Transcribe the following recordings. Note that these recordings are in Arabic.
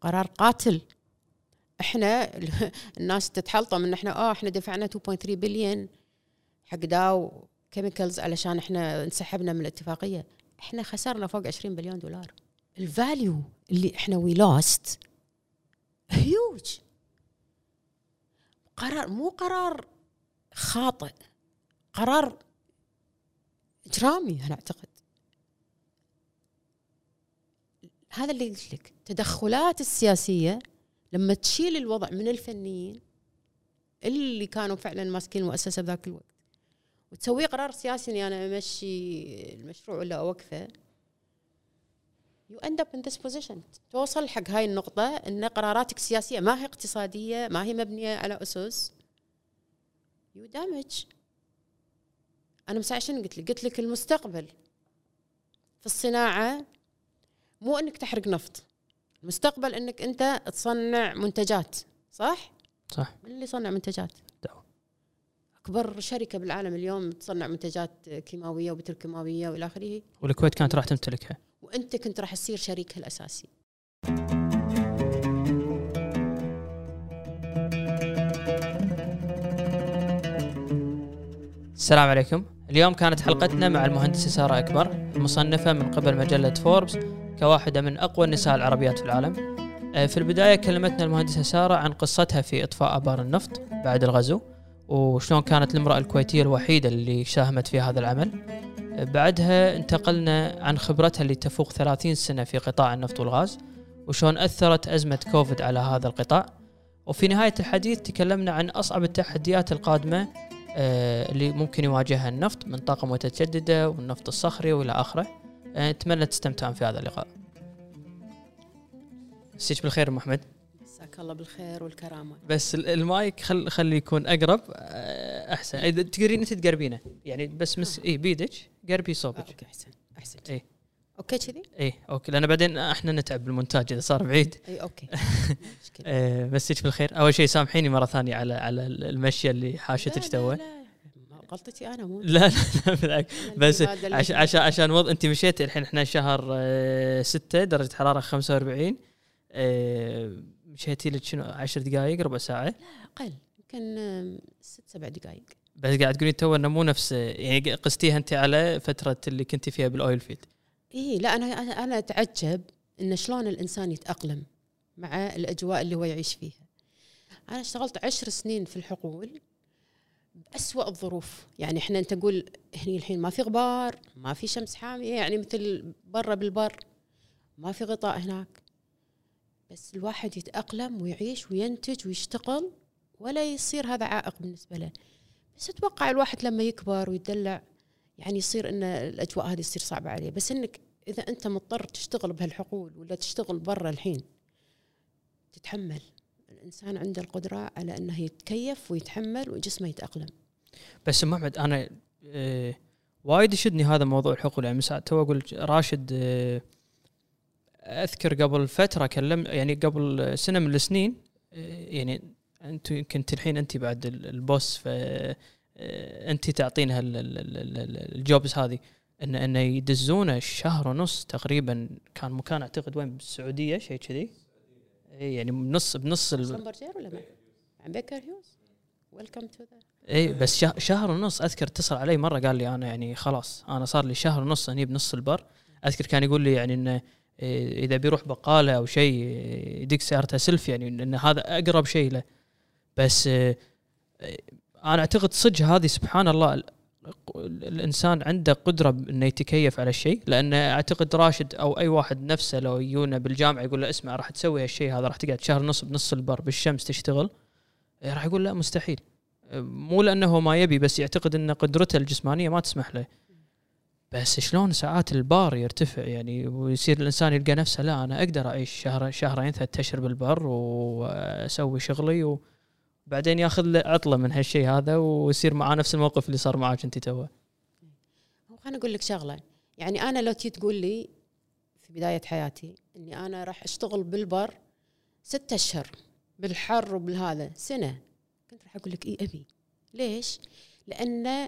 قرار قاتل. احنا الناس تتحلطم ان احنا دفعنا 2.3 بليون حق داو كيميكالز علشان احنا انسحبنا من الاتفاقيه. احنا خسرنا فوق 20 بليون دولار. الفاليو اللي احنا وي لوست هيوج. قرار مو قرار خاطئ، قرار إجرامي. أنا أعتقد هذا اللي قلت لك، تدخلات السياسية لما تشيل الوضع من الفنيين اللي كانوا فعلا ماسكين المؤسسة بذاك الوقت وتسويه قرار سياسي إني أنا أمشي المشروع ولا أوقفه. you end up in this position. توصل حق هاي النقطة إن قراراتك سياسية ما هي اقتصادية، ما هي مبنية على أسس. you damage. أنا مساء عشان قلت لك المستقبل في الصناعة مو إنك تحرق نفط، المستقبل إنك أنت تصنع منتجات. صح؟ من اللي يصنع منتجات؟ أكبر شركة بالعالم اليوم تصنع منتجات كيماوية وبتروكيماوية وإلى آخره، والكويت كانت راح تمتلكها وأنت كنت راح تصير شريكها الأساسي. السلام عليكم. اليوم كانت حلقتنا مع المهندسة سارة أكبر، المصنفة من قبل مجلة فوربس كواحدة من أقوى النساء العربيات في العالم. في البداية كلمتنا المهندسة سارة عن قصتها في إطفاء آبار النفط بعد الغزو، وشلون كانت المرأة الكويتية الوحيدة اللي ساهمت في هذا العمل. بعدها انتقلنا عن خبرتها اللي تفوق 30 سنة في قطاع النفط والغاز، وشلون أثرت أزمة كوفيد على هذا القطاع. وفي نهاية الحديث تكلمنا عن أصعب التحديات القادمة اللي ممكن يواجهها النفط من طاقة متجددة والنفط الصخري وإلى آخره. أتمنى تستمتعون في هذا اللقاء. مسيك بالخير محمد. مساك الله بالخير والكرامة. بس المايك خلي يكون أقرب أحسن. إذا تقدرين أنت تقربينه يعني بس بيدك قربي صوبك. أوكي أحسن. أوكي كذي. أوكي لأن بعدين إحنا نتعب بالمونتاج إذا صار بعيد. أوكي. مسيك بالخير. أول شيء سامحيني مرة ثانية على المشي اللي حاشتك توه. غلطتي أنا مو. لا بالعكس. بس عشان أنت مشيت الحين إحنا شهر 6 درجة حرارة 45. مشيتي لك شنو 10 دقائق ربع ساعة؟ لا أقل، يمكن 6-7 دقائق. بس قاعد تقولين تو إنه مو نفس يعني قستيها أنت على فترة اللي كنتي فيها بالأويل فيلد. لا أنا أتعجب إن شلون الإنسان يتأقلم مع الأجواء اللي هو يعيش فيها. أنا اشتغلت 10 سنين في الحقول بأسوأ الظروف. يعني إحنا أنت تقول هني الحين ما في غبار، ما في شمس حامية، يعني مثل برا بالبر، ما في غطاء هناك، بس الواحد يتأقلم ويعيش وينتج ويشتغل ولا يصير هذا عائق بالنسبة له. بس أتوقع الواحد لما يكبر ويدلع يعني يصير إن الأجواء هذه يصير صعبة عليه. بس إنك إذا أنت مضطر تشتغل بهالحقول ولا تشتغل برا الحين تتحمل. الإنسان عنده القدرة على أنه يتكيف ويتحمل وجسمه يتأقلم. بس محمد أنا وايد يشدني هذا موضوع الحقول. يعني مساء تو أقول راشد أذكر قبل فترة يعني قبل سنة من السنين يعني أنت كنت الحين أنت بعد البوس فأنت تعطينها الجوبز هذه إنه يدزونه شهر ونص تقريبا. كان مكان أعتقد وين بالسعودية شيء كذي. يعني بنص سمبرجير ولا ما عن بيكر هيوز ويلكم تو ذا. بس شهر ونص. أذكر اتصل علي مرة قال لي أنا يعني خلاص أنا صار لي شهر ونص هني بنص البر. أذكر كان يقول لي يعني إنه إذا بيروح بقالة أو شيء يدق سيارته سلف يعني إن هذا أقرب شيء له. بس أنا أعتقد صدق هذه سبحان الله الإنسان عنده قدرة إنه يتكيف على الشيء. لأن أعتقد راشد أو أي واحد نفسه لو يجونا بالجامعة يقول له اسمع راح تسوي هالشيء هذا راح تقعد شهر ونص بنص البر بالشمس تشتغل، راح يقول لا مستحيل. مو لأنه ما يبي بس يعتقد إن قدرته الجسمانية ما تسمح له. بس شلون ساعات البار يرتفع يعني ويصير الإنسان يلقى نفسه لا أنا أقدر أعيش شهرين 3 أشهر بالبر وأسوي شغلي وبعدين ياخذ له عطلة من هالشيء هذا ويصير معاه نفس الموقف اللي صار معاك أنت توه. خليني أقول لك شغلة. يعني أنا لو تقول لي في بداية حياتي إني أنا راح أشتغل بالبر 6 أشهر بالحر وبالهذا سنة، كنت راح أقول لك أبي. ليش؟ لأن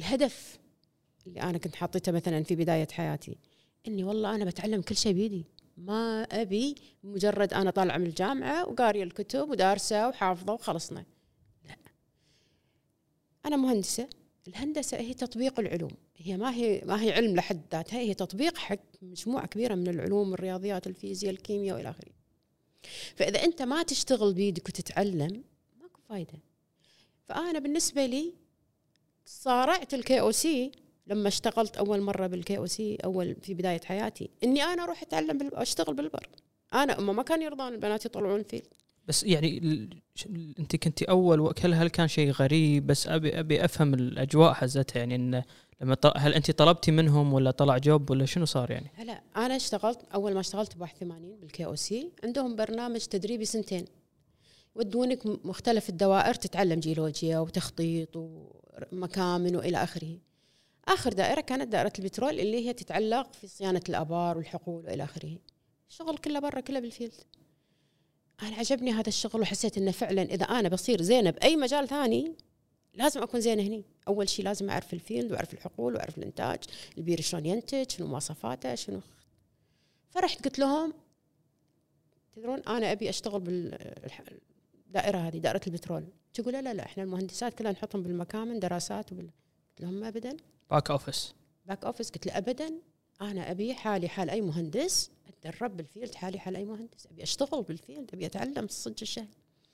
الهدف اللي أنا كنت حاطيته مثلا في بداية حياتي إني والله أنا بتعلم كل شيء بيدي، ما أبي مجرد أنا طالعة من الجامعة وقارية الكتب ودارسة وحافظة وخلصنا. لا، أنا مهندسة. الهندسة هي تطبيق العلوم، هي ما هي علم لحد ذاتها، هي تطبيق حق مجموعة كبيرة من العلوم، الرياضيات، الفيزياء، الكيمياء وإلى آخره. فإذا أنت ما تشتغل بيدك وتتعلم ماكو فايدة. فأنا بالنسبة لي صارعت الKOC لما اشتغلت أول مرة بالKOC أول في بداية حياتي، إني أنا أروح أتعلم أشتغل بالبر. أنا ما كان يرضون البنات يطلعون فيه. بس يعني أنت كنتي أول هل كان شيء غريب؟ بس أبي أفهم الأجواء حزتها، يعني إن لما هل أنت طلبتي منهم ولا طلع جوب ولا شنو صار يعني؟ هلا أنا اشتغلت أول ما اشتغلت ب81 بالKOC، عندهم برنامج تدريبي 2 سنين يودونك مختلف الدوائر تتعلم جيولوجيا وتخطيط ومكامن وإلى آخره. آخر دائرة كانت دائرة البترول اللي هي تتعلق في صيانة الآبار والحقول وإلى آخره. الشغل كله برا، كله بالفيلد. أنا عجبني هذا الشغل وحسيت إنه فعلا إذا أنا بصير زينة بأي مجال ثاني لازم أكون زينة هني. أول شيء لازم أعرف الفيلد وأعرف الحقول وأعرف الإنتاج، البير شلون ينتج، شنو مواصفاته، شنو. فرحت قلت لهم تدرون أنا أبي أشتغل بالدائرة هذه، دائرة البترول. تقول لا إحنا المهندسات كلها نحطهم بالمكامن دراسات قلت لهم أبدا. باك أوفيس. قلت له أبدا، أنا أبي حالي حال أي مهندس، أتدرب بالفيلد حالي حال أي مهندس، أبي أشتغل بالفيلد، أبي أتعلم الصج الشهر.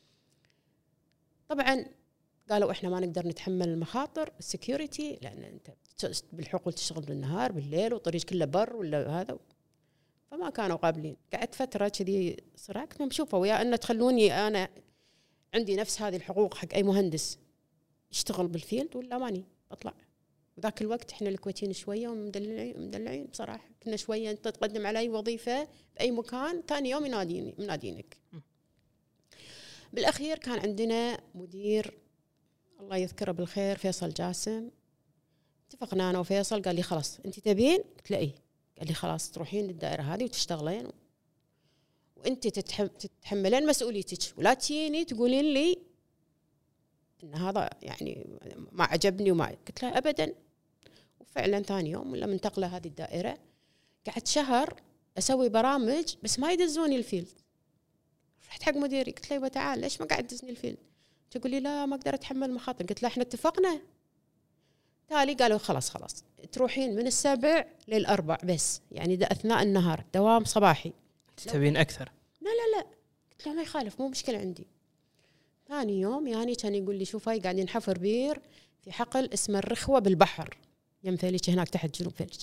طبعا قالوا إحنا ما نقدر نتحمل المخاطر السكيورتي، لأن أنت بالحقول تشتغل بالنهار بالليل وطريق كله بر ولا هذا. فما كانوا قابلين. قعدت فترة كذي صراع، كنت بشوفه ويا أن تخلوني أنا عندي نفس هذه الحقوق حق أي مهندس يشتغل بالفيلد ولا ماني بطلع. وذاك الوقت إحنا الكويتيين شوية ومدلعين بصراحة، كنا شوية أنت تقدم على أي وظيفة بأي مكان ثاني يوم منادينك. بالأخير كان عندنا مدير الله يذكره بالخير فيصل جاسم، اتفقنا أنا وفيصل، قال لي خلاص أنت تبين؟ قلت له إيه. قال لي خلاص تروحين للدائرة هذه وتشتغلين وأنت تتحملين مسؤوليتك، ولا تجيني تقولين لي إن هذا يعني ما عجبني وما. قلت له أبدا. وفعلا ثاني يوم لما انتقل هذه الدائرة قعدت شهر أسوي برامج بس ما يدزوني الفيلد. رحت حق مديري قلت له تعال ليش ما قاعد تدزني الفيلد؟ تقول لي لا ما أقدر أتحمل المخاطر. قلت له إحنا اتفقنا. تالي قالوا خلاص تروحين من 7 لل4 بس، يعني ده أثناء النهار دوام صباحي. تبين أكثر؟ لا قلت له ما يخالف، مو مشكلة عندي. ثاني يوم يعني كان يقول لي شوف هاي قاعدين نحفر بير في حقل اسمه الرخوة بالبحر يم فيليج هناك تحت جنوب فيليج،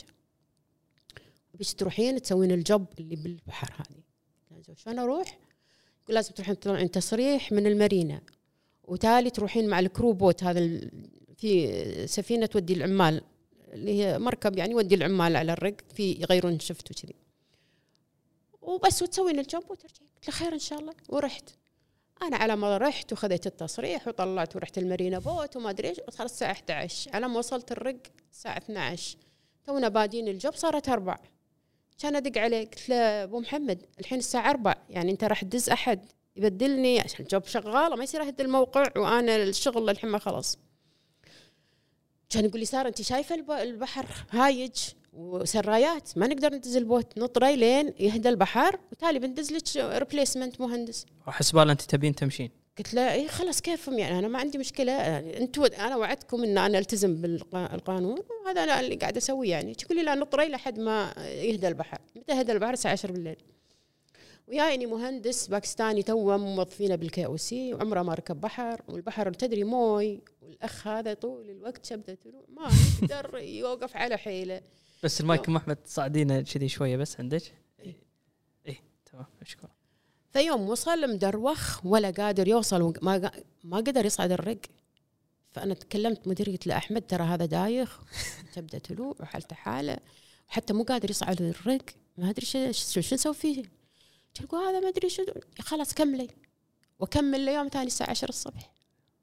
بيش تروحين تسوين الجوب اللي بالبحر هذه. شلون أروح؟ يقول لازم تروحين تطلعين تصريح من المارينا، وتالي تروحين مع الكرو بوت هذا في سفينة تودي العمال اللي هي مركب يعني يودي العمال على الرق في يغيرون شفت وكذي وبس، وتسوين الجوب وترجعين. قلت له خير إن شاء الله. ورحت أنا على ما رحت وخذيت التصريح وطلعت ورحت المارينا بوت وما أدري إيش. صارت الساعة 11 على ما وصلت الرق الساعة 12 تونا بادين الجوب صارت 4. كان أدق عليه قلت له أبو محمد الحين الساعة 4 يعني أنت راح تدز أحد يبدلني عشان الجوب شغالة ما يصير أهد الموقع وأنا الشغل الحين ما خلص. كان يقول لي سارة أنت شايفة البحر هايج وسرايات ما نقدر ندز البوت نطري لين يهدى البحر وتالي بندز لك ريبليسمنت مهندس. وحسبال أنت تبين تمشين. قلت له إيه خلاص كيفهم يعني أنا ما عندي مشكلة يعني أنا وعدتكم إن أنا ألتزم بالقانون وهذا أنا اللي قاعد أسويه يعني. تقول لي لا نطري لحد ما يهدى البحر. متى هدى البحر؟ الساعة 10 بالليل. ويايني مهندس باكستاني توه موظفينه بالKOC وعمره ما ركب بحر والبحر تدري موي والأخ هذا طول الوقت شبدة ما يقدر يوقف على حيله. بس المايك أحمد صعدينه كذي شوية بس عندك. إيه تمام مشكور. فيوم وصل مدروخ ولا قادر يوصل ما قدر يصعد الرق. فأنا تكلمت مديري قلت له أحمد ترى هذا دايخ تبدأ تلوع وحالته حالة وحتى مو قادر يصعد الرق ما أدري شو نسوي فيه. قلت له هذا ما أدري شو خلاص كملي. وكمل ليوم ثاني الساعة 10 الصبح.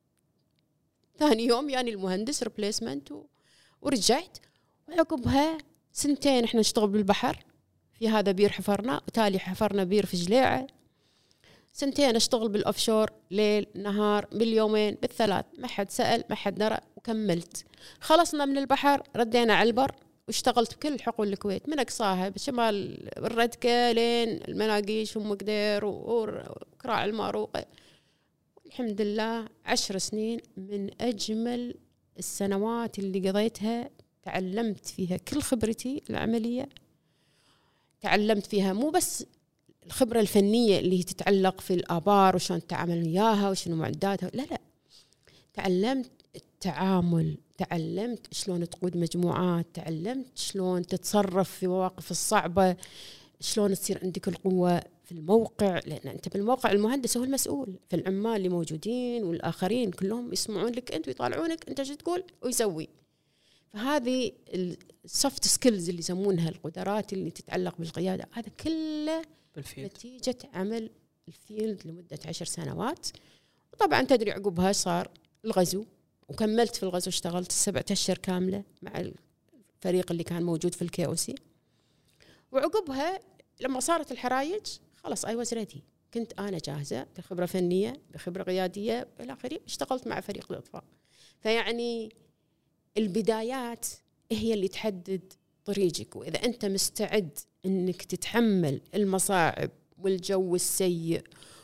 ثاني يوم يعني المهندس ريبليسمنت ورجعت. وعقبها 2 سنين احنا نشتغل بالبحر في هذا بير حفرنا وتالي حفرنا بير في جليعة. 2 سنين اشتغل بالاوفشور ليل نهار باليومين بالثلاث ما حد سأل ما حد درى وكملت. خلصنا من البحر ردينا على البر واشتغلت بكل حقول الكويت من أقصاها بشمال الردكة لين المناقيش ومقدير وكراع الماروقة. الحمد لله 10 سنين من أجمل السنوات اللي قضيتها، تعلمت فيها كل خبرتي العملية، تعلمت فيها مو بس الخبرة الفنية اللي تتعلق في الآبار وشون تتعامل وياها وشنو معداتها، لا تعلمت التعامل، تعلمت شلون تقود مجموعات، تعلمت شلون تتصرف في مواقف الصعبة، شلون تصير عندك القوة في الموقع، لأن أنت بالموقع المهندس هو المسؤول، في العمال اللي موجودين والآخرين كلهم يسمعون لك أنت ويطالعونك أنت شو تقول ويسوي. فهذه السوفت سكيلز اللي يسمونها، القدرات اللي تتعلق بالقيادة، هذا كله بالفيلد. نتيجة عمل الفيلد لمدة 10 سنوات. وطبعا تدري عقبها صار الغزو، وكملت في الغزو، اشتغلت 7 أشهر كاملة مع الفريق اللي كان موجود في الKOC. وعقبها لما صارت الحرايج خلاص I was ready، كنت أنا جاهزة بخبرة فنية بخبرة قيادية إلى آخره. اشتغلت مع فريق الإطفاء. فيعني البدايات هي اللي تحدد طريقك، وإذا أنت مستعد أنك تتحمل المصاعب والجو السيء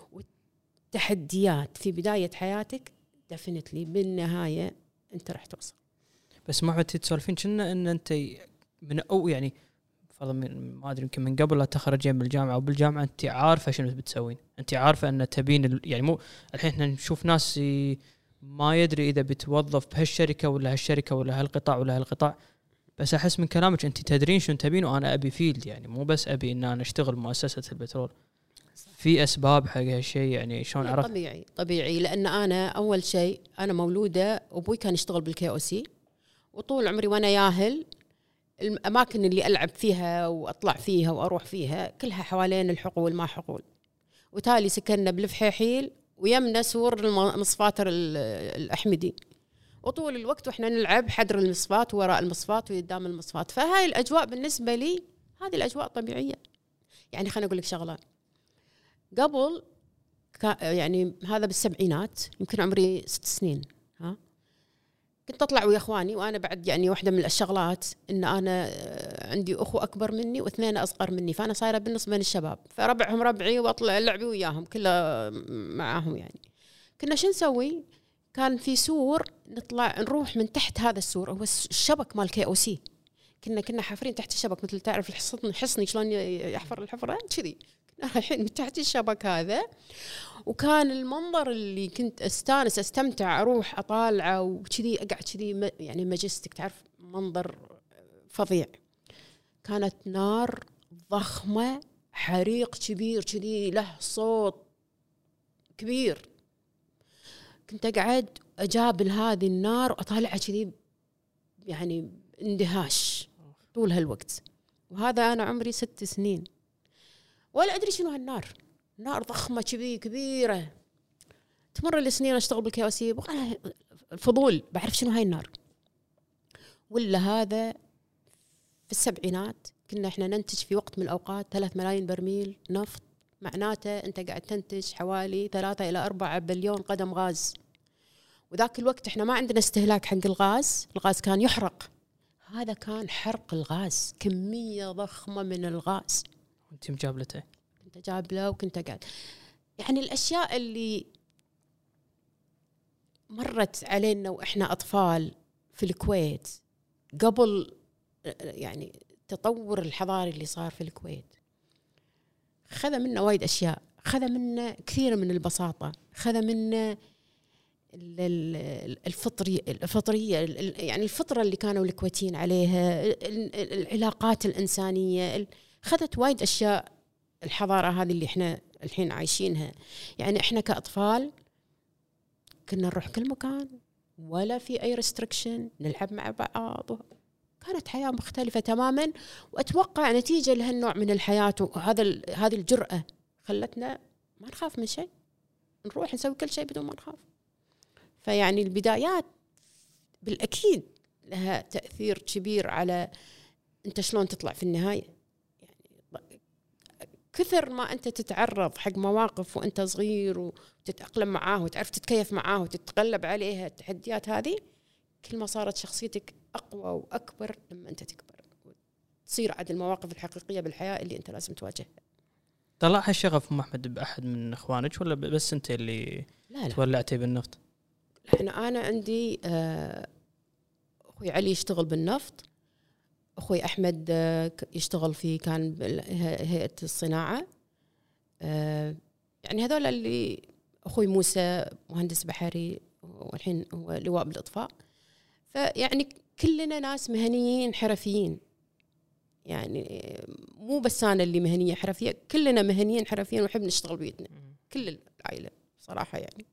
والتحديات في بداية حياتك definitely بالنهاية أنت راح توصل. بس ما عدتي تسولفين كنا أن أنت من أو يعني ما أدري يمكن من قبل لا تخرجين من الجامعة أو بالجامعة أنت عارفة شنو بتسوين، أنت عارفة أن تبين يعني مو الحين إحنا نشوف ناس ما يدري إذا بتوظف بهالشركة ولا هالشركة ولا هالقطاع ولا هالقطاع. بس أحس من كلامك أنت تدرين شنو تبين، وأنا أبي فيلد، يعني مو بس أبي إن أنا أشتغل مؤسسة البترول. في أسباب حق هالشيء يعني شلون عرفت؟ طبيعي لأن أنا أول شيء أنا مولودة أبوي كان يشتغل بالKOC، وطول عمري وأنا ياهل الأماكن اللي ألعب فيها وأطلع فيها وأروح فيها كلها حوالين الحقول ما حقول. وتالي سكننا بالفحيحيل ويمنا سور المصفاتر الأحمدي، وطول الوقت وإحنا نلعب حدر المصفات ووراء المصفات وقدام المصفات. فهاي الأجواء بالنسبة لي هذه الأجواء طبيعية. يعني خليني أقول لك شغلة، قبل يعني هذا بالسبعينات يمكن عمري 6 سنين، كنت أطلع ويا إخواني، وأنا بعد يعني واحدة من الشغلات إن أنا عندي أخو أكبر مني و2 أصغر مني، فأنا صايرة بالنص بين الشباب، فربعهم ربعي وأطلع لعبي وياهم كلها معاهم. يعني كنا شو نسوي؟ كان في سور نطلع نروح من تحت هذا السور، هو الشبك مال KOC، كنا حافرين تحت الشبك مثل تعرف الحصني شلون يحفر الحفرة كذي، كنا رايحين من تحت الشبك هذا. وكان المنظر اللي كنت استمتع اروح اطالعه وكذي اقعد كذي يعني ماجستيك، تعرف منظر فظيع. كانت نار ضخمه، حريق كبير كذي له صوت كبير، كنت اقعد اجابل هذه النار واطالعها كذي يعني اندهاش طول هالوقت. وهذا انا عمري 6 سنين ولا ادري شنو هالنار، نار ضخمة كبيرة. تمر السنين أشتغل بالKOC أنا فضول بعرف شنو هاي النار. ولا هذا في السبعينات كنا إحنا ننتج في وقت من الأوقات 3 ملايين برميل نفط، معناته أنت قاعد تنتج حوالي 3 إلى 4 بليون قدم غاز. وذاك الوقت إحنا ما عندنا استهلاك حق الغاز كان يحرق. هذا كان حرق الغاز، كمية ضخمة من الغاز. أنت مجابلته؟ كنت جابله وكنت قاعد يعني الأشياء اللي مرت علينا وإحنا أطفال في الكويت قبل يعني تطور الحضاري اللي صار في الكويت، خذ منا وايد أشياء، خذ منا كثير من البساطة، خذ منا الفطرية يعني الفطرة اللي كانوا الكويتيين عليها، العلاقات الإنسانية، خذت وايد أشياء الحضارة هذه اللي احنا الحين عايشينها. يعني احنا كأطفال كنا نروح كل مكان ولا في أي ريستريكشن، نلعب مع بعض، كانت حياة مختلفة تماما. وأتوقع نتيجة لهالنوع من الحياة هذه الجرأة خلتنا ما نخاف من شيء، نروح نسوي كل شيء بدون ما نخاف. فيعني البدايات بالأكيد لها تأثير كبير على أنت شلون تطلع في النهاية. كثر ما أنت تتعرض حق مواقف وأنت صغير وتتأقلم معاه وتعرف تتكيف معاه وتتغلب عليها التحديات هذه، كل ما صارت شخصيتك أقوى وأكبر لما أنت تكبر. تصير عاد المواقف الحقيقية بالحياة اللي أنت لازم تواجهها. طلع هالشغف أم أحمد بأحد من إخوانك ولا بس أنت اللي لا تولعتي بالنفط؟ أنا عندي أخوي علي يشتغل بالنفط، أخوي أحمد يشتغل في كان هيئة الصناعة، يعني هذول اللي أخوي موسى مهندس بحري والحين هو لواء بالإطفاء. فيعني كلنا ناس مهنيين حرفيين، يعني مو بس أنا اللي مهنية حرفية، كلنا مهنيين حرفيين ونحب نشتغل بيتنا كل العائلة صراحة يعني.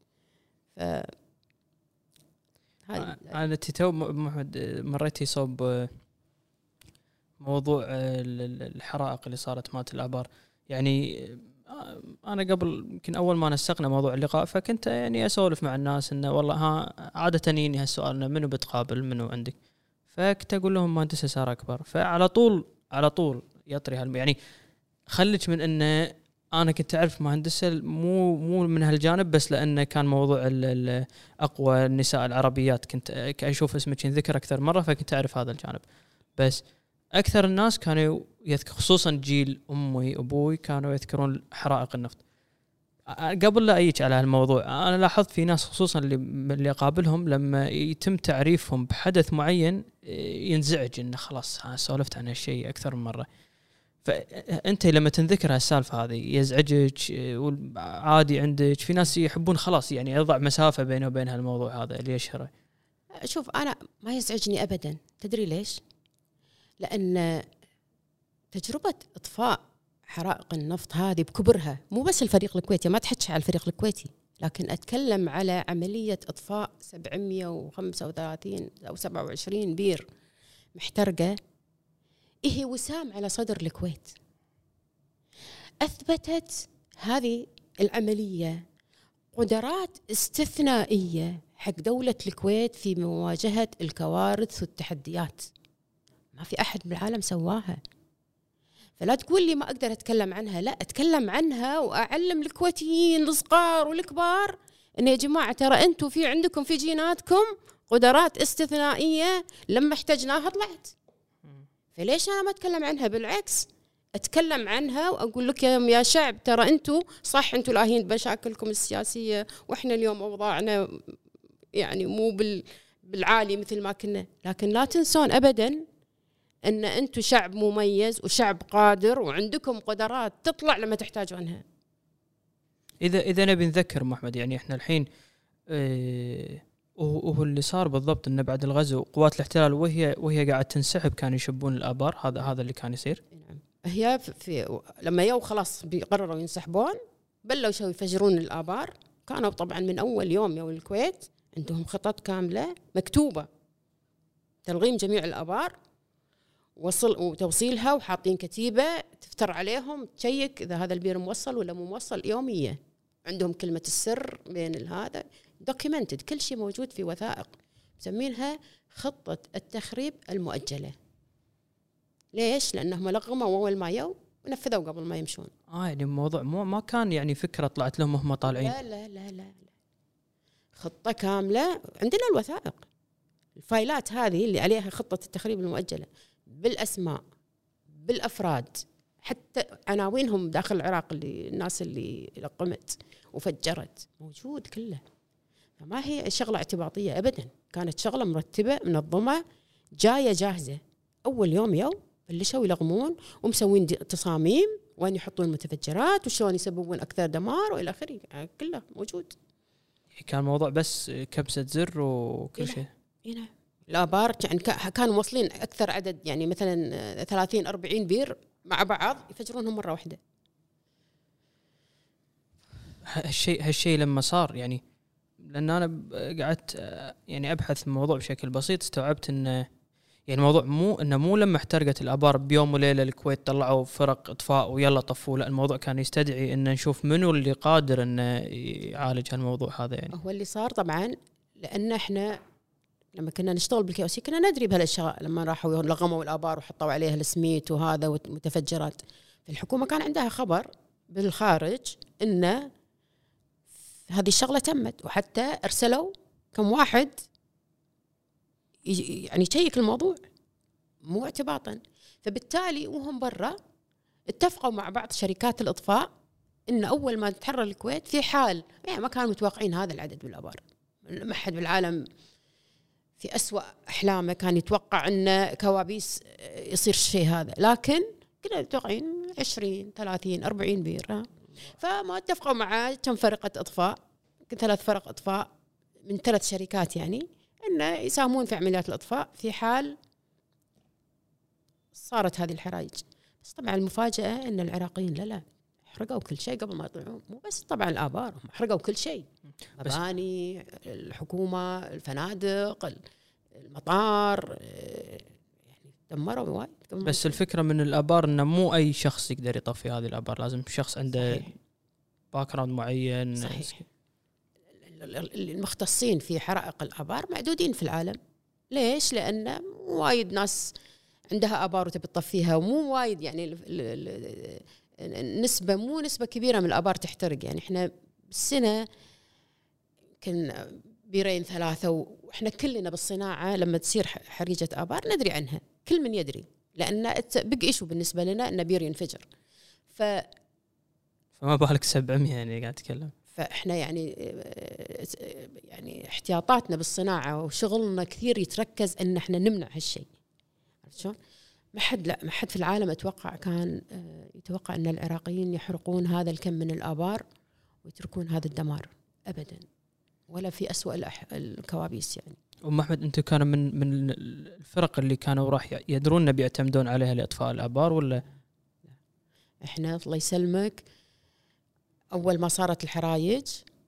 أنا تو محمد مريتي صوب موضوع الحرائق اللي صارت مات الآبار. يعني أنا قبل يمكن أول ما نسقنا موضوع اللقاء فكنت يعني أسولف مع الناس إنه والله عادة يجيني هالسؤال منو بتقابل منو عندك، فكنت أقول لهم مهندس سارة أكبر. فعلى طول يطري يعني خليك من إنه أنا كنت أعرف مهندسة مو من هالجانب بس، لأنه كان موضوع أقوى النساء العربيات كنت أشوف اسمك ينذكر أكثر مرة، فكنت أعرف هذا الجانب. بس أكثر الناس كانوا يذكر، خصوصا جيل أمي أبوي، كانوا يذكرون حرائق النفط. قبل لا أيك على هالموضوع، أنا لاحظت في ناس خصوصا اللي أقابلهم لما يتم تعريفهم بحدث معين ينزعج إنه خلاص أنا سولفت عن هالشيء أكثر من مرة. فأنت لما تنذكر هالسالفة هذه يزعجك عادي عندك؟ في ناس يحبون خلاص يعني يضع مسافة بينه وبين هالموضوع هذا اللي يشهره. شوف أنا ما يزعجني أبدا، تدري ليش؟ لأن تجربة إطفاء حرائق النفط هذه بكبرها، مو بس الفريق الكويتي، ما تحكي على الفريق الكويتي، لكن أتكلم على عملية إطفاء 735 أو 27 بير محترقة، إيه وسام على صدر الكويت. أثبتت هذه العملية قدرات استثنائية حق دولة الكويت في مواجهة الكوارث والتحديات، ما في أحد بالعالم سواها. فلا تقول لي ما أقدر أتكلم عنها، لا أتكلم عنها وأعلم الكويتيين الصغار والكبار إن يا جماعة ترى أنتم في عندكم في جيناتكم قدرات استثنائية لما احتجناها طلعت. فليش أنا ما أتكلم عنها؟ بالعكس أتكلم عنها وأقول لك يا شعب ترى أنتم صح، أنتم لاهين بمشاكلكم السياسية وإحنا اليوم أوضاعنا يعني مو بالعالي مثل ما كنا، لكن لا تنسون أبداً أن أنتم شعب مميز وشعب قادر وعندكم قدرات تطلع لما تحتاجونها. إذا نبي نذكر محمد، يعني إحنا الحين وهو اللي صار بالضبط إنه بعد الغزو قوات الاحتلال وهي قاعدة تنسحب كانوا يشبون الآبار، هذا اللي كان يصير. نعم. هي لما يو خلاص بيقرروا ينسحبون بلوا يفجرون الآبار. كانوا طبعا من أول يوم يو الكويت عندهم خطط كاملة مكتوبة تلغيم جميع الآبار وتوصيلها، وحاطين كتيبة تفتر عليهم تشيك إذا هذا البير موصل ولا مو موصل يوميا. عندهم كلمة السر بين هذا documented، كل شيء موجود في وثائق، مسمينها خطة التخريب المؤجلة. ليش؟ لأنهم لغموا أول ما يو ونفذوا قبل ما يمشون. يعني الموضوع ما كان يعني فكرة طلعت لهم وهم طالعين. لا لا لا لا، خطة كاملة، عندنا الوثائق الفايلات هذه اللي عليها خطة التخريب المؤجلة بالأسماء بالأفراد، حتى عناوينهم داخل العراق اللي الناس اللي لقمت وفجرت موجود كله. فما هي شغلة اعتباطية أبدا، كانت شغلة مرتبة منظمة جاية جاهزة. أول يوم بلشوا يلغمون ومسوين تصاميم وين يحطون متفجرات وشلون يسببون أكثر دمار وإلى آخره، كله موجود. كان موضوع بس كبسة زر وكل شيء. هنا الآبار يعني كانوا موصلين أكثر عدد، يعني مثلا 30-40 بير مع بعض يفجرونهم مرة واحدة. هالشيء لما صار، يعني لأن أنا قعدت يعني أبحث الموضوع بشكل بسيط، استوعبت إنه يعني الموضوع مو لما احترقت الآبار بيوم وليلة الكويت طلعوا فرق إطفاء ويلا طفوا، لا الموضوع كان يستدعي إن نشوف منو اللي قادر إنه يعالج هالموضوع هذا. يعني هو اللي صار طبعا لأن إحنا لما كنا نشتغل بالKOC كنا ندري بهالأشياء، لما راحوا لغموا الآبار وحطوا عليها السميت وهذا ومتفجرات. الحكومة كان عندها خبر بالخارج إن هذه الشغلة تمت، وحتى أرسلوا كم واحد يعني يشيك الموضوع مو اعتباطا. فبالتالي وهم برا اتفقوا مع بعض شركات الإطفاء إن أول ما تتحرر الكويت في حال يعني ما كانوا متوقعين هذا العدد من الآبار. ما حد بالعالم في أسوأ أحلامه كان يتوقع أن كوابيس يصير الشيء هذا، لكن كنا متوقعين 20 30 40 بير. فما اتفقوا مع كم فرقة إطفاء، 3 فرق إطفاء من 3 شركات يعني، إنه يساهمون في عمليات الإطفاء في حال صارت هذه الحرائق. بس طبعا المفاجأة إن العراقيين لا حرقوا كل شيء قبل ما يطلعون، مو بس طبعا الآبار، هم حرقوا كل شيء، مباني الحكومة، الفنادق، المطار، يعني دمروا وايد. بس الفكرة من الآبار إنه مو أي شخص يقدر يطفي هذه الآبار، لازم شخص عنده باك جراوند معين. صحيح. المختصين في حرائق الآبار معدودين في العالم. ليش؟ لأن وايد ناس عندها آبار وتبي تطفيها، ومو وايد يعني النسبة مو نسبة كبيرة من الآبار تحترق. يعني إحنا بالسنة كنا 2 3، وإحنا كلنا بالصناعة لما تصير حريقة آبار ندري عنها، كل من يدري، لأن بق إيشو بالنسبة لنا إن بير ينفجر. فما بالك 700 يعني قاعد أتكلم. فإحنا يعني احتياطاتنا بالصناعة وشغلنا كثير يتركز إن إحنا نمنع هالشيء. عرفت شلون؟ ما حد في العالم كان يتوقع أن العراقيين يحرقون هذا الكم من الآبار ويتركون هذا الدمار أبدا، ولا في أسوأ الكوابيس يعني. أم أحمد، أنتم كانوا من الفرق اللي كانوا راح يدرون بيعتمدون عليها لإطفاء الآبار ولا؟ إحنا الله يسلمك أول ما صارت الحرايج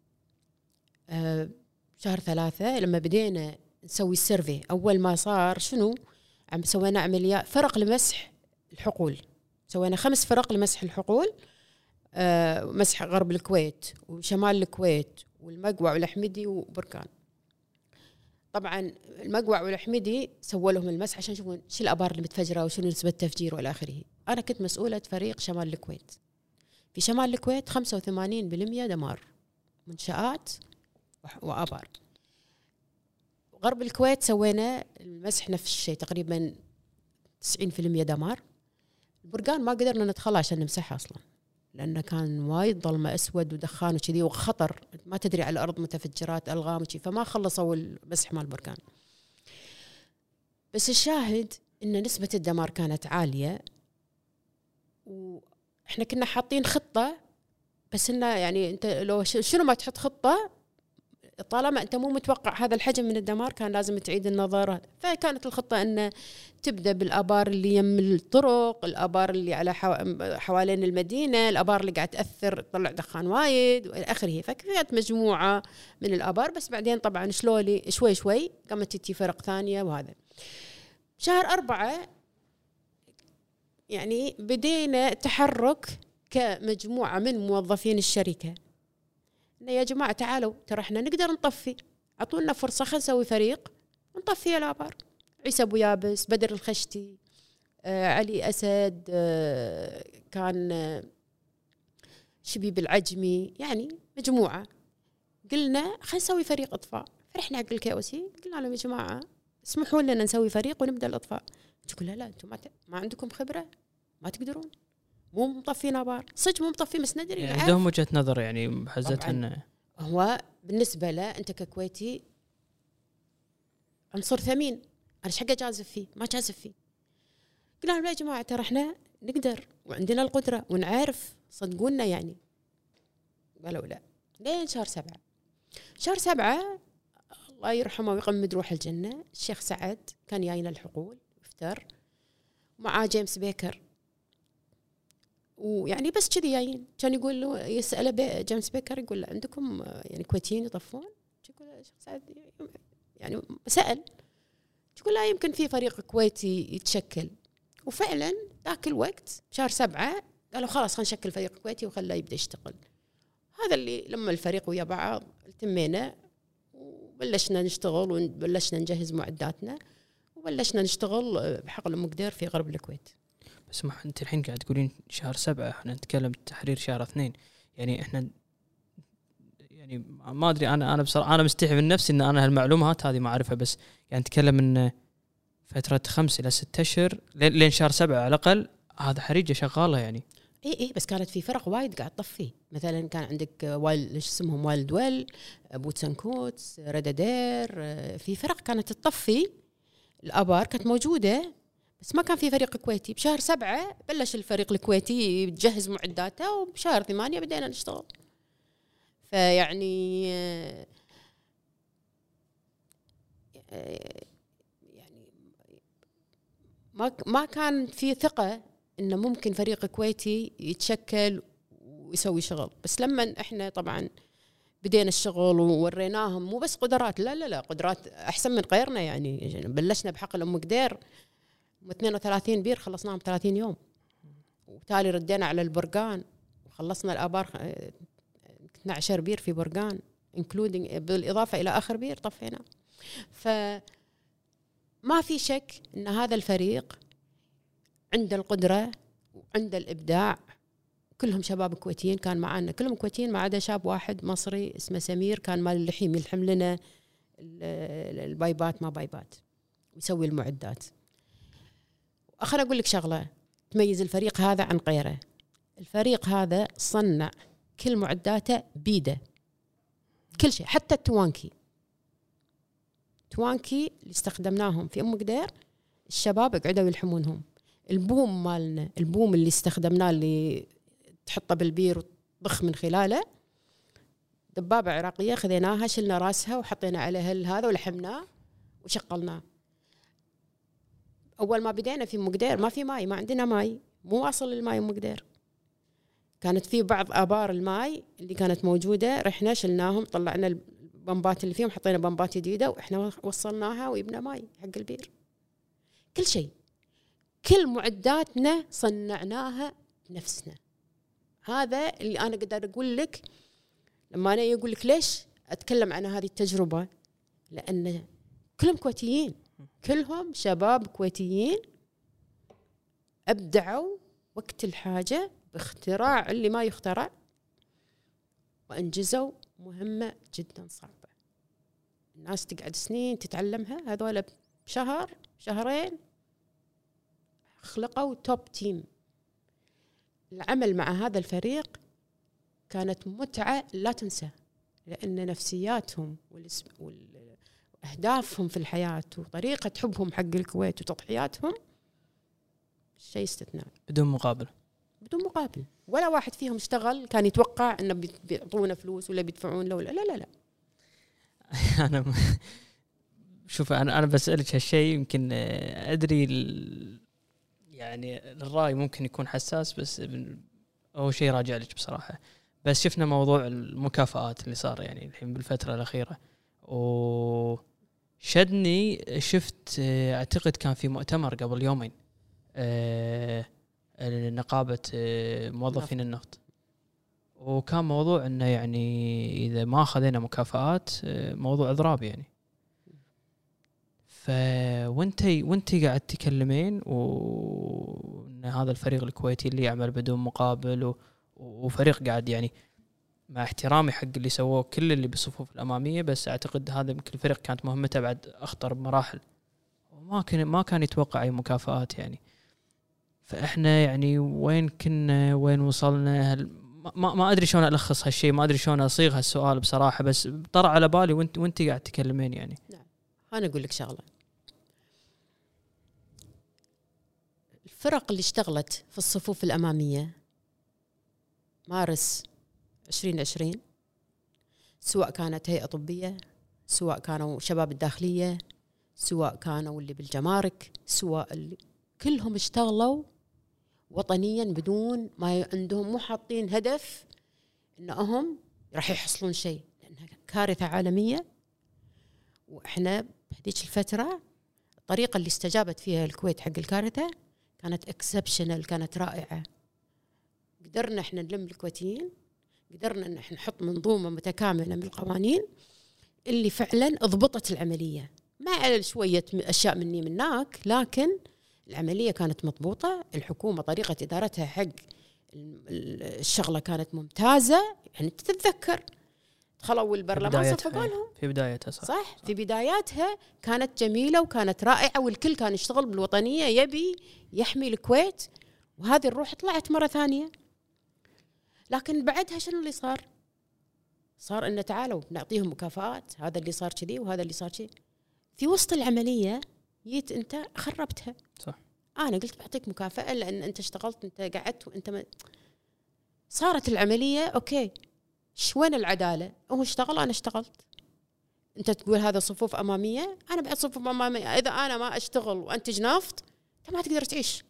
شهر 3 لما بدينا نسوي السيرفي، أول ما صار شنو سوينا عمليات فرق لمسح الحقول، سوينا 5 فرق لمسح الحقول، مسح غرب الكويت وشمال الكويت والمقوع والأحمدي وبركان. طبعا المقوع والأحمدي سووا لهم المسح عشان يشوفون شو الآبار اللي متفجرة وشنو نسبة التفجير والى آخره. أنا كنت مسؤولة فريق شمال الكويت. في شمال الكويت 85% دمار، منشآت وآبار. غرب الكويت سوينا المسح نفس الشيء تقريبا 90% دمار. البرقان ما قدرنا ندخل عشان نمسحها أصلا، لأنه كان وايد ظلمة أسود ودخان وكذي وخطر، ما تدري على الأرض متفجرات ألغام وكذي، فما خلصوا المسح مال البرقان. بس الشاهد إن نسبة الدمار كانت عالية، وإحنا كنا حاطين خطة، بس إنه يعني أنت لو شنو ما تحط خطة طالما أنت مو متوقع هذا الحجم من الدمار كان لازم تعيد النظر. فكانت الخطة أن تبدأ بالآبار اللي يم الطرق، الآبار اللي على حوالين المدينة، الآبار اللي قاعد تأثر تطلع دخان وايد وإلى آخره. فكانت مجموعة من الآبار، بس بعدين طبعا شوي شوي قامت تتي فرق ثانية. وهذا شهر 4 يعني بدينا تحرك كمجموعة من موظفين الشركة، يا جماعة تعالوا ترى احنا نقدر نطفي، عطونا فرصة، خلينا نسوي فريق ونطفي الآبار. عيسى أبو يابس، بدر الخشتي، علي أسد، كان شبيب العجمي، يعني مجموعة. قلنا خلينا نسوي فريق إطفاء. فرحنا حق الكيوسي قلنا لهم يا جماعة اسمحوا لنا نسوي فريق ونبدأ الإطفاء. تقول لا أنتم ما عندكم خبرة، ما تقدرون، مو مطفين آبار. صدق مو مطفين بس ندري يعني عندهم وجهة نظر يعني حزتها إنه هو بالنسبة له أنت ككويتي عنصر ثمين، أنا إيش حق أجازف فيه؟ ما أجازف فيه. قلنا لهم يا جماعة ترى إحنا نقدر وعندنا القدرة ونعرف، صدقونا يعني. قالوا لا. لين شهر 7 الله يرحمه ويقمد روح الجنة، الشيخ سعد كان جاينا الحقول افتر مع جيمس بيكر، ويعني بس كذي جايين. كان يقول له يسأله جيمس بيكر يقول له عندكم يعني كويتيين يطفون؟ يقول له الشيخ سعد يعني سأل، يقول لا يمكن في فريق كويتي يتشكل. وفعلا ذاك الوقت شهر 7 قالوا خلاص خلينا نشكل فريق كويتي وخلاه يبدأ يشتغل. هذا اللي لما الفريق ويا بعض التمينا وبلشنا نشتغل وبلشنا نجهز معداتنا وبلشنا نشتغل بحقل مقدار في غرب الكويت. بس ما انت الحين قاعد تقولين شهر 7، احنا نتكلم تحرير شهر 2. يعني احنا يعني ما ادري، انا بصراحه انا مستحي من نفسي ان انا هالمعلومات هذه ما اعرفها، بس يعني نتكلم ان فترة 5 إلى 6 أشهر لين شهر 7 على الأقل، هذا حريجة شغالة يعني. اي بس كانت في فرق وايد قاعد تطفي. مثلا كان عندك ايش اسمهم، وايلد ويل، بوتس اند كوتس، ريدادير، في فرق كانت تطفي. الآبار كانت موجودة بس ما كان في فريق كويتي. بشهر 7 بلش الفريق الكويتي يجهز معداته، وبشهر 8 بدينا نشتغل. فيعني يعني ما كان في ثقة إنه ممكن فريق كويتي يتشكل ويسوي شغل. بس لما إحنا طبعا بدينا الشغل ووريناهم مو بس قدرات، لا قدرات أحسن من غيرنا. يعني بلشنا بحقل أم قدير 32 بير خلصناهم 30 يوم، وبالتالي ردينا على البرقان وخلصنا الآبار 12 بير في برقان including بالإضافة إلى آخر بير طفينا. فما في شك إن هذا الفريق عنده القدرة وعنده الإبداع. كلهم شباب كويتيين كان معانا، كلهم كويتيين ما عدا شاب واحد مصري اسمه سمير، كان مال اللحيم يلحم لنا البايبات ما بايبات ويسوي المعدات. أخليني أقول لك شغلة تميز الفريق هذا عن غيره. الفريق هذا صنع كل معداته بيده، كل شيء، حتى التوانكي اللي استخدمناهم في أم قدير الشباب قعدوا يلحمونهم. البوم مالنا، البوم اللي استخدمناه اللي تحطه بالبير وتضخ من خلاله، دبابة عراقية خذيناها شلنا راسها وحطينا عليها هذا ولحمناه وشغلناه. أول ما بدينا في أم قدير ما في ماي، ما عندنا ماي، مو واصل للماي أم قدير. كانت في بعض آبار الماي اللي كانت موجودة رحنا شلناهم، طلعنا البمبات اللي فيهم، حطينا بمبات جديدة وإحنا وصلناها ويبنا ماي حق البير. كل شيء، كل معداتنا صنعناها بنفسنا. هذا اللي أنا قدر أقول لك لما أنا يقول لك ليش أتكلم عن هذه التجربة، لأن كلهم كويتيين، كلهم شباب كويتيين أبدعوا وقت الحاجة باختراع اللي ما يخترع، وأنجزوا مهمة جدا صعبة. الناس تقعد سنين تتعلمها، هذول بشهر شهرين خلقوا توب تيم. العمل مع هذا الفريق كانت متعة لا تنسى، لأن نفسياتهم وأهدافهم في الحياة وطريقة حبهم حق الكويت وتضحياتهم شيء استثناء. بدون مقابل، بدون مقابل. ولا واحد فيهم اشتغل كان يتوقع أنه بيعطونا فلوس ولا بيدفعون له، لا. أنا شوف، أنا بسألك هالشيء يمكن أدري يعني الرأي ممكن يكون حساس، بس هو شيء راجع لك بصراحة. بس شفنا موضوع المكافآت اللي صار يعني الحين بالفترة الأخيرة، وشدني شفت أعتقد كان في مؤتمر قبل يومين نقابة موظفين النفط، وكان موضوع إنه يعني إذا ما أخذنا مكافآت موضوع إضراب يعني. وانتي قاعد تكلمين وإن هذا الفريق الكويتي اللي يعمل بدون مقابل وفريق قاعد يعني مع احترامي حق اللي سووه كل اللي بالصفوف الأمامية، بس أعتقد هذا يمكن الفريق كانت مهمته بعد أخطر بمراحل، ما كان يتوقع أي مكافآت يعني. فإحنا يعني وين كنا، وين وصلنا؟ ما أدري شلون ألخص هالشيء، ما أدري شلون أصيغ هالسؤال بصراحة، بس طرأ على بالي وانتي قاعد تكلمين يعني. نعم، أنا أقول لك شغلة. الفرق اللي اشتغلت في الصفوف الأمامية مارس 2020، سواء كانت هيئة طبية، سواء كانوا شباب الداخلية، سواء كانوا اللي بالجمارك، سواء اللي كلهم اشتغلوا وطنيا بدون ما عندهم، مو حاطين هدف انهم راح يحصلون شيء، لأنها كارثة عالمية. وإحنا بهذيك الفترة الطريقة اللي استجابت فيها الكويت حق الكارثة كانت اكسبشنال، كانت رائعة. قدرنا إحنا نلم الكويتيين، قدرنا إن إحنا نحط منظومة متكاملة من القوانين اللي فعلا اضبطت العملية، مع شوية أشياء مني منك، لكن العملية كانت مضبوطة. الحكومة طريقة إدارتها حق الشغلة كانت ممتازة. يعني تتذكر دخلوا البرلمان صفقوا لهم في بدايتها صح. في بداياتها كانت جميلة وكانت رائعة، والكل كان يشتغل بالوطنية، يبي يحمي الكويت، وهذه الروح طلعت مرة ثانية. لكن بعدها شنو اللي صار إنه تعالوا نعطيهم مكافآت، هذا اللي صار كذي وهذا اللي صار كذي. في وسط العملية جيت أنت خربتها. صح. أنا قلت بعطيك مكافأة لأن أنت اشتغلت، أنت قعدت وأنت ما صارت العملية أوكي. وين العدالة؟ هو اشتغل، أنا اشتغلت. أنت تقول هذا صفوف أمامية، أنا بعد صفوف أمامية. إذا أنا ما أشتغل وأنتج نفط أنت ما تقدر تعيش.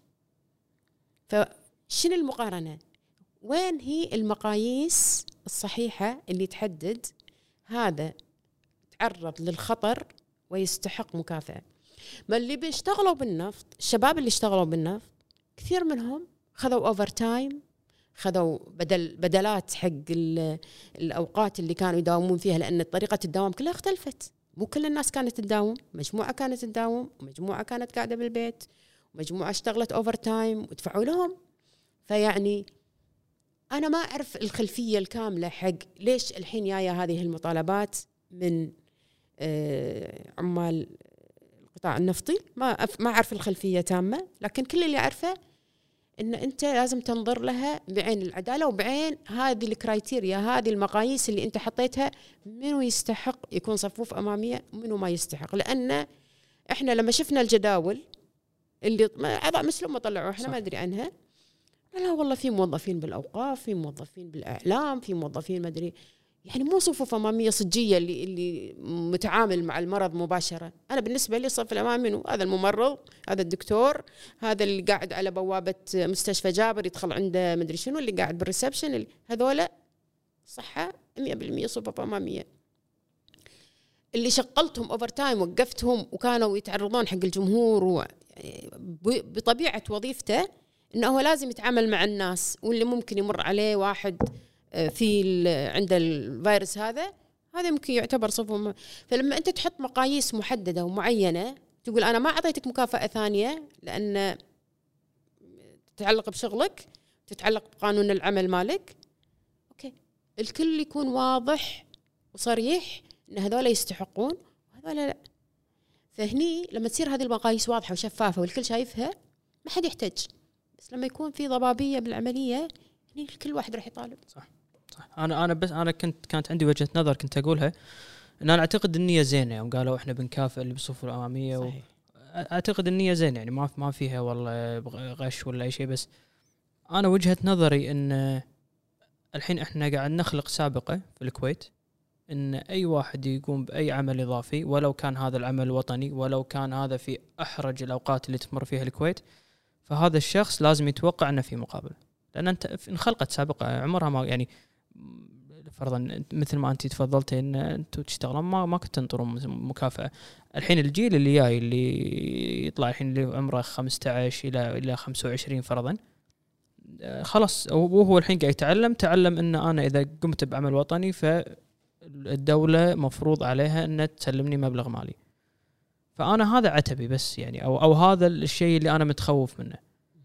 فشنو المقارنة؟ وين هي المقاييس الصحيحة اللي تحدد هذا تعرض للخطر ويستحق مكافأة؟ ما اللي بيشتغلوا بالنفط، الشباب اللي اشتغلوا بالنفط كثير منهم خذوا أوفر تايم، خذوا بدلات حق الأوقات اللي كانوا يداومون فيها، لأن طريقة الدوام كلها اختلفت. مو كل الناس كانت تداوم، مجموعة كانت تداوم ومجموعة كانت قاعدة بالبيت ومجموعة اشتغلت أوفر تايم ودفعوا لهم. فيعني أنا ما أعرف الخلفية الكاملة حق ليش الحين جاية هذه المطالبات من عمال القطاع النفطي. ما أعرف الخلفية تامة، لكن كل اللي أعرفه إن أنت لازم تنظر لها بعين العدالة وبعين هذه الكرايتيريا، هذه المقاييس اللي أنت حطيتها، منو يستحق يكون صفوف أمامية ومنو ما يستحق. لأن إحنا لما شفنا الجداول اللي أعضاء مسلم ما طلعوا إحنا ما أدري عنها، لا والله في موظفين بالأوقاف، في موظفين بالإعلام، في موظفين ما أدري، يعني مو صفوف أمامية صجية اللي متعامل مع المرض مباشرة. أنا بالنسبة لي الصف الأمامي منه هذا الممرض، هذا الدكتور، هذا اللي قاعد على بوابة مستشفى جابر يدخل عنده مدري شنو، اللي قاعد بالريسبشن، هذولا صحة 100% صفوف أمامية. اللي شغلتهم أوفر تايم وقفتهم وكانوا يتعرضون حق الجمهور بطبيعة وظيفته إنه هو لازم يتعامل مع الناس، واللي ممكن يمر عليه واحد في عنده الفيروس هذا ممكن يعتبر صفوف. فلما أنت تحط مقاييس محددة ومعينة، تقول أنا ما أعطيتك مكافأة ثانية لأن تتعلق بشغلك، تتعلق بقانون العمل مالك، أوكي، الكل يكون واضح وصريح إن هذول يستحقون وهذول لا. فهني لما تصير هذه المقاييس واضحة وشفافة والكل شايفها ما حد يحتاج. بس لما يكون في ضبابية بالعملية هني كل واحد راح يطالب. صح. أنا كانت عندي وجهة نظر كنت أقولها، إن أنا أعتقد النية زينة يوم قالوا إحنا بنكافئ اللي بالصفوف الأمامية. أعتقد النية زينة، يعني ما فيها والله غش ولا أي شيء. بس أنا وجهة نظري إن الحين إحنا قاعد نخلق سابقة في الكويت إن أي واحد يقوم بأي عمل إضافي، ولو كان هذا العمل وطني، ولو كان هذا في أحرج الأوقات اللي تمر فيها الكويت، فهذا الشخص لازم يتوقع أنه في مقابل. لأن أنت انخلقت سابقة عمرها ما، يعني فرضا مثل ما أنت تفضلتي إن أنتوا تشتغلون ما كنت تنطرون مكافأة. الحين الجيل اللي جاي اللي يطلع الحين اللي عمره 15 إلى 25 فرضا، خلاص وهو الحين قاعد تعلم إن أنا إذا قمت بعمل وطني فالدولة مفروض عليها أن تسلمني مبلغ مالي. فأنا هذا عتبي بس، يعني أو هذا الشيء اللي أنا متخوف منه.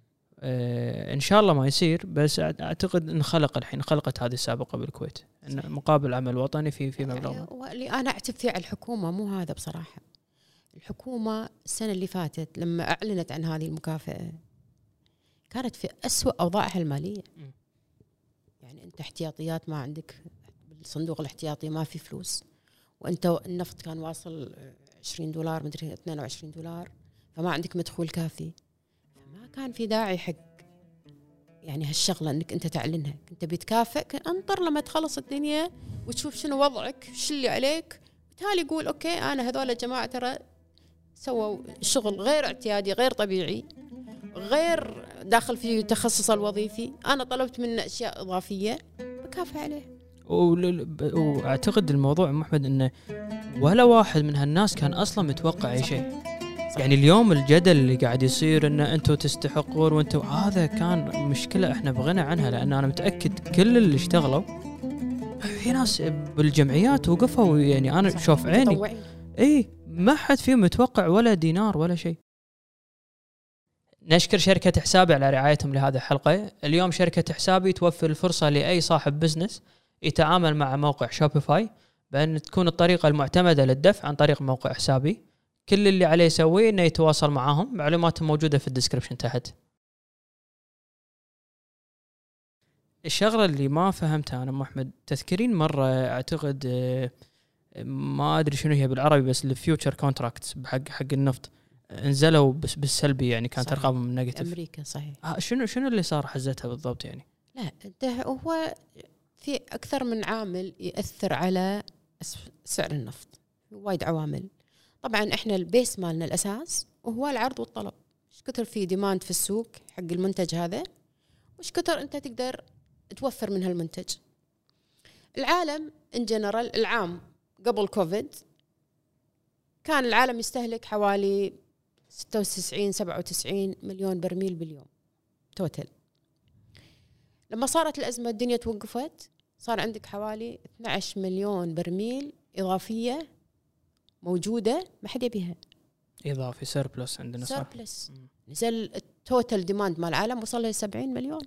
إن شاء الله ما يصير، بس أعتقد إن خلقت هذه السابقة بالكويت إن مقابل عمل وطني في مبلغ. واللي أنا أعتب فيه على الحكومة مو هذا بصراحة. الحكومة السنة اللي فاتت لما أعلنت عن هذه المكافأة كانت في أسوأ أوضاعها المالية. يعني أنت احتياطيات ما عندك، بالصندوق الاحتياطي ما في فلوس، وأنت النفط كان واصل $20 مدري $22، فما عندك مدخول كافي. فما كان في داعي حق يعني هالشغلة انك انت تعلنها. انت بتكافئ، انطر لما تخلص الدنيا وتشوف شنو وضعك، شو اللي عليك، وتالي يقول اوكي انا هذول الجماعة ترى سووا شغل غير اعتيادي، غير طبيعي، غير داخل في تخصص الوظيفي، انا طلبت منه اشياء اضافية بكافئ عليه. واعتقد الموضوع محمد انه ولا واحد من هالناس كان اصلا متوقع اي شيء. يعني اليوم الجدل اللي قاعد يصير ان انتم تستحقون وانتم، هذا كان مشكلة احنا بغنى عنها. لان انا متأكد كل اللي اشتغلوا في ناس بالجمعيات وقفوا، يعني انا شوف عيني اي ما حد فيهم متوقع ولا دينار ولا شيء. نشكر شركة حسابي على رعايتهم لهذه الحلقة. اليوم شركة حسابي توفر الفرصة لأي صاحب بزنس يتعامل مع موقع شوبيفاي بأن تكون الطريقة المعتمدة للدفع عن طريق موقع حسابي. كل اللي عليه يسويه إنه يتواصل معاهم، معلوماتهم موجودة في الديسكريبشن تحت. الشغلة اللي ما فهمتها أنا أحمد، تذكرين مرة أعتقد ما أدري شنو هي بالعربي بس الفيوتشر كونتراكتس حق النفط انزلوا بس بالسلبي، يعني كانت أرقامهم نيجاتيف. أمريكا صحيح. شنو اللي صار حزتها بالضبط يعني؟ لا هو في أكثر من عامل يأثر على سعر النفط، وايد عوامل. طبعا احنا البيس مالنا الأساس وهو العرض والطلب، ايش كثر في ديماند في السوق حق المنتج هذا، وش كثر انت تقدر توفر من هالمنتج. العالم ان جنرال العام قبل كوفيد كان العالم يستهلك حوالي 96 مليون برميل باليوم توتل. لما صارت الأزمة الدنيا توقفت، صار عندك حوالي 12 مليون برميل إضافية موجودة ما حد يبيها. إضافي سيربلس عندنا. سيربلس نزل التوتل ديماند مال العالم وصل ل 70 مليون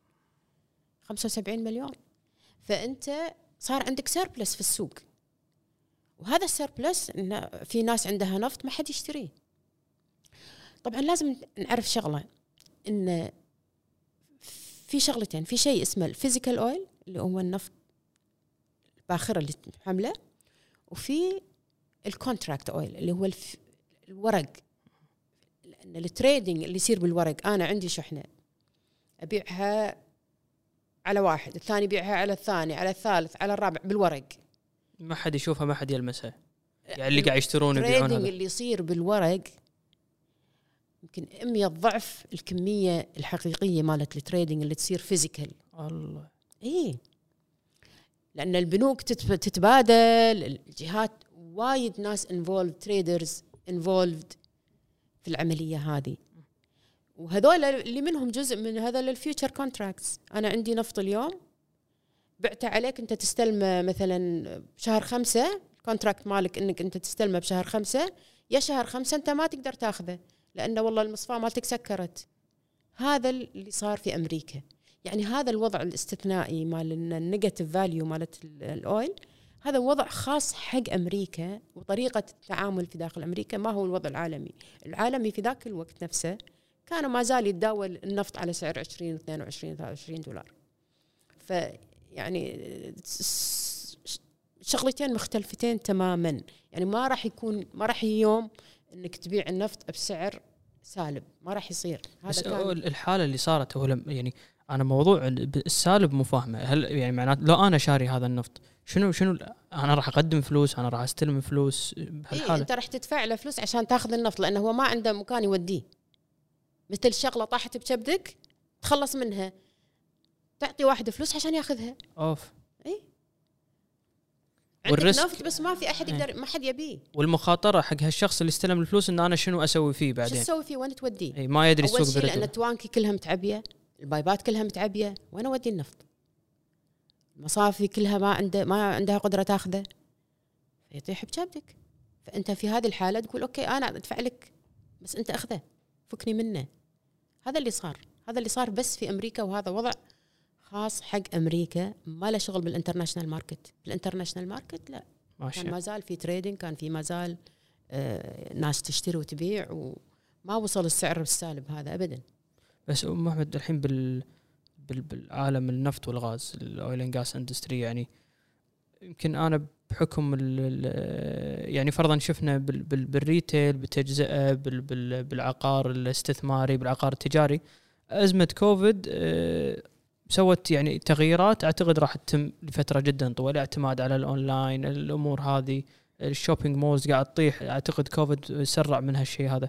75 مليون. فأنت صار عندك سيربلس في السوق، وهذا السيربلس إن في ناس عندها نفط ما حد يشتريه. طبعا لازم نعرف شغلة، إن في شغلتين، في شيء اسمه الفيزيكال اويل اللي هو النفط الباخرة اللي حمله، وفي الكونتراكت اويل اللي هو الورق. لأن التريدينج اللي يصير بالورق، أنا عندي شحنة أبيعها على واحد، الثاني يبيعها على الثاني، على الثالث، على الرابع بالورق، ما حد يشوفها ما حد يلمسها. يعني اللي قاعد يشترون يبيعون، التريدينج اللي يصير بالورق يمكن 100 ضعف الكمية الحقيقية مالت التريدينج اللي تصير فيزيكال. الله. إيه، لأن البنوك تتبادل، الجهات وايد ناس involved traders involved في العملية هذه، وهذول اللي منهم جزء من هذا الفيوتشر كونتراكتس. أنا عندي نفط اليوم بعته عليك، أنت تستلمه مثلا بشهر 5، الكونتراكت مالك إنك أنت تستلمه بشهر 5، يا شهر 5 أنت ما تقدر تاخذه لأنه والله المصفاة مالتك سكرت. هذا اللي صار في أمريكا. يعني هذا الوضع الاستثنائي مال النيجاتيف فاليو مالت الأويل، هذا وضع خاص حق أمريكا، وطريقة التعامل في داخل أمريكا ما هو الوضع العالمي. العالمي في ذاك الوقت نفسه كانوا ما زال يتداول النفط على سعر 20 22 23 دولار. فيعني شغلتين مختلفتين تماما. يعني ما راح يوم انك تبيع النفط بسعر سالب، ما راح يصير. بس الحالة اللي صارت هو يعني أنا موضوع السالب مو فاهمه. هل يعني معناته لو أنا شاري هذا النفط شنو أنا راح أقدم فلوس، أنا راح أستلم فلوس بهالحالة؟ أنت راح تدفع له فلوس عشان تاخذ النفط، لأنه هو ما عنده مكان يوديه. مثل شغلة طاحت بكبدك تخلص منها، تعطي واحد فلوس عشان ياخذها. أوف. إيه، عندك نفط بس ما في أحد يقدر، ما حد يبيه. والمخاطرة حق هالشخص اللي استلم الفلوس إن أنا شنو أسوي فيه بعدين؟ شو تسوي فيه؟ وين توديه؟ إيه، ما يدري السوق بريده. لأن التوانكي كلها متعبية، البايبات كلها متعبية، وين أودي النفط؟ المصافي كلها ما عندها قدرة تاخذه، يطيح بكبدك. فأنت في هذه الحالة تقول أوكي أنا أدفع لك بس أنت أخذه، فكني منه. هذا اللي صار بس في أمريكا، وهذا وضع خاص حق أمريكا، ما له شغل بالانترناشنال ماركت. بالانترناشنال ماركت لا، كان ما زال في تريدينج، كان في ما زال ناس تشتري وتبيع، وما وصل السعر السالب هذا أبدا. بس أم أحمد الحين بالعالم النفط والغاز، الأويل اند غاز اندستري، يعني يمكن أنا بحكم يعني فرضا شفنا بالريتيل، بالتجزئة، بالعقار الاستثماري، بالعقار التجاري، أزمة كوفيد سوت يعني تغييرات أعتقد راح تتم لفترة جدا طويلة، اعتماد على الأونلاين، الأمور هذه، الشوبينج مولز قاعد تطيح. أعتقد كوفيد سرع من هالشيء هذا.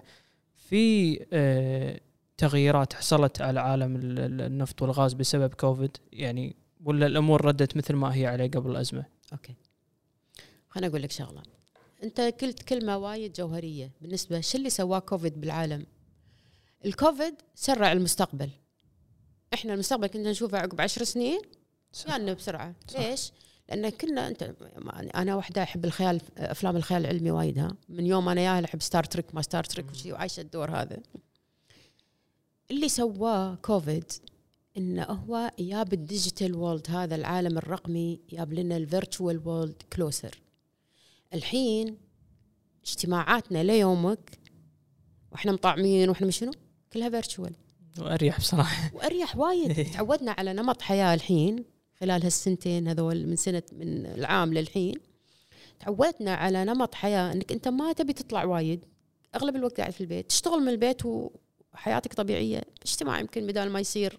في تغييرات حصلت على عالم النفط والغاز بسبب كوفيد يعني، ولا الأمور ردت مثل ما هي عليه قبل الأزمة؟ أوكي، خلنا أقول لك شغلة. أنت قلت كلمة وايد جوهرية بالنسبة شو اللي سواه كوفيد بالعالم. الكوفيد سرع المستقبل. إحنا المستقبل كنا نشوفه عقب 10 سنين يعني بسرعة. ليش؟ لأن كنا أنا واحدة أحب الخيال، أفلام الخيال العلمي وايد. من يوم أنا ياهل أحب ستار تريك، ما ستار تريك وشي، وعايشة الدور هذا. اللي سواه كوفيد إنه هو ياب الديجيتال وورلد، هذا العالم الرقمي ياب لنا الفيرتشوال وورلد كلوسر. الحين اجتماعاتنا ليومك واحنا مطعمين واحنا مشنو كلها فيرتشوال، واريح بصراحه، واريح وايد. تعودنا على نمط حياه الحين خلال هالسنتين هذول، من العام للحين تعودنا على نمط حياه انك انت ما تبي تطلع وايد، اغلب الوقت قاعد في البيت، تشتغل من البيت وحياتك طبيعيه. اجتماع يمكن بدال ما يصير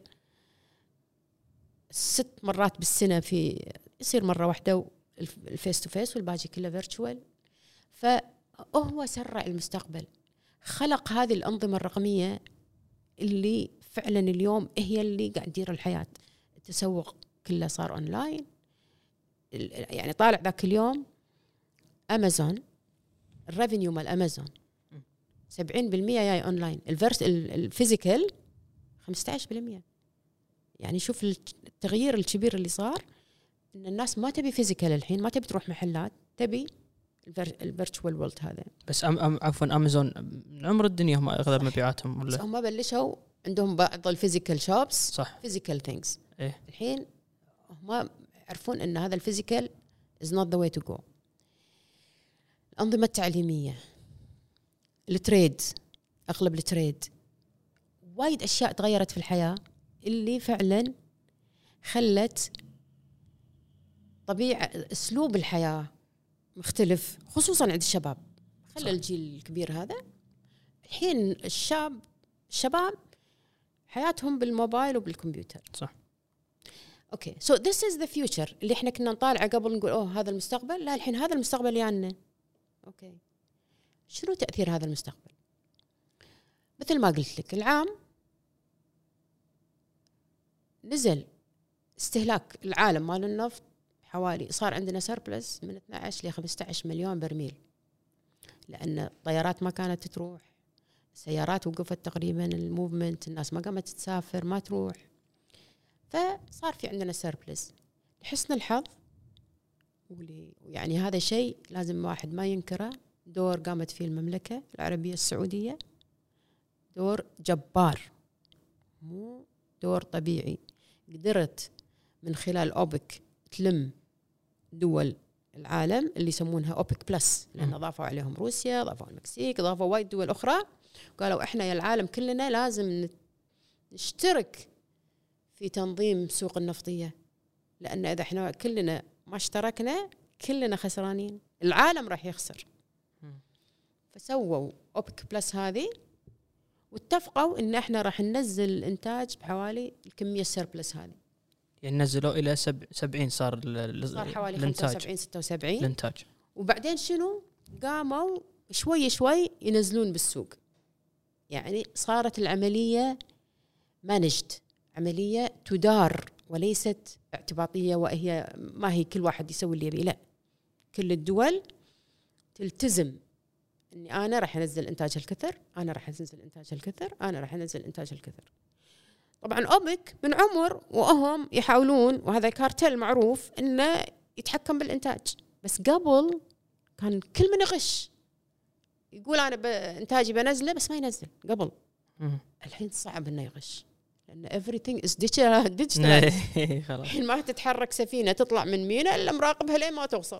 6 مرات بالسنه يصير مره واحده الفيس تو فيس، والباقي كله فيرتشوال. فهو سرع المستقبل، خلق هذه الأنظمة الرقمية اللي فعلا اليوم هي اللي قاعد تدير الحياة. التسوق كله صار أونلاين. يعني طالع ذاك اليوم أمازون، الريفينيو مال أمازون 70% جاي أونلاين، الفيزيكال 15%. يعني شوف التغيير الكبير اللي صار، إن الناس ما تبي فيزيكال الحين، ما تبي تروح محلات، تبي الفيرتشوال وورلد هذا. بس عفوا امازون من عمر الدنيا هم اغلب مبيعاتهم، ولا هم بلشوا عندهم بعض الفيزيكال شوبس، صح، فيزيكال ثينجز. إيه؟ الحين هم يعرفون ان هذا الفيزيكال is not the way to go. الأنظمة التعليمية، التريد، اغلب التريد، وايد اشياء تغيرت في الحياة اللي فعلا خلت طبيعة اسلوب الحياة مختلف، خصوصا عند الشباب. خلى الجيل الكبير هذا الحين الشباب حياتهم بالموبايل وبالكمبيوتر. صح. اوكي، سو ذس از ذا فيوتشر اللي احنا كنا نطالعه قبل، نقول هذا المستقبل. لا، الحين هذا المستقبل يانا. اوكي، شنو تأثير هذا المستقبل؟ مثل ما قلت لك، العام نزل استهلاك العالم مال النفط حوالي، صار عندنا سيربلس من 12 ل 15 مليون برميل، لأن الطيارات ما كانت تروح، سيارات وقفت تقريبا، الموفمنت، الناس ما قامت تسافر، ما تروح، فصار في عندنا سيربلس. لحسن الحظ، يعني هذا شيء لازم واحد ما ينكره، دور قامت فيه المملكة العربية السعودية، دور جبار، مو دور طبيعي. قدرت من خلال أوبك تلم دول العالم اللي يسمونها أوبك بلس، لأن أضافوا عليهم روسيا، أضافوا المكسيك، أضافوا وايد دول أخرى، قالوا إحنا يا العالم كلنا لازم نشترك في تنظيم سوق النفطية، لأن إذا إحنا كلنا ما اشتركنا كلنا خسرانين، العالم راح يخسر. فسووا أوبك بلس هذه، واتفقوا إن إحنا راح ننزل الإنتاج بحوالي الكمية السيربلس هذه. يعني نزلوا إلى 70 صار حوالي 75-76 الإنتاج. وبعدين شنو؟ قاموا شوي شوي ينزلون بالسوق. يعني صارت العملية مانجد، عملية تدار وليست اعتباطية، وهي ما هي كل واحد يسوي اللي يبي. لا، كل الدول تلتزم اني انا راح انزل انتاج الكثر، انا راح انزل انتاج الكثر، انا راح انزل انتاج الكثر. طبعا اوبك من عمر وهم يحاولون، وهذا كارتل معروف انه يتحكم بالانتاج، بس قبل كان كل من يغش، يقول انا انتاجي بنزله بس ما ينزل قبل. الحين صعب انه يغش، لان everything is digital. الحين ما تتحرك سفينه تطلع من ميناء الا مراقبها لين ما توصل.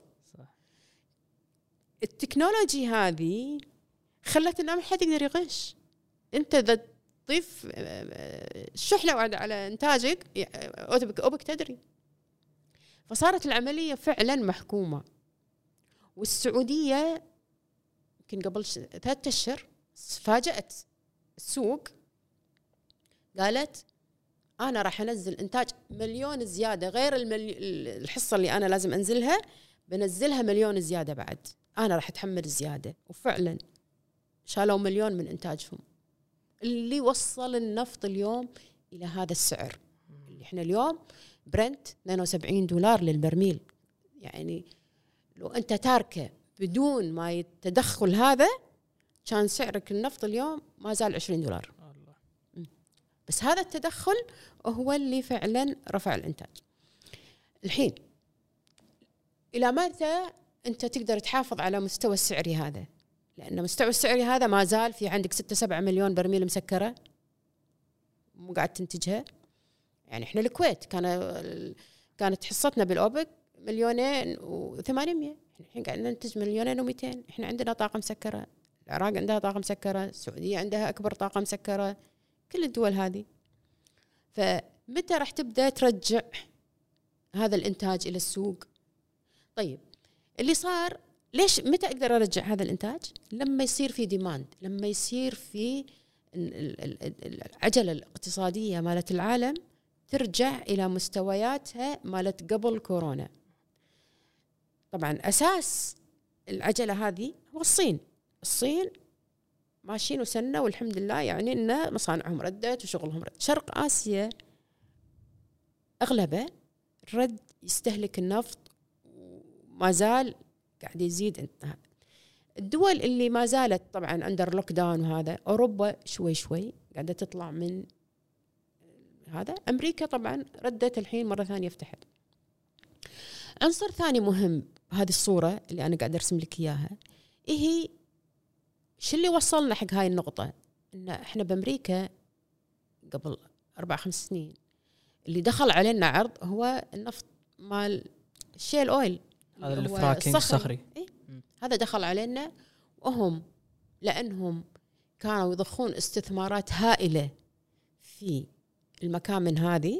التكنولوجي هذه خلت إنه ما حد يقدر يغش. أنت إذا تضيف شحنة واحدة على إنتاجك أوبك تدري. فصارت العملية فعلا محكومة. والسعودية يمكن قبل 3 أشهر فاجأت السوق، قالت أنا راح أنزل إنتاج 1,000,000 زيادة غير الحصة اللي أنا لازم أنزلها، بنزلها 1,000,000 زيادة بعد، أنا راح أتحمل الزيادة. وفعلا شالوا 1,000,000 من إنتاجهم، اللي وصل النفط اليوم إلى هذا السعر اللي إحنا اليوم برنت $72 للبرميل. يعني لو أنت تاركه بدون ما يتدخل هذا، كان سعرك النفط اليوم ما زال $20. بس هذا التدخل هو اللي فعلا رفع الإنتاج. الحين إلى متى أنت تقدر تحافظ على مستوى السعري هذا؟ لأن مستوى السعري هذا ما زال في عندك 6-7 مليون برميل مسكرة مو قاعد تنتجها، يعني احنا الكويت كانت حصتنا بالاوبك 2,800,000. الحين قاعد ننتج 2,200,000. احنا عندنا طاقه مسكره، العراق عندها طاقه مسكره، السعوديه عندها اكبر طاقه مسكره، كل الدول هذه. فمتى راح تبدا ترجع هذا الانتاج الى السوق؟ طيب اللي صار ليش متى اقدر ارجع هذا الانتاج؟ لما يصير في ديماند، لما يصير في العجله الاقتصاديه مالت العالم ترجع الى مستوياتها مالت قبل كورونا. طبعا اساس العجله هذه هو الصين ماشيين وسنه والحمد لله، يعني ان مصانعهم ردت وشغلهم رد. شرق اسيا اغلبه رد يستهلك النفط وما زال قاعد يزيد. الدول اللي ما زالت طبعا اندر لوك داون، وهذا اوروبا شوي قاعده تطلع من هذا. امريكا طبعا ردت الحين مره ثانيه فتحت. عنصر ثاني مهم بهذه الصوره اللي انا قاعده ارسم لك اياها، هي شو اللي وصلنا حق هاي النقطه؟ ان احنا بامريكا قبل 4-5 سنين اللي دخل علينا عرض هو النفط مال الشيل اويل، هذا الفراكينج الصخري. إيه؟ هذا دخل علينا، وهم لأنهم كانوا يضخون استثمارات هائلة في المكامن هذه،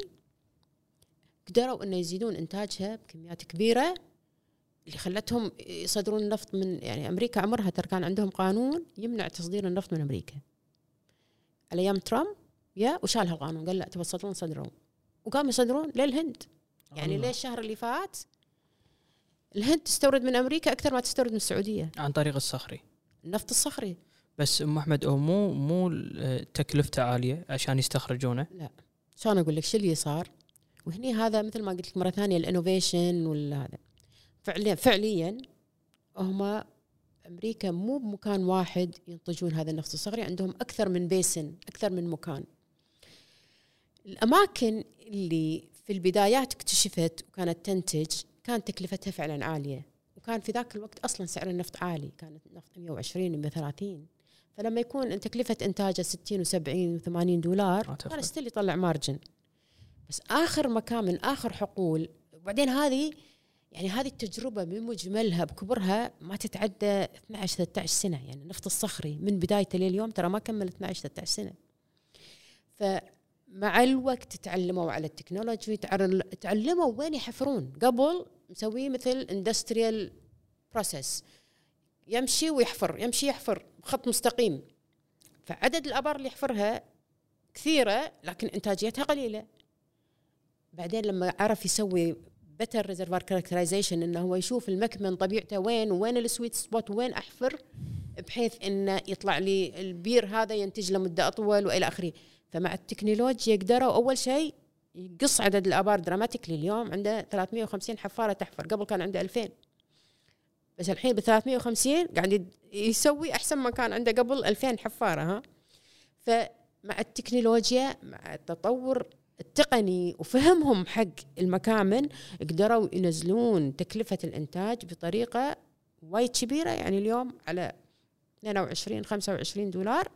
قدروا أن يزيدون إنتاجها بكميات كبيرة، اللي خلتهم يصدرون النفط من، يعني أمريكا عمرها ترى كان عندهم قانون يمنع تصدير النفط من أمريكا على أيام ترامب، وشال هالقانون، قال لا تبى تصدرون صدرون، وقاموا يصدرون للهند. يعني ليش الشهر اللي فات الهند تستورد من أمريكا أكثر ما تستورد من السعودية عن طريق الصخري، النفط الصخري. بس أم أحمد هو مو تكلفته عالية عشان يستخرجونه؟ لا، شلون أقول لك شو اللي صار؟ وهني هذا مثل ما قلت لك مرة ثانية الانوفيشن والهذا. فعليا هم أمريكا مو بمكان واحد ينتجون هذا النفط الصخري، عندهم أكثر من بيسن، أكثر من مكان. الأماكن اللي في البدايات اكتشفت وكانت تنتج كانت تكلفتها فعلا عالية، وكان في ذاك الوقت أصلا سعر النفط عالي، كانت النفط 120-130. فلما يكون تكلفة إنتاجه 60 و70 و80 دولار كان يستل يطلع مارجن. بس آخر مكامن، آخر حقول، وبعدين هذه التجربة بمجملها بكبرها ما تتعدى 12-13 سنة. يعني النفط الصخري من بدايته لليوم ترى ما كمل 12-13 سنة. فمع الوقت تعلموا على التكنولوجي، تعلموا وين يحفرون. قبل مسويه مثل اندستريال بروسيس، يمشي ويحفر، يمشي يحفر بخط مستقيم، فعدد الآبار اللي يحفرها كثيرة لكن إنتاجيتها قليلة. بعدين لما عرف يسوي better reservoir characterization، إنه هو يشوف المكمن طبيعته وين السويت سبوت، وين أحفر بحيث إنه يطلع لي البير هذا ينتج لمدة أطول وإلى آخره. فمع التكنولوجيا قدروا أول شيء يقص عدد الآبار دراماتيكلي. اليوم عنده 350 حفارة تحفر، قبل كان عنده 2000، بس الحين ب 350 قاعد يسوي أحسن ما كان عنده قبل 2000 حفارة. فمع التكنولوجيا، مع التطور التقني وفهمهم حق المكامن، قدروا ينزلون تكلفة الإنتاج بطريقة وايد كبيرة. يعني اليوم على 22-25 دولار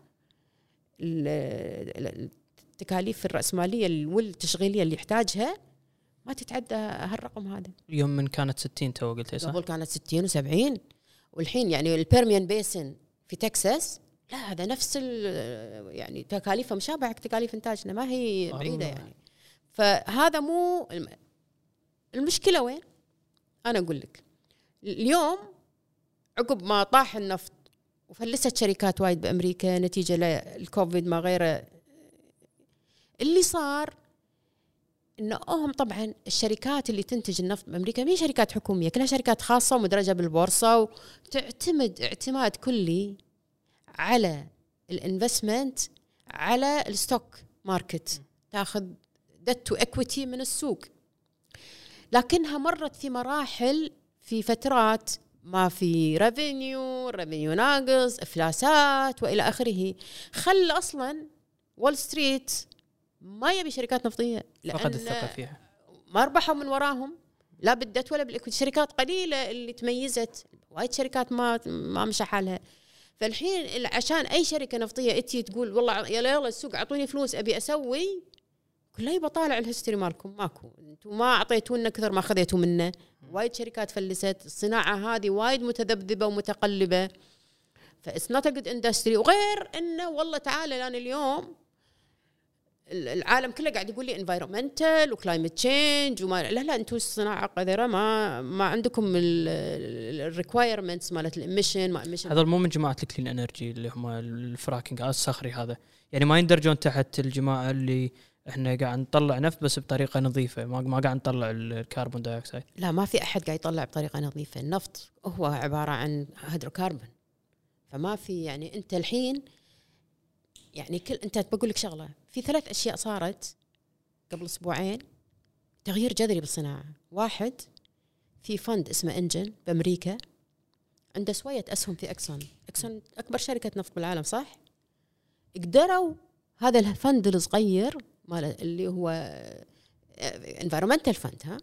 التكاليف الرأسمالية والتشغيلية اللي يحتاجها ما تتعدى هالرقم هذا. اليوم من كانت 60 تو قلت صح؟ قبل كانت 60 و70، والحين يعني البيرميان بيسن في تكساس لا، هذا نفس يعني تكاليفه مشابهة تكاليف إنتاجنا، ما هي بعيدة يعني. فهذا مو المشكلة. وين أنا أقول لك اليوم عقب ما طاح النفط وفلست شركات وايد بأمريكا نتيجة للكوفيد ما غيره، اللي صار إنهم طبعا الشركات اللي تنتج النفط بأمريكا مي شركات حكومية، كلها شركات خاصة ومدرجة بالبورصة، وتعتمد اعتماد كلي على الانفستمنت، على الستوك ماركت، تاخذ دت تو اكويتي من السوق. لكنها مرت في مراحل، في فترات ما في ريفينيو ناقص، افلاسات والى اخره، خل اصلا وول ستريت ما يبي شركات نفطيه، فقد الثقه فيها، ما ربحوا من وراهم لا بالدت ولا بالاكويتي. شركات قليله اللي تميزت، وايد شركات ما مشى حالها. فالحين عشان اي شركه نفطيه اتي تقول والله يلا السوق اعطوني فلوس ابي اسوي، كله بطالع الهيستوري مالكم ماكو، انتم ما اعطيتونا كثر ما خذيتوا منه. وايد شركات فلست، الصناعه هذه وايد متذبذبه ومتقلبه، فإتس نوت ا جود اندستري. وغير انه والله تعالى الان اليوم العالم كله قاعد يقول لي انفايرمنتال وكلايمت تشينج وما لا انتم الصناعه قذره، ما عندكم الريكوايرمنتس مالت الاميشن. ما اميشن هذول مو من جماعه الكلين انرجي اللي هم الفراكينج الصخري هذا، يعني ما يندرجون تحت الجماعه اللي احنا قاعد نطلع نفط بس بطريقه نظيفه، ما قاعد نطلع الكربون دايوكسيد. لا ما في احد قاعد يطلع بطريقه نظيفه. النفط هو عباره عن هيدروكربون، فما في يعني انت الحين يعني انت بقول لك شغله، في 3 أشياء صارت قبل اسبوعين تغيير جذري بالصناعه. واحد، في فند اسمه انجن بامريكا، عنده شويه اسهم في اكسون اكبر شركه نفط بالعالم صح، قدروا هذا الفند الصغير مال اللي هو انفايرمنتال فند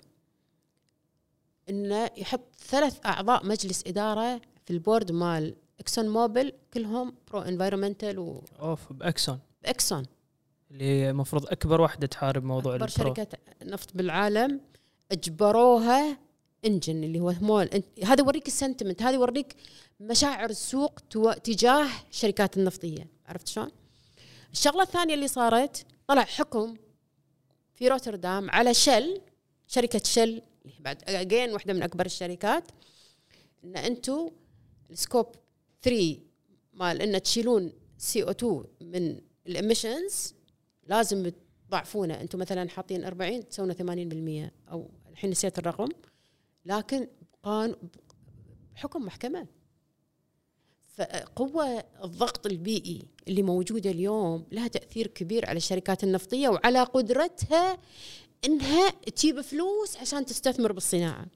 انه يحط 3 أعضاء مجلس اداره في البورد مال اكسون موبل، كلهم برو انفايرمنتال باكسون اللي المفروض اكبر واحده تحارب موضوع اكبر شركه نفط بالعالم، اجبروها انجن اللي هو مول. هذا يوريك السنتمنت، هذا يوريك مشاعر السوق تجاه الشركات النفطيه. عرفت شلون؟ الشغله الثانيه اللي صارت، طلع حكم في روتردام على شركه شل بعد اجين واحده من اكبر الشركات، ان انتم السكوب 3 مال ان تشيلون CO2 من الاميشنز لازم تضاعفونه. انتم مثلا حاطين 40 تسوون 80%، او الحين نسيت الرقم، لكن حكم محكمه. فقوه الضغط البيئي اللي موجوده اليوم لها تاثير كبير على الشركات النفطيه وعلى قدرتها انها تجيب فلوس عشان تستثمر بالصناعه.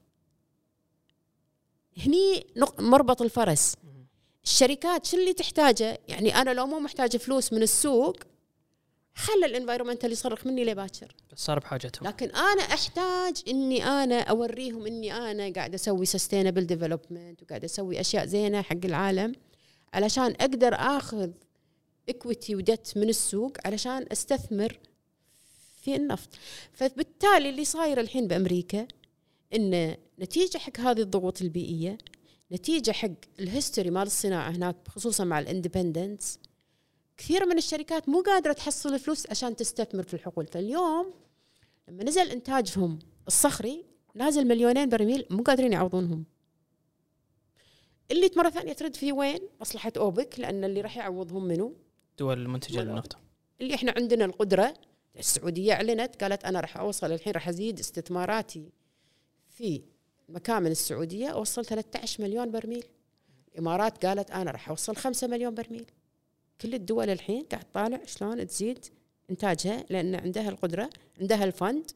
هني مربط الفرس. الشركات شو اللي تحتاجه؟ يعني انا لو مو محتاجه فلوس من السوق، خلى الانفايرمنتال يصرخ مني لباكر، صار بحاجتهم. لكن انا احتاج اني انا اوريهم اني انا قاعده اسوي سستينبل ديفلوبمنت وقاعده اسوي اشياء زينه حق العالم، علشان اقدر اخذ اكويتي ودت من السوق علشان استثمر في النفط. فبالتالي اللي صاير الحين بامريكا ان نتيجه حق هذه الضغوط البيئيه، نتيجه حق الهيستوري مال الصناعه هناك خصوصا مع الاندبندنس، كثير من الشركات مو قادره تحصل فلوس عشان تستثمر في الحقول. فاليوم لما نزل انتاجهم الصخري نازل 2,000,000 برميل، مو قادرين يعوضونهم. اللي مرة ثانية ترد في وين؟ مصلحة أوبك، لأن اللي راح يعوضهم منه دول المنتجة للنفط. اللي احنا عندنا القدرة. السعودية أعلنت قالت أنا راح أوصل الحين راح أزيد استثماراتي في مكامن السعودية، أوصل 13 مليون برميل. الإمارات قالت أنا راح أوصل 5 مليون برميل. كل الدول الحين قاعد طالع شلون تزيد إنتاجها، لأن عندها القدرة، عندها الفند،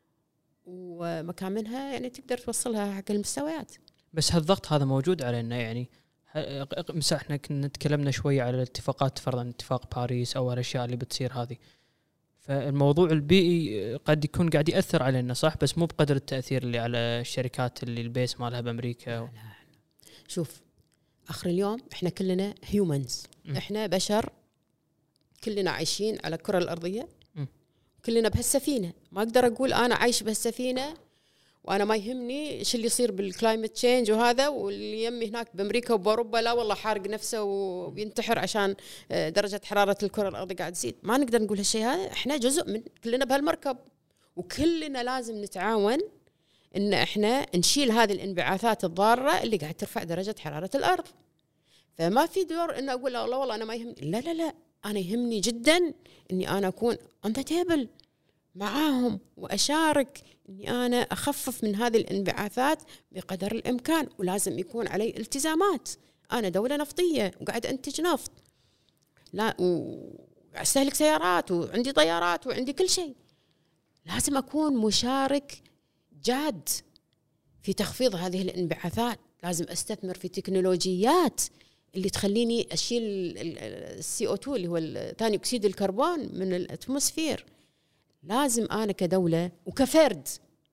ومكامنها يعني تقدر توصلها حق المستويات. بس هالضغط هذا موجود علينا. يعني احنا كنا تكلمنا شوية على الاتفاقات، فرضا اتفاق باريس أو الأشياء اللي بتصير هذه، فالموضوع البيئي قد يكون قاعد يأثر علينا صح، بس مو بقدر التأثير اللي على الشركات اللي البيس مالها بأمريكا. لا. شوف آخر اليوم إحنا كلنا هيومنز، إحنا بشر كلنا عايشين على الكرة الأرضية، كلنا بهالسفينة. ما أقدر أقول أنا عايش بهالسفينة وأنا ما يهمني إيش اللي يصير بالكلايمت تشينج وهذا، واللي يمي هناك بأمريكا وبأوروبا لا والله حارق نفسه وبينتحر عشان درجة حرارة الكرة الأرضية قاعد تزيد. ما نقدر نقول هالشيء هذا. إحنا جزء من كلنا بهالمركب، وكلنا لازم نتعاون إن إحنا نشيل هذه الانبعاثات الضارة اللي قاعد ترفع درجة حرارة الأرض. فما في دور إن أقول لا والله أنا ما يهمني. لا أنا يهمني جدا إني أنا أكون on the table معاهم وأشارك إني أنا أخفف من هذه الانبعاثات بقدر الإمكان. ولازم يكون علي التزامات. أنا دولة نفطية وقاعد أنتج نفط، لا وأستهلك سيارات وعندي طيارات وعندي كل شيء. لازم أكون مشارك جاد في تخفيض هذه الانبعاثات. لازم أستثمر في تكنولوجيات اللي تخليني أشيل CO2 اللي هو ثاني أكسيد الكربون من الأتموسفير. لازم أنا كدولة وكفرد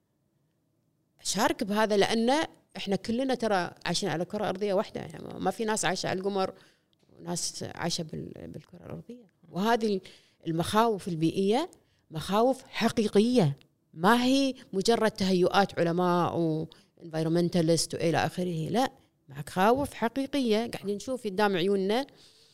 أشارك بهذا، لأن إحنا كلنا ترى عايشين على كرة أرضية واحدة. يعني ما في ناس عايشة على القمر وناس عايشة بالكرة الأرضية. وهذه المخاوف البيئية مخاوف حقيقية، ما هي مجرد تهيؤات علماء وانفايرومنتالست وإلى آخره، لا، مخاوف حقيقية قاعدين نشوف قدام عيوننا.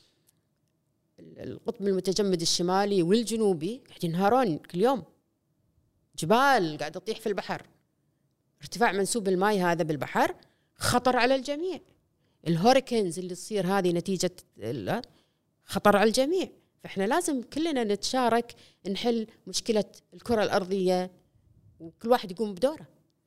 القطب المتجمد الشمالي والجنوبي قاعدين ينهارون كل يوم، جبال قاعدة تطيح في البحر، ارتفاع منسوب الماء هذا بالبحر خطر على الجميع. الهوريكينز اللي تصير هذه نتيجة خطر على الجميع. فإحنا لازم كلنا نتشارك نحل مشكلة الكرة الأرضية، وكل واحد يقوم بدوره.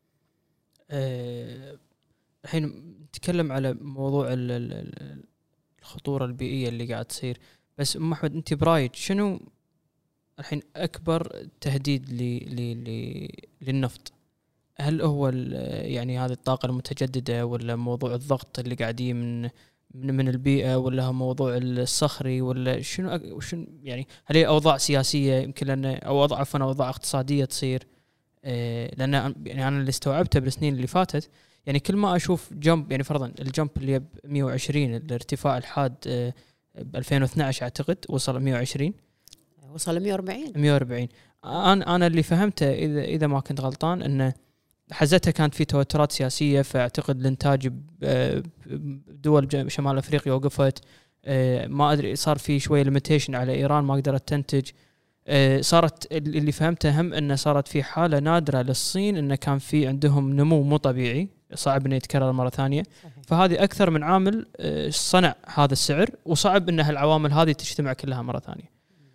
الحين نتكلم على موضوع الخطورة البيئية اللي قاعد تصير، بس أم أحمد أنت برايك شنو الحين أكبر تهديد للنفط؟ هل هو يعني هذه الطاقة المتجددة، ولا موضوع الضغط اللي قاعدين من البيئة، ولا هو موضوع الصخري، ولا شنو يعني هل هي أوضاع سياسية يمكن لنا، أو أوضاع اقتصادية تصير؟ لأن يعني أنا اللي استوعبته بالسنين اللي فاتت، يعني كل ما أشوف جمب، يعني فرضا الجمب اللي ب 120 الارتفاع الحاد ب 2012 أعتقد وصل 120، وصل 140. أنا اللي فهمته إذا ما كنت غلطان إنه حزتها كانت في توترات سياسية، فاعتقد الانتاج بدول شمال أفريقيا وقفت، ما أدري صار في شوية ليميتيشن على إيران، ما قدرت تنتج. صارت اللي فهمته هم أن صارت في حالة نادرة للصين، أن كان في عندهم نمو مو طبيعي صعب أنه يتكرر مرة ثانية. فهذه أكثر من عامل صنع هذا السعر، وصعب أن هالعوامل هذه تجتمع كلها مرة ثانية.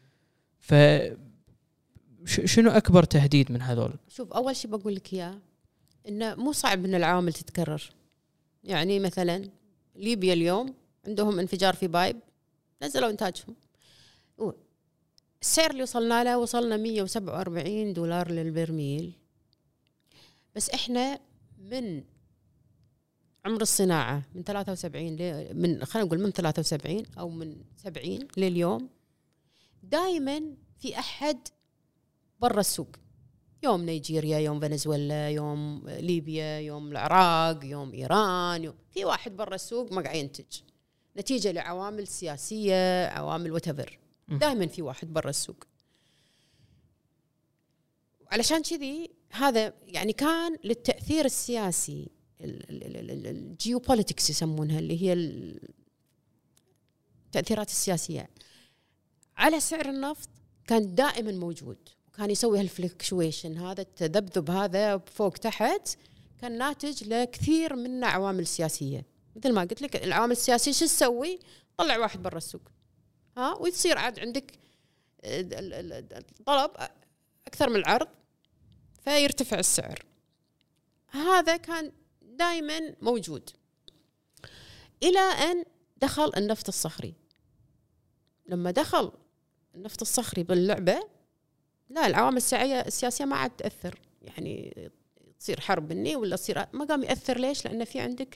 شنو أكبر تهديد من هذول؟ شوف، أول شيء بقول لك إياه إنه مو صعب إن العوامل تتكرر. يعني مثلا ليبيا اليوم عندهم انفجار في بايب، نزلوا إنتاجهم، السعر اللي وصلنا له وصلنا $147 للبرميل. بس إحنا من عمر الصناعة من 73 خلينا نقول من 73 أو من 70 لليوم، دائما في أحد برا السوق، يوم نيجيريا، يوم فنزويلا، يوم ليبيا، يوم العراق، يوم إيران، في واحد برا السوق ما قاعد ينتج نتيجة لعوامل سياسية، عوامل وتفر. دائما في واحد برا السوق. علشان كذي هذا يعني كان للتأثير السياسي، الجيوبوليتكس يسمونها، اللي هي التأثيرات السياسية على سعر النفط، كان دائما موجود، وكان يسوي هالفلكشويشن هذا، التذبذب هذا فوق تحت، كان ناتج لكثير من عوامل سياسية. مثل ما قلت لك، العوامل السياسية شو تسوي؟ طلع واحد برا السوق، ويصير عاد عندك الطلب أكثر من العرض، فيرتفع السعر. هذا كان دائما موجود إلى أن دخل النفط الصخري. لما دخل النفط الصخري باللعبة، لا، العوامل السياسية ما عاد تأثر. يعني تصير حرب بني ولا تصير، ما قام يأثر. ليش؟ لأن في عندك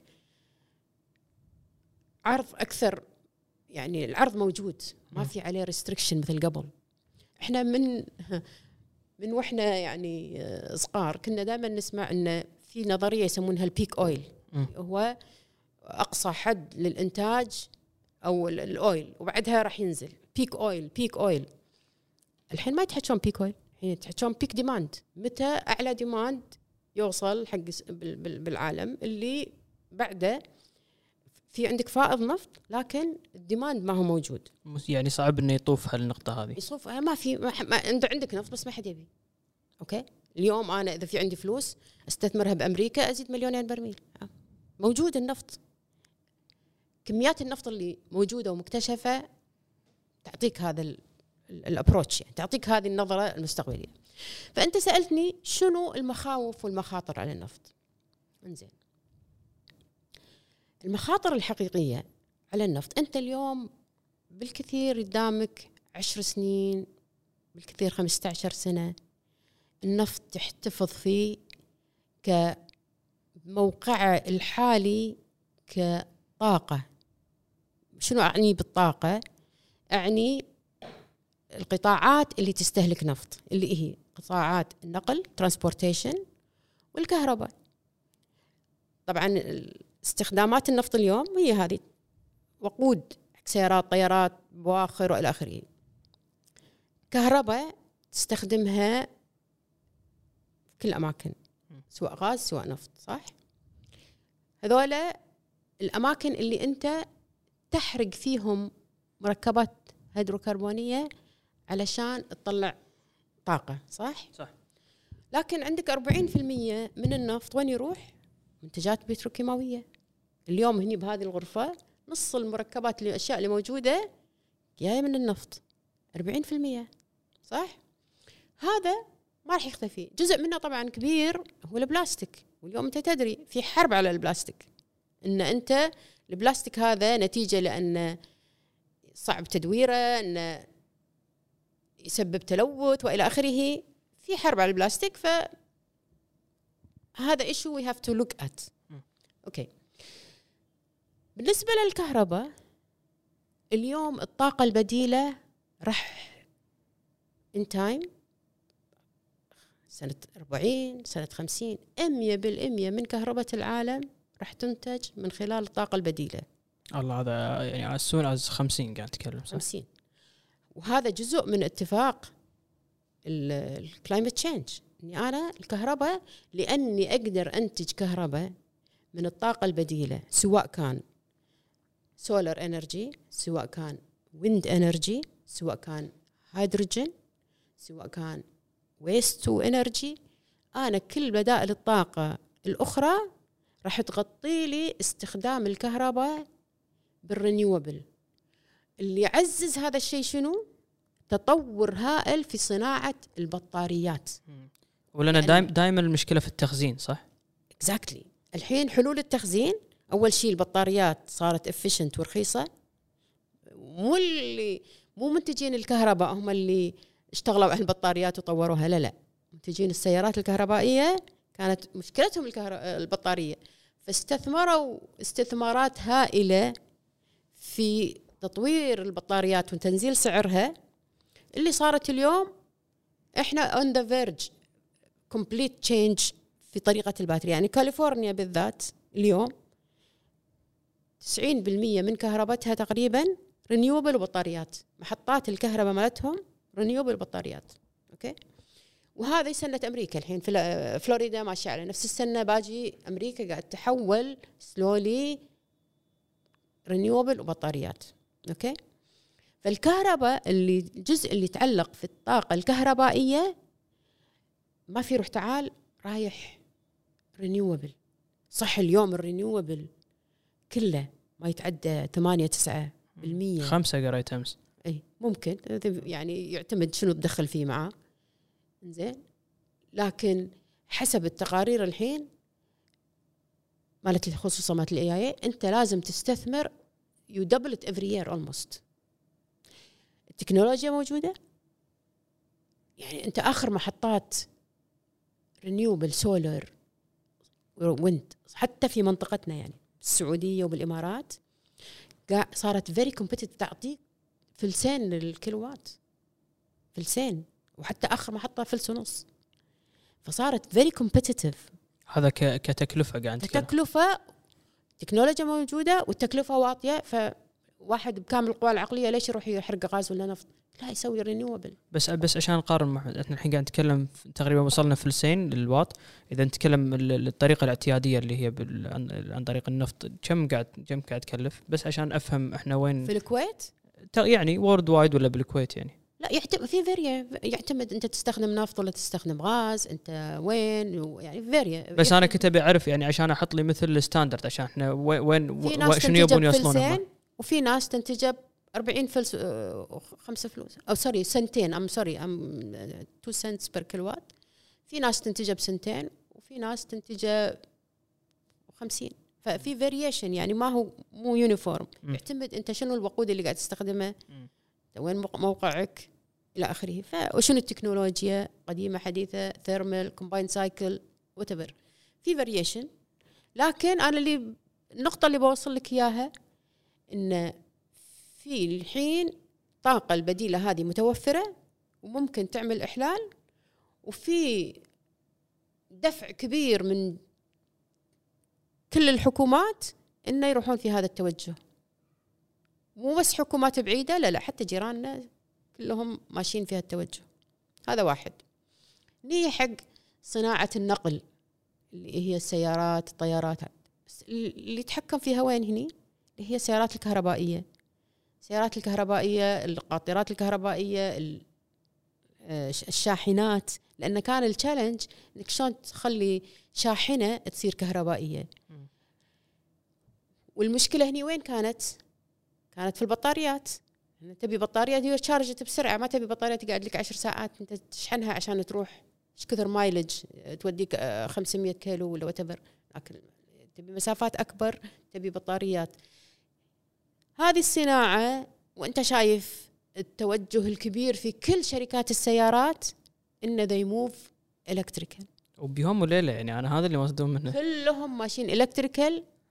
عرض أكثر، يعني العرض موجود، ما في عليه ريستريكشن مثل قبل. احنا من وإحنا يعني صغار كنا دائما نسمع إن في نظرية يسمونها البيك أويل، هو أقصى حد للإنتاج أو الأويل، وبعدها راح ينزل بيك أويل. الحين ما يتحكون بيك أويل، الحين يتحكون بيك ديماند. متى أعلى ديماند يوصل حق بالعالم اللي بعده في عندك فائض نفط، لكن الديماند ما هو موجود. يعني صعب إنه يطوف هالنقطة هذه. يصوف ما في، ما عندك نفط بس ما حد يبي. أوكي، اليوم أنا إذا في عندي فلوس استثمرها بأمريكا، أزيد 2,000,000 برميل. موجود النفط، كميات النفط اللي موجودة ومكتشفة تعطيك هذا الابروتش، يعني تعطيك هذه النظرة المستقبلية. فأنت سألتني شنو المخاوف والمخاطر على النفط. انزين، المخاطر الحقيقية على النفط، أنت اليوم بالكثير قدامك 10 سنين، بالكثير 15 سنة، النفط تحتفظ فيه كموقعه الحالي كطاقة. شنو أعني بالطاقة؟ أعني القطاعات اللي تستهلك نفط، اللي هي قطاعات النقل ترانسبورتيشن والكهرباء. طبعا استخدامات النفط اليوم هي هذه: وقود، سيارات، طيارات، بواخر وإلى آخره. كهرباء تستخدمها في كل الأماكن، سواء غاز سواء نفط، صح؟ هذولا الأماكن اللي أنت تحرق فيهم مركبات هيدروكربونية علشان تطلع طاقة، صح؟ صح. لكن عندك 40% من النفط وين يروح؟ منتجات بتروكيماوية. اليوم هني بهذه الغرفة نص المركبات الأشياء اللي موجودة جاية من النفط، 40%، صح؟ هذا ما راح يختفي. جزء منه طبعا كبير هو البلاستيك، واليوم أنت تدري في حرب على البلاستيك، إن أنت البلاستيك هذا نتيجة لأن صعب تدويره، أنه يسبب تلوث وإلى آخره، في حرب على البلاستيك. فهذا issue we have to look at. أوكي. بالنسبة للكهرباء اليوم الطاقة البديلة راح in time سنة 40 سنة 50 100% من كهرباء العالم راح تنتج من خلال الطاقة البديلة. الله، هذا يعني as soon as 50 قاعد تتكلم، 50. وهذا جزء من اتفاق الكلايمت تشينج، اني انا الكهرباء لاني اقدر انتج كهرباء من الطاقة البديلة، سواء كان سولار انرجي، سواء كان ويند انرجي، سواء كان هيدروجين، سواء كان ويست تو انرجي. انا كل بدائل الطاقة الاخرى راح تغطي لي استخدام الكهرباء بالرينيوبل. اللي يعزز هذا الشيء شنو؟ تطور هائل في صناعة البطاريات. ولنا دائما المشكلة في التخزين، صح؟ exactly. الحين حلول التخزين، أول شيء البطاريات صارت efficient ورخيصة. مو منتجين الكهرباء هم اللي اشتغلوا على البطاريات وطوروها، لا، منتجين السيارات الكهربائية كانت مشكلتهم البطارية، فاستثمروا استثمارات هائلة في تطوير البطاريات وتنزيل سعرها، اللي صارت اليوم احنا on the verge complete change في طريقة الباتري. يعني كاليفورنيا بالذات اليوم 90% من كهربتها تقريبا رينيوبل وبطاريات، محطات الكهرباء مالتهم رينيوبل بطاريات. اوكي. وهذه سنة أمريكا الحين في فلوريدا ماشية على نفس السنة، باجي أمريكا قاعد تحول سلولي رينيوبل وبطاريات. اوكي. فالكهرباء اللي الجزء اللي يتعلق في الطاقة الكهربائية ما في روح تعال رايح رينيوبل. صح اليوم الرينيوبل كله ما يتعدى 8-9%. 5 قريت أمس. اي ممكن، يعني يعتمد شنو تدخل فيه معاه. زين. لكن حسب التقارير الحين مالت خصوصا مالت الAIA انت لازم تستثمر you double it every year almost. التكنولوجيا موجودة، يعني انت اخر محطات رينيوبل سولار ويند حتى في منطقتنا يعني السعودية وبالإمارات صارت very competitive، تعطيك فلسين للكيلووات، فلسين، وحتى آخر محطة فلس ونص، فصارت very competitive. هذا كتكلفة قاعد نتكلم. تكلفة، تكنولوجيا موجودة والتكلفة واطية، فواحد بكامل القوى العقلية ليش يروح يحرق غاز ولا نفط؟ لا، يسوي رينيوبل. بس عشان نقارن مع احنا الحين قاعد نتكلم تقريبا وصلنا فلسين للواط. اذا نتكلم الطريقه الاعتياديه اللي هي عن طريق النفط كم قاعد تكلف؟ بس عشان افهم احنا وين في الكويت يعني وورد وايد ولا بالكويت يعني. لا، يعتمد انت تستخدم نفط ولا تستخدم غاز، انت وين يعني فيريا. بس انا كنت ابي اعرف يعني عشان احط لي مثل الستاندرد عشان احنا وين شنو يبون يوصلون. وفي ناس تنتج 40 فلس 5 فلوس او سوري سنتين، ام 2 سنتس بير كيلووات. في ناس تنتج بسنتين وفي ناس تنتج 50. ففي فاريشن، يعني ما هو مو يونيفورم. يعتمد انت شنو الوقود اللي قاعد تستخدمه، وين موقعك الى اخره، وشنو التكنولوجيا قديمه حديثه، ثيرمال كومباين سايكل واتيفر، في فاريشن. لكن انا النقطه اللي بوصل لك اياها ان في الحين الطاقه البديله هذه متوفره وممكن تعمل احلال، وفي دفع كبير من كل الحكومات انه يروحون في هذا التوجه. مو بس حكومات بعيده، لا حتى جيراننا كلهم ماشيين في هالتوجه. هذا واحد. نيجي حق صناعة النقل اللي هي السيارات الطيارات، اللي يتحكم فيها وين هني؟ اللي هي السيارات الكهربائية، السيارات الكهربائية، القاطرات الكهربائية، الشاحنات. لأن كان التشالنج إنك شلون تخلي شاحنة تصير كهربائية. والمشكلة هني وين كانت في البطاريات. تبي بطارية هي تشارجت بسرعة، ما تبي بطارية تقعد لك 10 ساعات انت تشحنها عشان تروح ايش كثر مايلج توديك 500 كيلو ولا واتبر. لكن تبي مسافات أكبر، تبي بطاريات. هذه الصناعة وانت شايف التوجه الكبير في كل شركات السيارات إن they move electrical. وبيوم وليلة يعني أنا هذا اللي مصدوم منه. كلهم ماشيين electrical،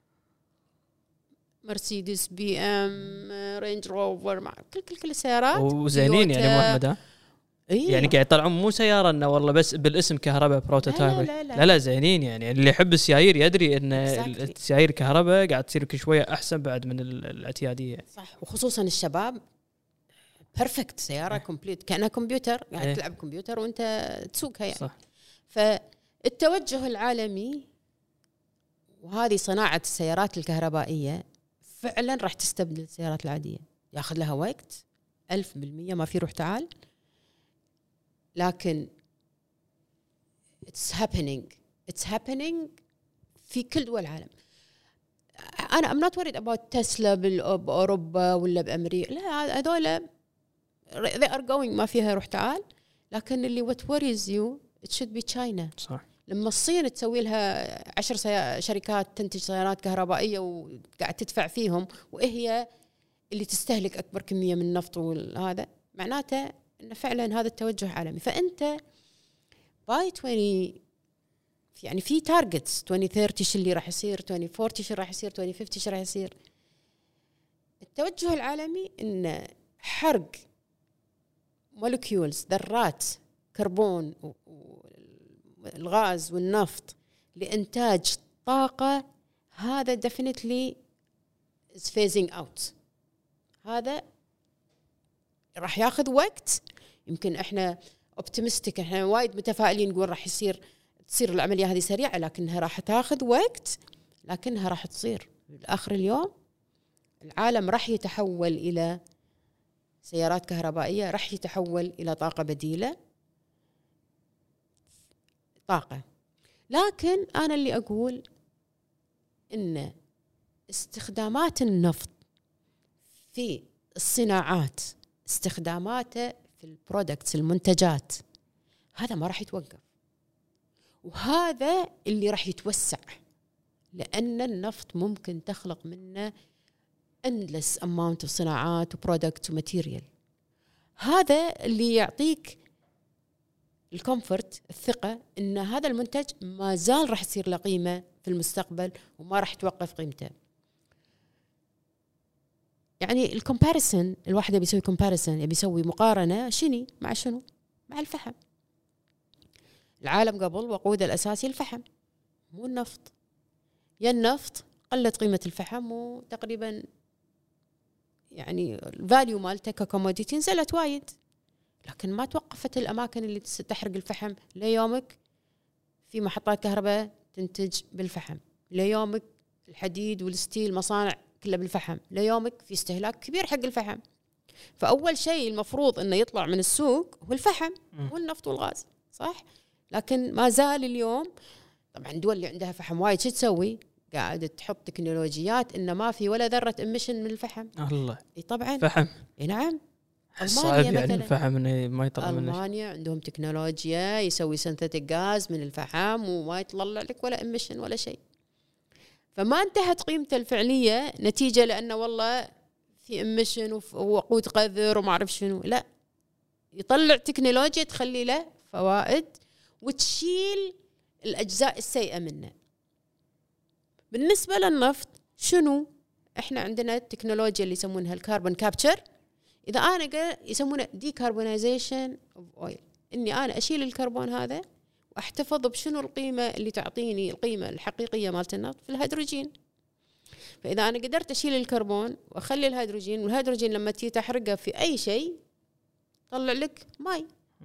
مرسيدس، بي ام، رينج روفر، مع كل السيارات وزينين يعني محمد. إيه؟ يعني قاعد يطلعون مو سيارة انه والله بس بالاسم كهرباء بروتوتايب. لا زينين يعني اللي يحب السيايير يدري ان السيايير كهرباء قاعد تصير كل شوية احسن بعد من الاعتيادية. صح، وخصوصا الشباب بيرفكت سيارة كومبليت كأنها كمبيوتر، قاعد تلعب كمبيوتر وانت تسوقها يعني. صح. فالتوجه العالمي وهذه صناعة السيارات الكهربائية فعلا راح تستبدل السيارات العادية. ياخذ لها وقت 1000%، ما في روح تعال، لكن it's happening في كل دول العالم. أنا I'm not worried about تسلا بأوروبا ولا بأمريكا، لا هذول they are going ما فيها روح تعال. لكن اللي what worries you it should be China. صح. لما الصين تسوي لها 10 شركات تنتج سيارات كهربائية وقاعد تدفع فيهم، وهي اللي تستهلك أكبر كمية من النفط وهذا، معناته إن فعلا هذا التوجه عالمي. فأنت باي 20 يعني في تارجتس 2030 شو اللي راح يصير، 2040 شو راح يصير، 2050 شو راح يصير. التوجه العالمي إن حرق مولكيولز، ذرات كربون والغاز والنفط لإنتاج طاقة، هذا definitely is phasing out. هذا راح ياخذ وقت. يمكن احنا optimistic، احنا وايد متفائلين نقول راح تصير العملية هذه سريعة، لكنها راح تاخذ وقت، لكنها راح تصير. آخر اليوم العالم راح يتحول إلى سيارات كهربائية، راح يتحول إلى طاقة بديلة، طاقة. لكن أنا اللي أقول إن استخدامات النفط في الصناعات، استخداماته في البرودكتس المنتجات، هذا ما راح يتوقف، وهذا اللي راح يتوسع، لأن النفط ممكن تخلق منه endless amount of صناعات وبرودكت وماتيريال. هذا اللي يعطيك الكومفورت، الثقة إن هذا المنتج ما زال راح يصير له قيمة في المستقبل وما راح توقف قيمته. يعني الكومباريسن، الواحد يبي يسوي كومباريسن، يبي يسوي مقارنة مع شنو؟ مع الفحم. العالم قبل وقوده الأساسي الفحم مو النفط. يا النفط قلت قيمة الفحم، وتقريبا يعني الفاليو مالته ككوموديتي نزلت وايد، لكن ما توقفت الأماكن اللي تحرق الفحم. ليومك في محطات كهرباء تنتج بالفحم، ليومك الحديد والستيل مصانع كلها بالفحم، ليومك في استهلاك كبير حق الفحم. فأول شيء المفروض إنه يطلع من السوق هو الفحم والنفط والغاز، صح؟ لكن ما زال اليوم طبعا الدول اللي عندها فحم وايد شو تسوي؟ قاعدة تحط تكنولوجيات إن ما في ولا ذرة إميشن من الفحم. الله. طبعا فحم. نعم. صعب يعني الفحم إنه ما يطلع منه. ألمانيا عندهم تكنولوجيا يسوي سينثيتيك غاز من الفحم وما يطلع لك ولا إميشن ولا شيء. فما انتهت قيمته الفعلية نتيجة لأنه والله في إميشن ووقود قذر وما أعرف شنو. لا، يطلع تكنولوجيا تخلي له فوائد وتشيل الأجزاء السيئة منه. بالنسبة للنفط شنو؟ إحنا عندنا التكنولوجيا اللي يسمونها الكاربون كابتشر. إذا أنا يسمونه ديكاربونايزيشن أوف أويل، إني أنا أشيل الكربون هذا واحتفظ بشنو القيمة اللي تعطيني القيمة الحقيقية مالت النفط في الهيدروجين. فإذا أنا قدرت أشيل الكربون وأخلي الهيدروجين، والهيدروجين لما تيجي تحرقه في أي شيء طلع لك ماي.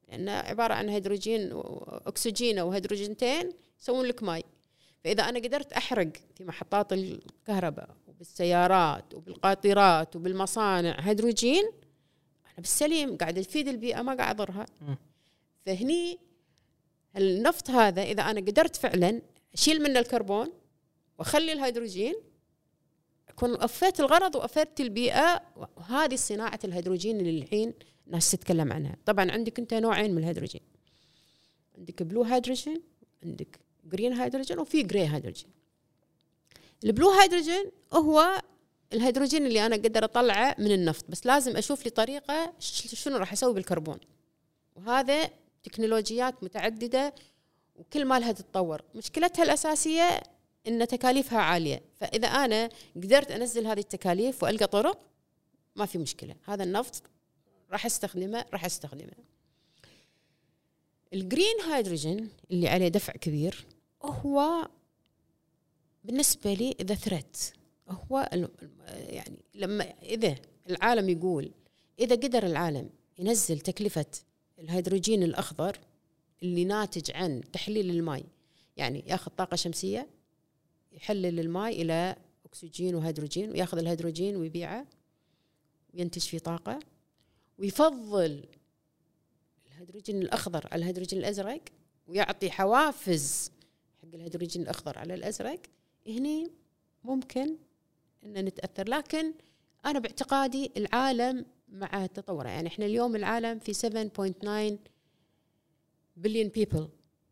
لأنه عبارة عن هيدروجين أكسجين أو هيدروجينتين يسوون لك ماء. فإذا أنا قدرت أحرق في محطات الكهرباء وبالسيارات وبالقاطرات وبالمصانع هيدروجين، أنا بالسليم قاعد أفيد البيئة، ما قاعد أضرها. فهني النفط هذا إذا أنا قدرت فعلا أشيل منه الكربون وأخلي الهيدروجين، أكون أفيت الغرض وأفدت البيئة. وهذه صناعة الهيدروجين اللي الحين الناس تتكلم عنها. طبعا عندك أنت نوعين من الهيدروجين، عندك بلو هيدروجين، عندك جرين هيدروجين، وفي جراي هيدروجين. البلو هيدروجين هو الهيدروجين اللي أنا أقدر أطلعه من النفط، بس لازم أشوف لي طريقة شنو راح أسوي بالكربون. وهذا تكنولوجيات متعددة وكل ما لها تتطور. مشكلتها الأساسية إن تكاليفها عالية. فإذا أنا قدرت أنزل هذه التكاليف وألقى طرق، ما في مشكلة، هذا النفط راح استخدمه. الجرين هيدروجين اللي عليه دفع كبير هو بالنسبة لي ذا ثريت. هو يعني لما إذا العالم يقول إذا قدر العالم ينزل تكلفة الهيدروجين الأخضر اللي ناتج عن تحليل الماء، يعني ياخذ طاقة شمسية يحلل الماء إلى أكسجين وهيدروجين، وياخذ الهيدروجين ويبيعه وينتج فيه طاقة، ويفضل الهيدروجين الأخضر على الهيدروجين الأزرق ويعطي حوافز حق الهيدروجين الأخضر على الأزرق، هني ممكن أن نتأثر. لكن أنا باعتقادي العالم مع تطوره، يعني إحنا اليوم العالم في 7.9 بليون people،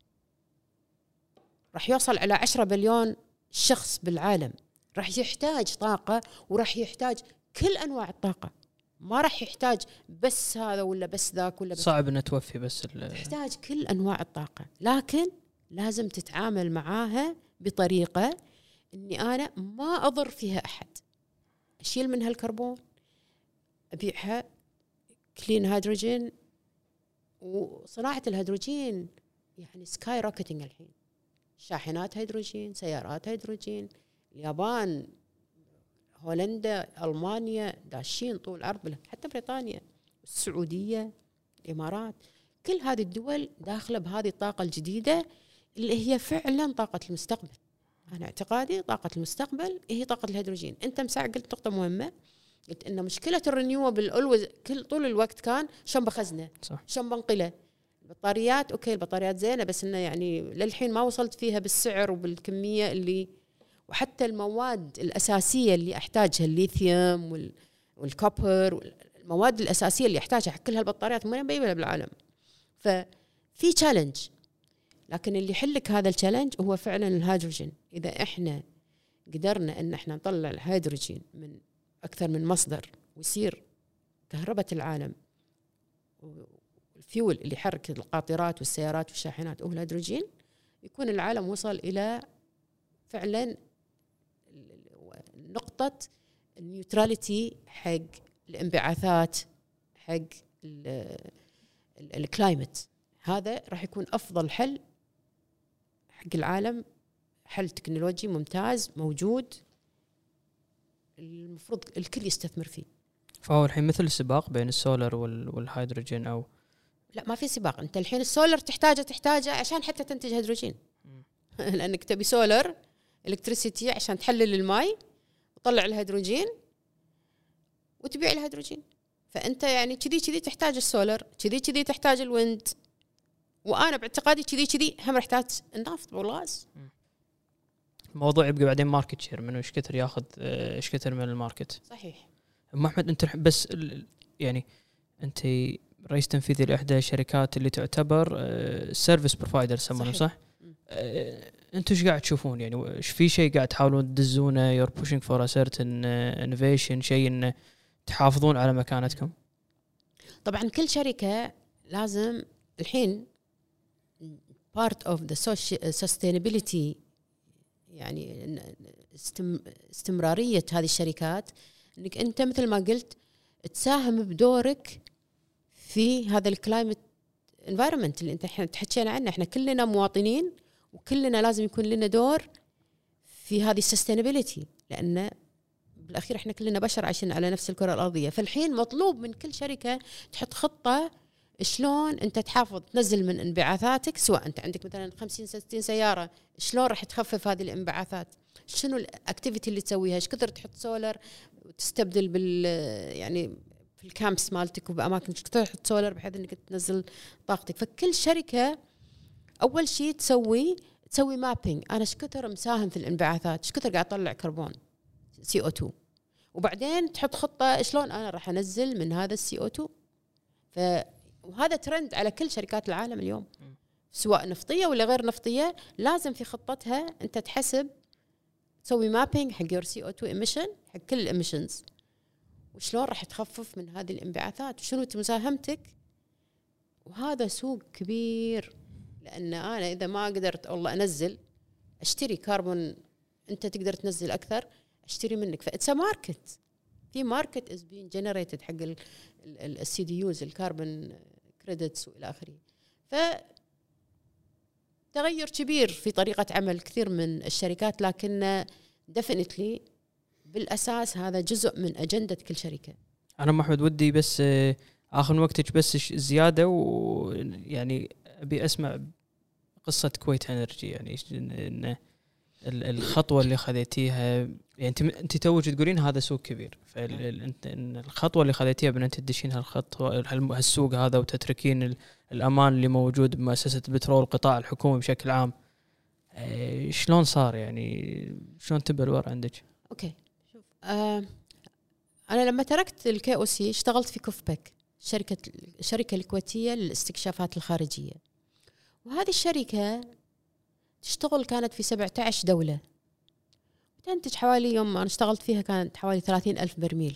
راح يوصل على 10 بليون شخص بالعالم. راح يحتاج طاقة وراح يحتاج كل أنواع الطاقة، ما راح يحتاج بس هذا ولا بس ذاك ولا بس. صعب أن توفي بس يحتاج كل أنواع الطاقة، لكن لازم تتعامل معاها بطريقة أني أنا ما أضر فيها أحد. أشيل منها الكربون، أبيعها كلين هيدروجين. وصناعة الهيدروجين يعني سكاي روكيتنج الحين، شاحنات هيدروجين، سيارات هيدروجين. اليابان، هولندا، ألمانيا داشين طول عرض، حتى بريطانيا، السعودية، الإمارات، كل هذه الدول داخلة بهذه الطاقة الجديدة اللي هي فعلا طاقة المستقبل. أنا اعتقادي طاقة المستقبل هي طاقة الهيدروجين. أنت مساء قلت نقطة مهمة، قلت إن مشكلة الرينيوبل طول الوقت كان شن بخزنة، شن بنقله. البطاريات أوكي، البطاريات زينة، بس إنه يعني للحين ما وصلت فيها بالسعر وبالكمية اللي، وحتى المواد الأساسية اللي أحتاجها، الليثيوم والكوبر، المواد الأساسية اللي أحتاجها كل هالبطاريات ما بيجيبها بالعالم. ففي تشالنج، لكن اللي يحلك هذا التشالنج هو فعلا الهيدروجين. إذا إحنا قدرنا إن إحنا نطلع الهيدروجين من أكثر من مصدر ويصير كهرباء العالم، الفيول اللي يحرك القاطرات والسيارات والشاحنات هو الهيدروجين، يكون العالم وصل إلى فعلا نقطة النيوتراليتي حق الانبعاثات، حق الكلايمت. هذا راح يكون أفضل حل حق العالم، حل تكنولوجي ممتاز موجود، المفروض الكل يستثمر فيه. فهو الحين مثل السباق بين السولر والهيدروجين، أو لا ما في سباق. أنت الحين السولر تحتاجه عشان حتى تنتج هيدروجين لأنك تبي سولر إلكتريسيتي عشان تحلل الماء وتطلع الهيدروجين وتبيع الهيدروجين. فأنت يعني كذي تحتاج السولر، كذي تحتاج الويند، وأنا باعتقادي كذي هم راح تحتاج النفط والغاز. الموضوع يبقى بعدين ماركت شير، منه ايش كثر ياخذ ايش كثر من الماركت. صحيح. أم أحمد، أنت بس يعني أنت رئيس تنفيذي لإحدى الشركات اللي تعتبر سيرفيس بروفايدر يسمونه، صح؟ أنتوا إيش قاعد تشوفون؟ يعني إيش في شيء قاعد تحاولون تدزونه؟ you're pushing for a certain innovation، شيء إن تحافظون على مكانتكم؟ طبعا كل شركة لازم الحين part of the sustainability، يعني استمرارية هذه الشركات، انك انت مثل ما قلت تساهم بدورك في هذا الكلايمت انفايرمنت اللي انت حكينا عنه. احنا كلنا مواطنين وكلنا لازم يكون لنا دور في هذه السستينابيليتي، لان بالاخير احنا كلنا بشر عايشين على نفس الكرة الارضية. فالحين مطلوب من كل شركة تحط خطة شلون انت تحافظ تنزل من انبعاثاتك، سواء انت عندك مثلا 50 60 سياره، شلون راح تخفف هذه الانبعاثات؟ شنو الاكتيفيتي اللي تسويها؟ ايش كثر تحط سولر وتستبدل بال يعني في الكامبس مالتك وباماكن، ايش كثر تحط سولر بحيث انك تنزل طاقتك. فكل شركه اول شيء تسوي مابينج، انا ايش كثر مساهم في الانبعاثات، ايش كثر قاعد اطلع كربون CO2، وبعدين تحط خطه شلون انا راح انزل من هذا CO2. وهذا ترند على كل شركات العالم اليوم، سواء نفطيه ولا غير نفطيه، لازم في خطتها انت تحسب، تسوي مابينج حق your CO2 emission، حق كل الاميشنز، وشلون راح تخفف من هذه الانبعاثات، وشنو مساهمتك. وهذا سوق كبير، لان انا اذا ما قدرت والله انزل، اشتري كربون، انت تقدر تنزل اكثر، اشتري منك. فاتس ماركت، في ماركت از بين جنريتد حق السي دي يوز، الكربون كريدتس والى اخره. ف تغير كبير في طريقه عمل كثير من الشركات، لكن ديفينتلي بالاساس هذا جزء من اجنده كل شركه. انا محمد ودي بس اخذ وقتك بس زياده، ويعني ابي اسمع قصه كويت انرجي، يعني إن الخطوه اللي خذيتيها، يعني انت توج تقولين هذا سوق كبير، فانت الخطوه اللي خذيتيها بان انت تدشين هالخطوه هالسوق هذا وتتركين الامان اللي موجود بمؤسسه البترول والقطاع الحكومي بشكل عام، شلون صار؟ يعني شلون تبى الورق عندك؟ اوكي شوف، انا لما تركت الكي او سي اشتغلت في كوفبك، الشركه الكويتيه للاستكشافات الخارجيه، وهذه الشركه تشتغل كانت في 17 دوله، وتنتج حوالي، يوم أنا اشتغلت فيها كانت حوالي 30,000 برميل.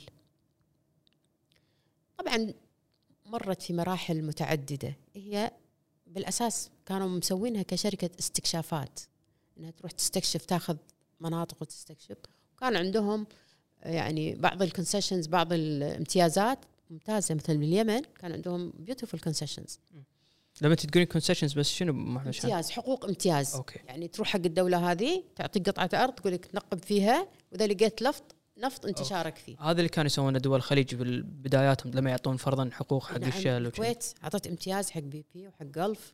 طبعا مرت في مراحل متعددة، هي بالأساس كانوا مسوينها كشركة استكشافات، أنها تروح تستكشف، تاخذ مناطق وتستكشف، وكان عندهم يعني بعض الكونسيشنز، بعض الامتيازات ممتازة، مثل باليمن كان عندهم beautiful concessions. لما تقولين كونسيشنز بس شنو؟ امتياز، حقوق امتياز. أوكي. يعني تروح حق الدولة هذه تعطيك قطعة أرض، تقول لك تنقب فيها، وإذا لقيت نفط أنت شارك فيه. هذا اللي كانوا يسوونه دول الخليج بالبداياتهم، لما يعطون فرضا حقوق حق الشال. الكويت عطت امتياز حق بي بي وحق جلف،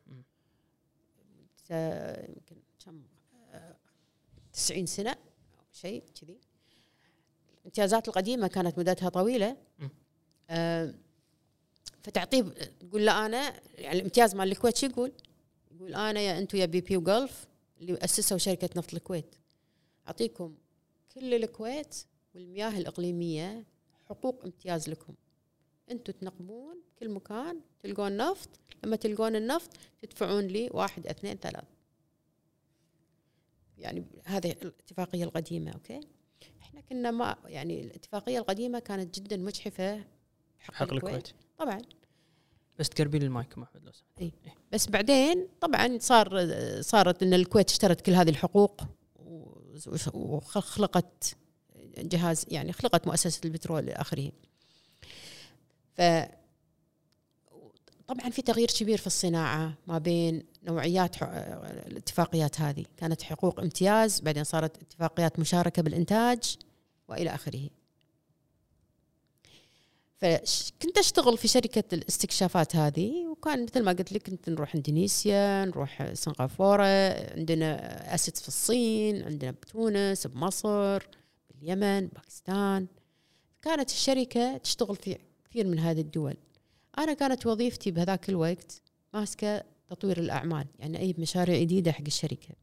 يمكن كم 90 سنة أو شيء كذي. الامتيازات القديمة كانت مدتها طويلة، فتعطيه تقول لا أنا يعني الامتياز مال الكويت شو يقول أنا يا أنتوا يا بي بي وجلف اللي أسسوا شركة نفط الكويت، أعطيكم كل الكويت والمياه الإقليمية حقوق امتياز لكم، أنتوا تنقبون كل مكان تلقون نفط، لما تلقون النفط تدفعون لي 1 2 3. يعني هذه الاتفاقية القديمة. أوكي، إحنا كنا ما يعني الاتفاقية القديمة كانت جدا مجحفة حق الكويت طبعا. بس تقربين المايك ما حد لو سمحت. بس بعدين طبعا صارت ان الكويت اشترت كل هذه الحقوق وخلقت جهاز، يعني خلقت مؤسسة البترول الى اخره. ف طبعا في تغيير كبير في الصناعة ما بين نوعيات الاتفاقيات هذه، كانت حقوق امتياز، بعدين صارت اتفاقيات مشاركة بالإنتاج وإلى آخره. فكنت أشتغل في شركة الاستكشافات هذه، وكان مثل ما قلت لك كنت نروح إندونيسيا، نروح سنغافورة، عندنا أسيتس في الصين، عندنا بتونس، بمصر، باليمن، باكستان. كانت الشركة تشتغل في كثير من هذه الدول. أنا كانت وظيفتي بهذاك الوقت ماسكة تطوير الأعمال، يعني أي مشاريع جديدة حق الشركة.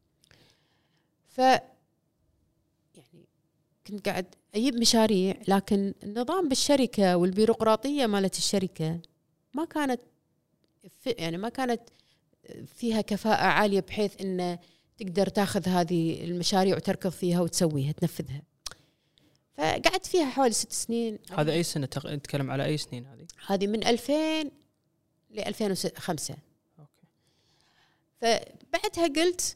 يعني كنت قاعد أجيب مشاريع، لكن النظام بالشركة والبيروقراطية مالت الشركة ما كانت يعني ما كانت فيها كفاءة عالية بحيث إن تقدر تاخذ هذه المشاريع وتركض فيها وتسويها تنفذها. فقعدت فيها حوالي 6 سنين. هذا أي سنة نتكلم على أي سنين هذه؟ هذه من 2000 ل 2005. أوكي. فبعدها قلت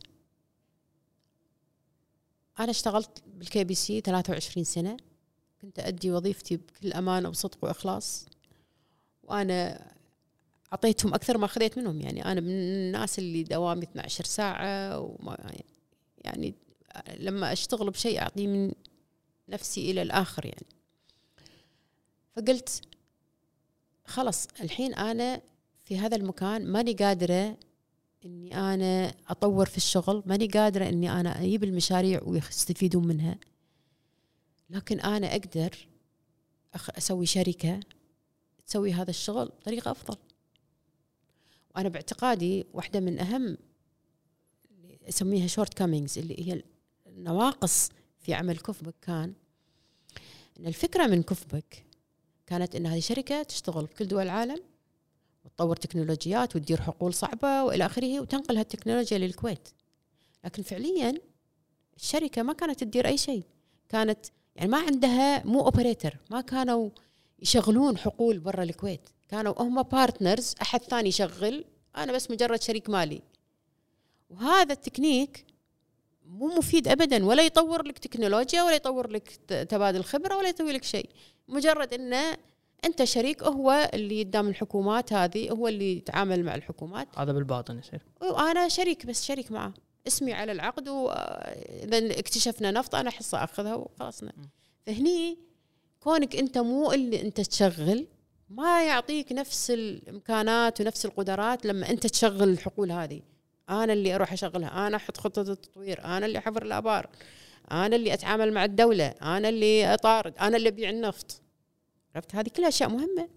أنا اشتغلت بالكي بي سي 23 سنة، كنت أدي وظيفتي بكل أمانة وصدق وإخلاص، وأنا أعطيتهم أكثر ما خذيت منهم. يعني أنا من الناس اللي دوامي 12 ساعة، وما يعني لما أشتغل بشيء أعطيه من نفسي إلى الآخر يعني. فقلت خلص الحين أنا في هذا المكان ماني قادرة إني أنا أطور في الشغل، ماني قادرة إني أنا أجيب المشاريع ويستفيدون منها، لكن أنا أقدر أسوي شركة تسوي هذا الشغل بطريقة أفضل. وأنا باعتقادي واحدة من أهم أسميها شورت كامينجز اللي هي النواقص في عمل كوفبك كان إن الفكرة من كوفبك كانت إن هذه شركة تشتغل بكل دول العالم وتطور تكنولوجيات وتدير حقول صعبة وإلى آخره وتنقل هالتكنولوجيا للكويت. لكن فعليا الشركة ما كانت تدير أي شيء، كانت يعني ما عندها مو أوبريتر، ما كانوا يشغلون حقول برا الكويت، كانوا هم بارتنرز، أحد ثاني يشغل، أنا بس مجرد شريك مالي. وهذا التكنيك مو مفيد أبدا، ولا يطور لك تكنولوجيا ولا يطور لك تبادل خبرة ولا يسوي لك شيء، مجرد إنه أنت شريك، هو اللي قدام الحكومات، هذه هو اللي يتعامل مع الحكومات، هذا بالباطن يصير، وأنا شريك بس شريك معه، اسمي على العقد، وإذا اكتشفنا نفط أنا حصة أخذها وخلصنا. فهني كونك أنت مو اللي أنت تشغل ما يعطيك نفس الإمكانات ونفس القدرات لما أنت تشغل الحقول هذه. أنا اللي أروح أشغلها، أنا أحط خطة التطوير، أنا اللي أحفر الآبار، أنا اللي أتعامل مع الدولة، أنا اللي أطارد، أنا اللي أبيع النفط. عرفت؟ هذه كلها أشياء مهمة.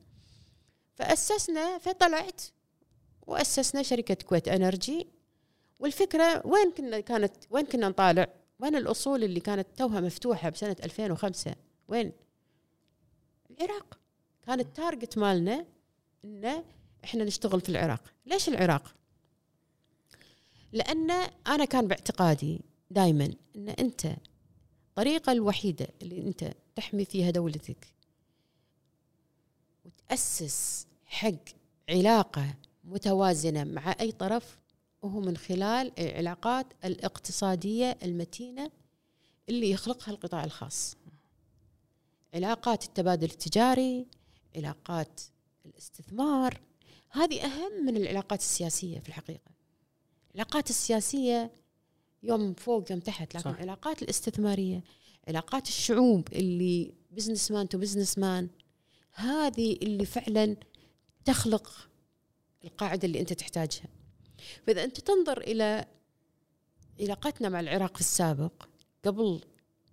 فطلعت وأسسنا شركة كويت أنرجي. والفكرة وين كنا نطالع؟ وين الأصول اللي كانت توها مفتوحة بسنة 2005؟ وين؟ العراق. كان التارجت مالنا إن إحنا نشتغل في العراق. ليش العراق؟ لأن أنا كان باعتقادي دايما إن أنت الطريقة الوحيدة اللي أنت تحمي فيها دولتك وتأسس حق علاقة متوازنة مع أي طرف وهو من خلال العلاقات الاقتصادية المتينة اللي يخلقها القطاع الخاص. علاقات التبادل التجاري، علاقات الاستثمار، هذه أهم من العلاقات السياسية في الحقيقة. العلاقات السياسية يوم فوق يوم تحت، لكن صح. العلاقات الاستثمارية، علاقات الشعوب اللي بزنس مان تو بزنس مان، هذه اللي فعلا تخلق القاعدة اللي أنت تحتاجها. فإذا أنت تنظر إلى علاقتنا مع العراق في السابق قبل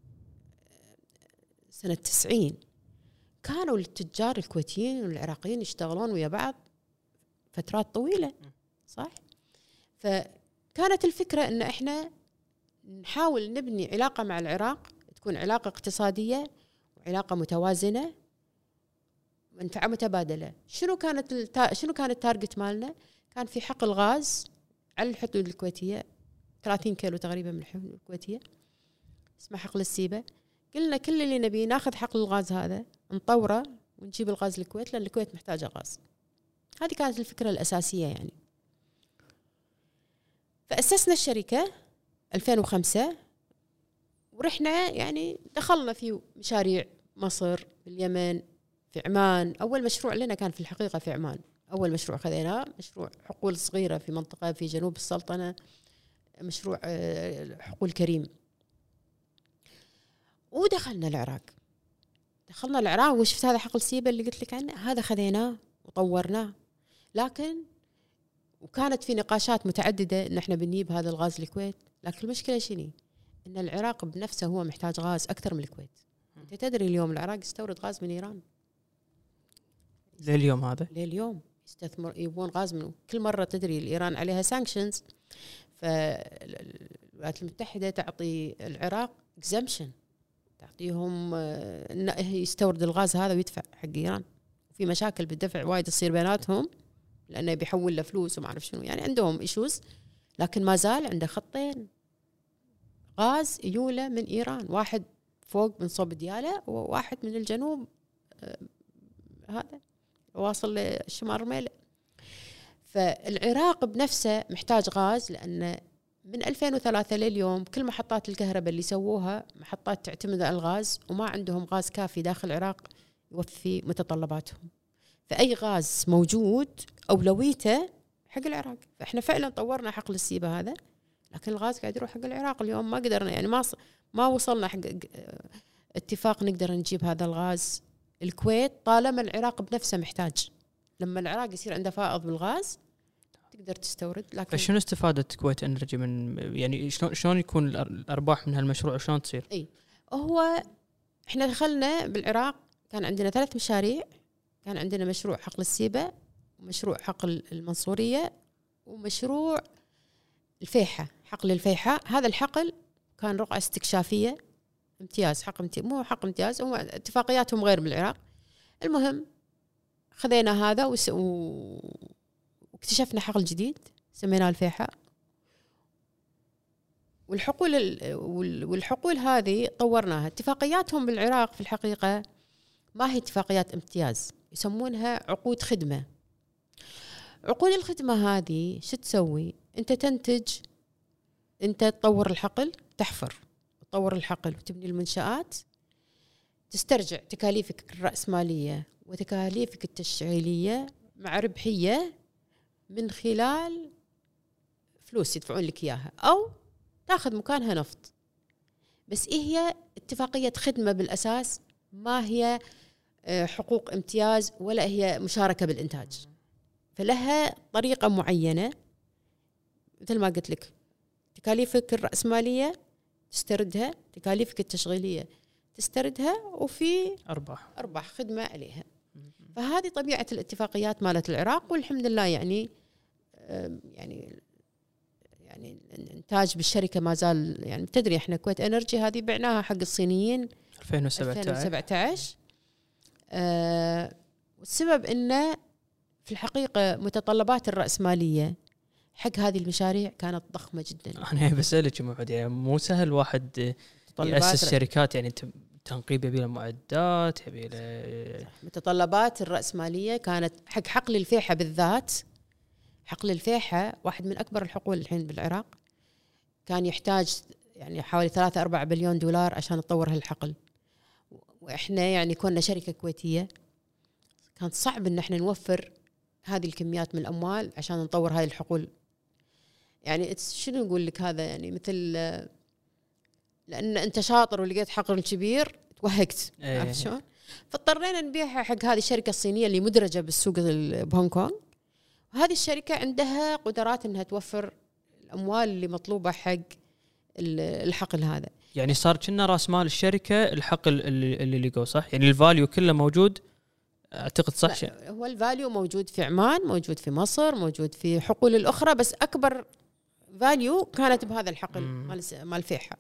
سنة 90، كانوا التجار الكويتيين والعراقيين يشتغلون ويا بعض فترات طويلة، صح؟ فكانت الفكرة أن إحنا نحاول نبني علاقة مع العراق تكون علاقة اقتصادية وعلاقة متوازنة منفعة متبادلة. شنو كان التارجت مالنا؟ كان في حقل غاز على الحدود الكويتية 30 كيلو تقريبا من الحدود الكويتية، اسمه حقل السيبة. قلنا كل اللي نبي ناخذ حقل الغاز هذا نطوره ونجيب الغاز للكويت، لأن الكويت محتاجة غاز. هذه كانت الفكرة الأساسية يعني. فأسسنا الشركة 2005 ورحنا يعني دخلنا في مشاريع مصر، اليمن، في عمان. أول مشروع لنا كان في الحقيقة في عمان، أول مشروع خذيناه مشروع حقول صغيرة في منطقة في جنوب السلطنة، مشروع حقول كريم. ودخلنا العراق وشفت هذا حقل سيبة اللي قلت لك عنه، هذا خذيناه وطورناه. لكن وكانت في نقاشات متعددة إن إحنا بنجيب هذا الغاز للكويت، لكن المشكلة شنو؟ إن العراق بنفسه هو محتاج غاز أكثر من الكويت. أنت تدري اليوم العراق يستورد غاز من إيران لليوم، هذا لليوم يبون غاز منه. كل مرة تدري الإيران عليها سانكشنز، فالولايات المتحدة تعطي العراق exemption، تعطيهم إنه يستورد الغاز هذا ويدفع حق إيران. في مشاكل بالدفع وايد تصير بيناتهم لأنه بيحول له فلوس وما أعرف شنو، يعني عندهم إيشوز. لكن ما زال عنده خطين غاز يجوله من إيران، واحد فوق من صوب ديالة وواحد من الجنوب هذا واصل للشمال رميلة. فالعراق بنفسه محتاج غاز، لأن من 2003 لليوم كل محطات الكهرباء اللي سووها محطات تعتمد على الغاز، وما عندهم غاز كافي داخل العراق يوفي متطلباتهم. فأي غاز موجود أولويته حق العراق. فإحنا فعلا طورنا حقل السيبة هذا، لكن الغاز قاعد يروح حق العراق اليوم. ما قدرنا يعني ما وصلنا حق اتفاق نقدر نجيب هذا الغاز الكويت طالما العراق بنفسه محتاج. لما العراق يصير عنده فائض بالغاز تقدر تستورد. لكن فشنو استفادة كويت انرجي من يعني شلون يكون الارباح من هالمشروع شلون تصير؟ هو احنا دخلنا بالعراق كان عندنا 3 مشاريع. كان عندنا مشروع حقل السيبة، ومشروع حقل المنصورية، ومشروع الفيحة، حقل الفيحة. هذا الحقل كان رقعة استكشافية امتياز، مو حق امتياز، هو اتفاقياتهم غير بالعراق. المهم خذينا هذا واكتشفنا حقل جديد سميناه الفيحة. والحقول هذه طورناها. اتفاقياتهم بالعراق في الحقيقة ما هي اتفاقيات امتياز، يسمونها عقود خدمة. عقود الخدمة هذه شو تسوي؟ انت تنتج، انت تطور الحقل، تحفر تطور الحقل وتبني المنشآت، تسترجع تكاليفك الرأسمالية وتكاليفك التشغيلية مع ربحية من خلال فلوس يدفعون لك إياها، أو تاخذ مكانها نفط. بس إيه هي اتفاقية خدمة بالأساس، ما هي حقوق امتياز ولا هي مشاركة بالإنتاج. فلها طريقة معينة، مثل ما قلت لك تكاليفك الرأسمالية تستردها، تكاليفك التشغيلية تستردها، وفي أرباح خدمة عليها. فهذه طبيعة الاتفاقيات مالت العراق. والحمد لله يعني الانتاج بالشركة ما زال، يعني تدري احنا كويت انرجي هذه بعناها حق الصينيين 2017. والسبب انه في الحقيقة متطلبات الرأسمالية حق هذه المشاريع كانت ضخمة جدا. أنا بسألك موعد، يعني مو سهل واحد يأسس شركات، يعني تنقيب يبي له معدات، يبي له متطلبات الرأسمالية كانت حق حقل الفيحة بالذات. حقل الفيحة واحد من أكبر الحقول الحين بالعراق، كان يحتاج يعني حوالي 3-4 بليون دولار عشان تطور هالحقل. وإحنا يعني كنا شركة كويتية، كان صعب إن إحنا نوفر هذه الكميات من الأموال عشان نطور هاي الحقول. يعني شنو نقول لك، هذا يعني مثل لأن أنت شاطر ولقيت حقل كبير توهقت، عرفت شلون؟ فاضطرينا نبيعها حق هذه الشركة الصينية اللي مدرجة بالسوق بهونغ كونغ. وهذه الشركة عندها قدرات أنها توفر الأموال اللي مطلوبة حق الحقل هذا. يعني صار كنا رأس مال الشركة الحقل اللي لقوا، صح؟ يعني الفاليو كله موجود أعتقد، صح؟ هو الفاليو موجود في عمان، موجود في مصر، موجود في حقول الأخرى، بس أكبر فاليو كانت بهذا الحقل مال فيحة.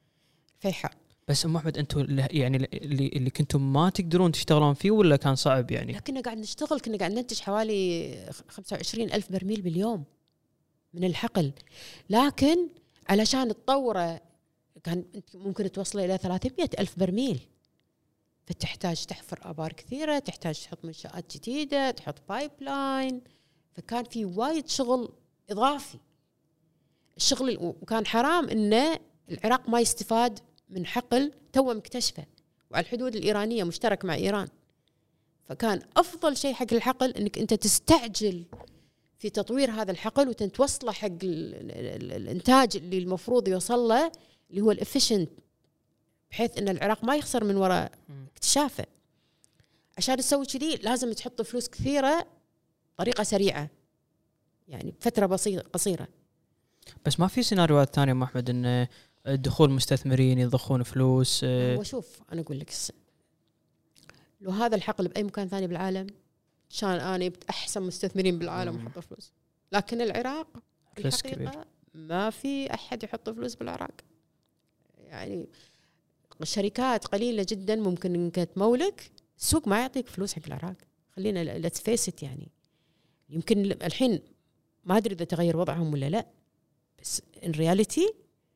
بس أم أحمد أنتوا يعني اللي كنتم ما تقدرون تشتغلون فيه ولا كان صعب يعني؟ لا كنا قاعد نشتغل، كنا قاعد ننتج حوالي 25,000 برميل باليوم من الحقل، لكن علشان تطوره كان ممكن توصله إلى 300,000 برميل. فتحتاج تحفر آبار كثيرة، تحتاج تحط منشآت جديدة، تحط بايب لاين. فكان في وايد شغل إضافي الشغل. وكان حرام إن العراق ما يستفاد من حقل توه مكتشفه وعلى الحدود الإيرانية مشترك مع إيران. فكان أفضل شيء حق الحقل إنك أنت تستعجل في تطوير هذا الحقل وتوصله حق الإنتاج اللي المفروض يوصل له، اللي هو الإفيشنت، بحيث إن العراق ما يخسر من وراء اكتشافه. عشان تسوي كذي لازم تحط فلوس كثيرة بطريقة سريعة، يعني بفترة قصيرة. بس ما في سيناريوهات ثانية أم أحمد إن دخول مستثمرين يضخون فلوس؟ وشوف أنا أقول لك، لو هذا الحقل بأي مكان ثاني بالعالم كان أنا جبت أحسن مستثمرين بالعالم وحط فلوس. لكن العراق الحقيقة ما في أحد يحط فلوس بالعراق. يعني الشركات قليلة جدا ممكن إنك تمولك، السوق ما يعطيك فلوس حق العراق. خلينا let's face it، يعني يمكن الحين ما أدري إذا تغير وضعهم ولا لا، بس in reality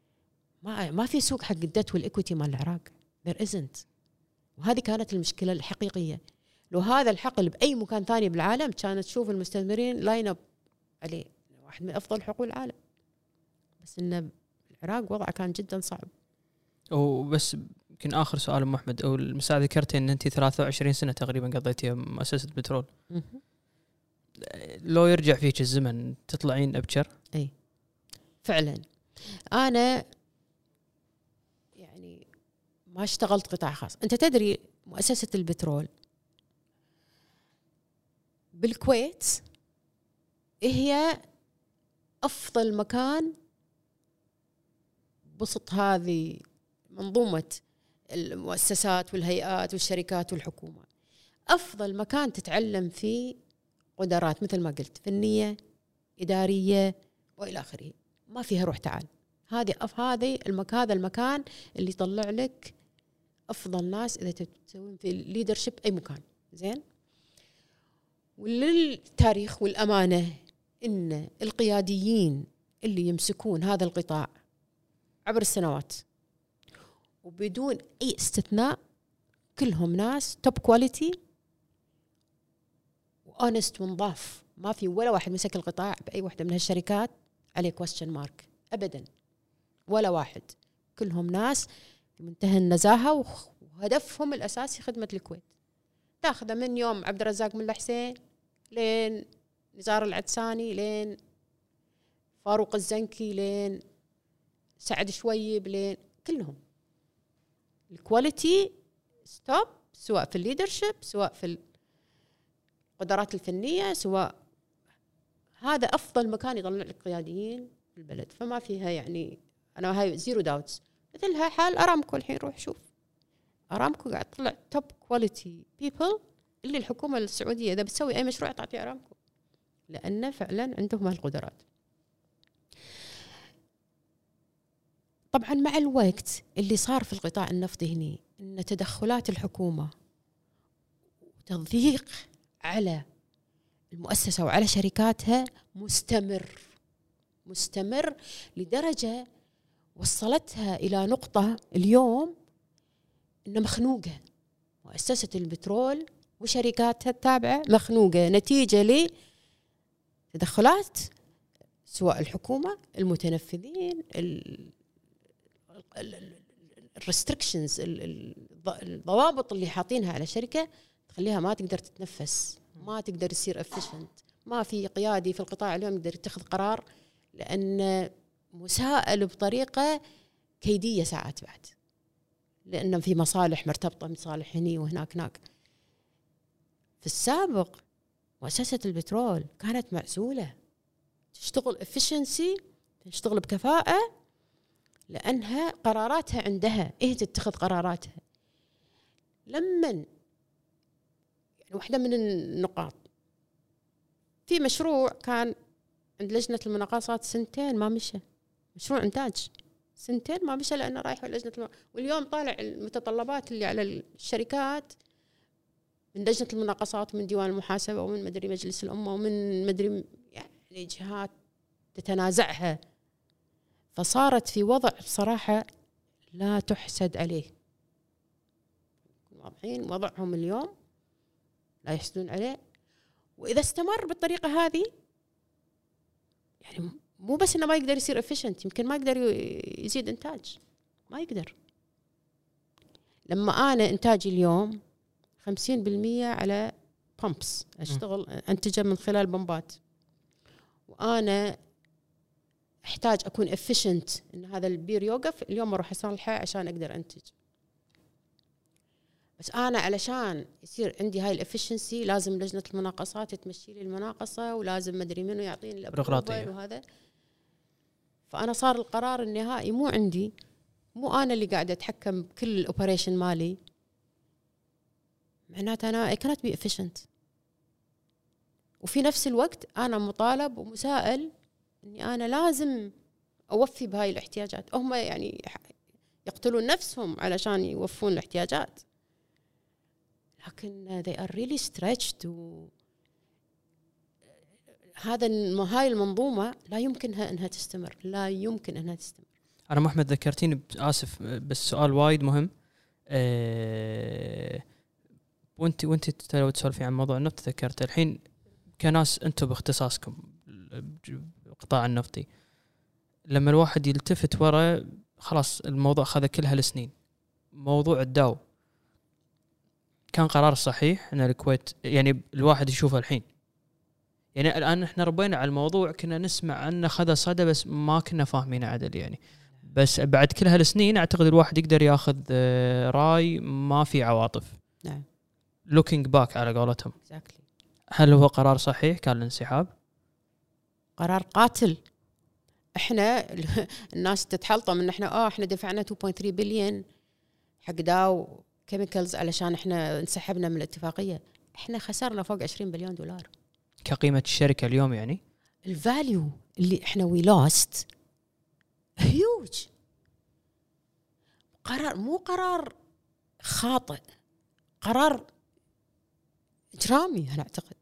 ما في سوق حق الدت والإكويتي مال العراق. there isn't. وهذه كانت المشكلة الحقيقية. لو هذا الحقل بأي مكان ثاني بالعالم كانت تشوف المستثمرين لاين اب عليه، واحد من أفضل حقول العالم. بس إن العراق وضعه كان جدا صعب. وبس يمكن آخر سؤال أم أحمد، أو المساعد ذكرتي أن أنت 23 سنة تقريبا قضيتيها مؤسسة بترول. لو يرجع فيك الزمن تطلعين أبكر؟ أي فعلا. أنا يعني ما اشتغلت قطاع خاص. أنت تدري مؤسسة البترول بالكويت هي أفضل مكان بسط هذه منظومة المؤسسات والهيئات والشركات والحكومة، أفضل مكان تتعلم فيه قدرات مثل ما قلت فنية إدارية وإلى آخره، ما فيها روح تعال. هذا المكان اللي يطلع لك أفضل ناس إذا تسوين في الليدرشيب أي مكان. زين. وللتاريخ والأمانة إن القياديين اللي يمسكون هذا القطاع عبر السنوات وبدون أي استثناء كلهم ناس توب كواليتي وأونست ونضاف، ما في ولا واحد مسك القطاع بأي واحدة من هالشركات عليه كويستشن مارك أبدا، ولا واحد. كلهم ناس منتهى النزاهة وهدفهم الأساسي خدمة الكويت. تاخذه من يوم عبد الرزاق ملا حسين لين نزار العدساني لين فاروق الزنكي لين سعد شويب لين كلهم الكواليتي ستوب، سواء في الليدرشيب سواء في القدرات الفنية، سواء هذا أفضل مكان يطلع لك قياديين في البلد. فما فيها يعني أنا هاي زيرو داوتس. مثلها حال أرامكو الحين، روح شوف أرامكو قاعد تطلع توب كواليتي بيبل اللي الحكومة السعودية إذا بتسوي أي مشروع تعطي أرامكو لأنه فعلا عندهم هالقدرات. طبعا مع الوقت اللي صار في القطاع النفطي هني إن تدخلات الحكومة وتضييق على المؤسسة وعلى شركاتها مستمر لدرجة وصلتها إلى نقطة اليوم إن مخنوقة مؤسسة البترول وشركاتها التابعة، مخنوقة نتيجة لتدخلات سواء الحكومة المتنفذين الريستريكشنز الضوابط اللي حاطينها على شركة تخليها ما تقدر تتنفس، ما تقدر يصير افيشنت. ما في قيادي في القطاع اليوم يقدر يتخذ قرار لأن مسائل بطريقة كيدية ساعات بعد، لأن في مصالح مرتبطة بمصالح هني وهناك. في السابق مؤسسة البترول كانت معزولة، تشتغل efficiency، تشتغل بكفاءة لأنها قراراتها عندها تتخذ قراراتها. لما يعني واحدة من النقاط في مشروع كان عند لجنة المناقصات 2 ما مشى، مشروع إنتاج 2 ما مشى لأنه رايح لجنة واليوم طالع المتطلبات اللي على الشركات من لجنة المناقصات ومن ديوان المحاسبة ومن مدري مجلس الأمة ومن مدري يعني جهات تتنازعها، فصارت في وضع بصراحة لا تحسد عليه. واضحين وضعهم اليوم لا يحسدون عليه. وإذا استمر بالطريقة هذه يعني مو بس إنه ما يقدر يصير efficient، يمكن ما يقدر يزيد إنتاج، ما يقدر. لما أنا إنتاجي اليوم 50% على بامبس أشتغل أنتجه من خلال بمبات، وأنا أحتاج أكون efficient إن هذا البير يوقف اليوم أروح أصلحه عشان أقدر أنتج. بس أنا علشان يصير عندي هاي الافشنسي لازم لجنة المناقصات تمشي لي المناقصة ولازم مدري منو يعطيني الأبروفل وهذا. فأنا صار القرار النهائي مو عندي، مو أنا اللي قاعدة أتحكم بكل الأوبريشن مالي، معناته أنا I cannot be efficient. وفي نفس الوقت أنا مطالب ومسائل إني أنا لازم أوفي بهاي الاحتياجات. هم يعني يقتلون نفسهم علشان يوفون الاحتياجات، لكن they are really stretched. هاي المنظومة لا يمكنها أنها تستمر، لا يمكن أنها تستمر. أنا محمد ذكرتيني آسف بس سؤال وايد مهم. وانت لو تسولفي عن موضوع النفط ذكرت الحين كناس أنتم باختصاصكم القطاع النفطي، لما الواحد يلتفت وراء خلاص الموضوع أخذ كل هالسنين، موضوع الداو كان قرار صحيح ان الكويت يعني الواحد يشوفه الحين. يعني الان احنا ربينا على الموضوع، كنا نسمع عنه خذ صدى بس ما كنا فاهمين عدل يعني. بس بعد كل هالسنين اعتقد الواحد يقدر ياخذ راي ما في عواطف. نعم. looking back على قولتهم. exactly. هل هو قرار صحيح كان الانسحاب؟ قرار قاتل. احنا الناس تتحلطم ان احنا دفعنا 2.3 بليون حق داو كيميكالز علشان احنا انسحبنا من الاتفاقيه. احنا خسرنا فوق 20 بليون دولار كقيمه الشركه اليوم يعني. الفاليو اللي احنا وي لوست هيوج. قرار مو قرار خاطئ، قرار إجرامي أنا أعتقد.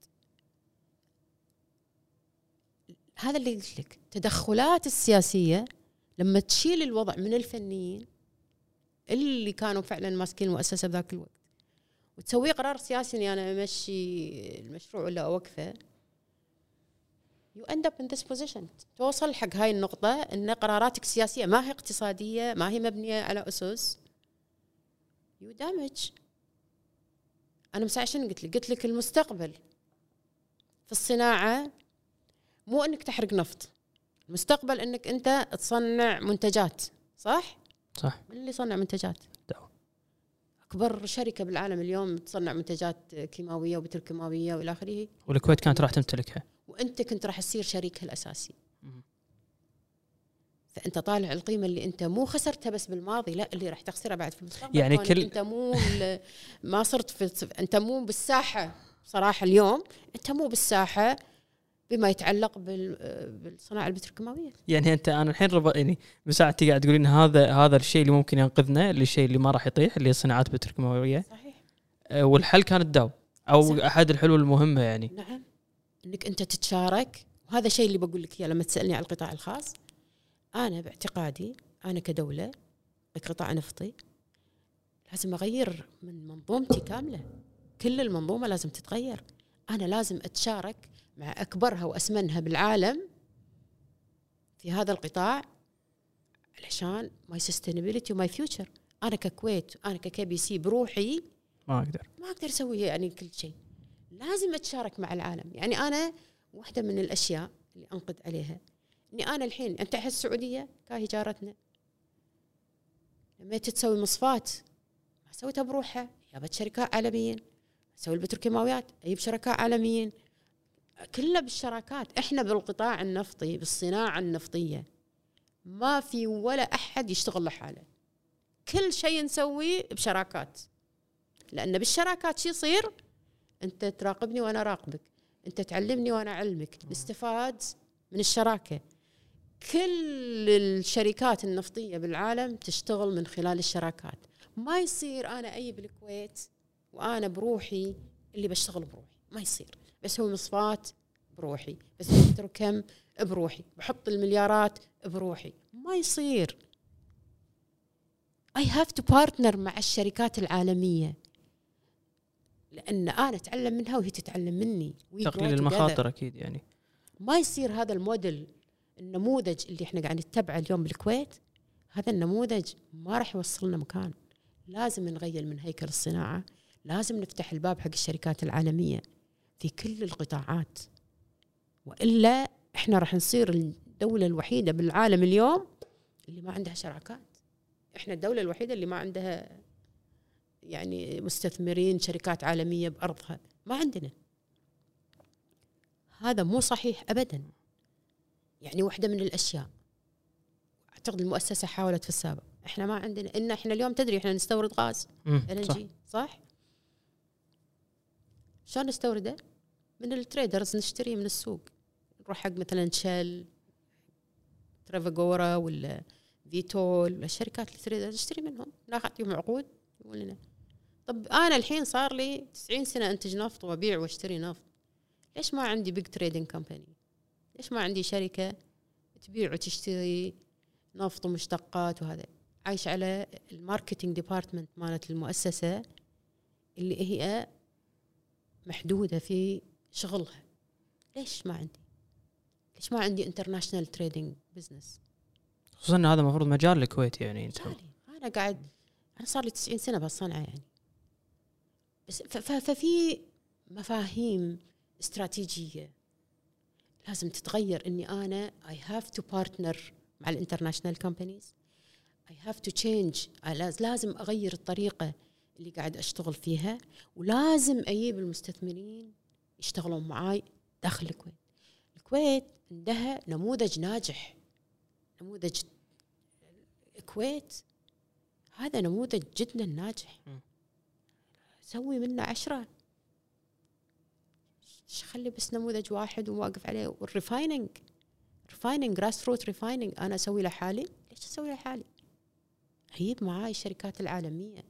هذا اللي قلت لك، تدخلات السياسية لما تشيل الوضع من الفنيين اللي كانوا فعلا ماسكين المؤسسة بذاك الوقت وتسوي قرار سياسي إني أنا أمشي المشروع ولا أوقفه. you end up in this position. توصل حق هاي النقطة إن قراراتك سياسية ما هي اقتصادية، ما هي مبنية على أسس. you damage. أنا مساء عشان قلت لك المستقبل في الصناعة مو إنك تحرق نفط، المستقبل إنك أنت تصنع منتجات. صح؟ صح. من اللي يصنع منتجات؟ أكبر شركة بالعالم اليوم تصنع منتجات كيماوية وبتروكيماوية وإلى آخره، والكويت كانت راح تمتلكها وأنت كنت راح تصير شريكها الأساسي. فأنت طالع القيمة اللي أنت مو خسرتها بس بالماضي، لا اللي راح تخسرها بعد في المستقبل. يعني أنت مو ما صرت أنت مو بالساحة صراحة. اليوم أنت مو بالساحة بما يتعلق بالصناعة البتروكيماوية. يعني أنا الحين يعني مساعدتي قاعد تقولين هذا الشيء اللي ممكن ينقذنا، الشيء اللي ما راح يطيح، اللي هي الصناعات البتروكيماوية. صحيح. والحل كان الداو أو صحيح. أحد الحلول المهمة يعني. نعم، إنك أنت تتشارك. وهذا الشيء اللي بقول لك إياه لما تسألني على القطاع الخاص. أنا باعتقادي أنا كدولة بقطاع نفطي لازم أغير من منظومتي كاملة. كل المنظومة لازم تتغير. أنا لازم أتشارك مع أكبرها وأسمنها بالعالم في هذا القطاع علشان my sustainability وماي future. أنا ككويت، أنا كKBC بروحي ما أقدر أسوي يعني كل شيء. لازم أتشارك مع العالم. يعني أنا واحدة من الأشياء اللي أنقد عليها إني أنا الحين أنت أحس السعودية كاهي جارتنا، لما تسوي مصفات ما سويتها بروحها، جابت شركاء عالميين. سوي البتروكيماويات أجيب شركاء عالميين، كلها بالشراكات. إحنا بالقطاع النفطي بالصناعة النفطية ما في ولا أحد يشتغل لحاله، كل شيء نسويه بشراكات. لأن بالشراكات شي يصير؟ أنت تراقبني وأنا راقبك، أنت تعلمني وأنا أعلمك، نستفاد من الشراكة. كل الشركات النفطية بالعالم تشتغل من خلال الشراكات. ما يصير أنا أجي بالكويت وأنا بروحي اللي بشتغل بروحي، ما يصير. بسوي مصفات بروحي، بسوي بتروكيم بروحي، بحط المليارات بروحي، ما يصير. I have to partner مع الشركات العالمية لأن أنا أتعلم منها وهي تتعلم مني. تقليل المخاطر أكيد. يعني ما يصير هذا الموديل، النموذج اللي احنا قاعد نتبعه اليوم بالكويت، هذا النموذج ما راح يوصلنا مكان. لازم نغير من هيكل الصناعة، لازم نفتح الباب حق الشركات العالمية في كل القطاعات، وإلا احنا راح نصير الدولة الوحيدة بالعالم اليوم اللي ما عندها شراكات. احنا الدولة الوحيدة اللي ما عندها يعني مستثمرين شركات عالمية بأرضها، ما عندنا. هذا مو صحيح أبدا. يعني واحدة من الأشياء أعتقد المؤسسة حاولت في السابق، إحنا ما عندنا. إن إحنا اليوم تدري إحنا نستورد غاز LNG، صح؟ شلون نستورده؟ من التريدرز، نشتري من السوق، نروح حق مثلا شل، ترافاغورا ولا فيتول ولا الشركات التريدرز، نشتري منهم، ناخذهم عقود يقول لنا. طب أنا الحين صار لي 90 سنة أنتج نفط وأبيع واشتري نفط، ليش ما عندي بيج تريدينج كمباني؟ ليش ما عندي شركة تبيع وتشتري نفط ومشتقات؟ وهذا عايش على الماركتينج ديبارتمنت مالت المؤسسة اللي هي محدودة في شغلها. ليش ما عندي؟ ليش ما عندي انترناشنال تريدينج بزنس؟ خصوصا ان هذا المفروض مجال الكويت. يعني انت انا صار لي 90 سنة بهالصنعة يعني. بس ففي مفاهيم استراتيجية لازم تتغير. اني انا I have to partner مع الانترناشنال كومبانيز، I have to change. لازم اغير الطريقة اللي قاعد اشتغل فيها، ولازم اجيب المستثمرين يشتغلون معاي داخل الكويت. الكويت عندها نموذج ناجح، نموذج الكويت هذا نموذج جدا ناجح، سوي منه 10. خلي بس نموذج واحد وواقف عليه. والريفايننج جراس روت ريفايننج أنا أسوي لحالي. ليش أسوي لحالي؟ أجيب معاي الشركات العالمية.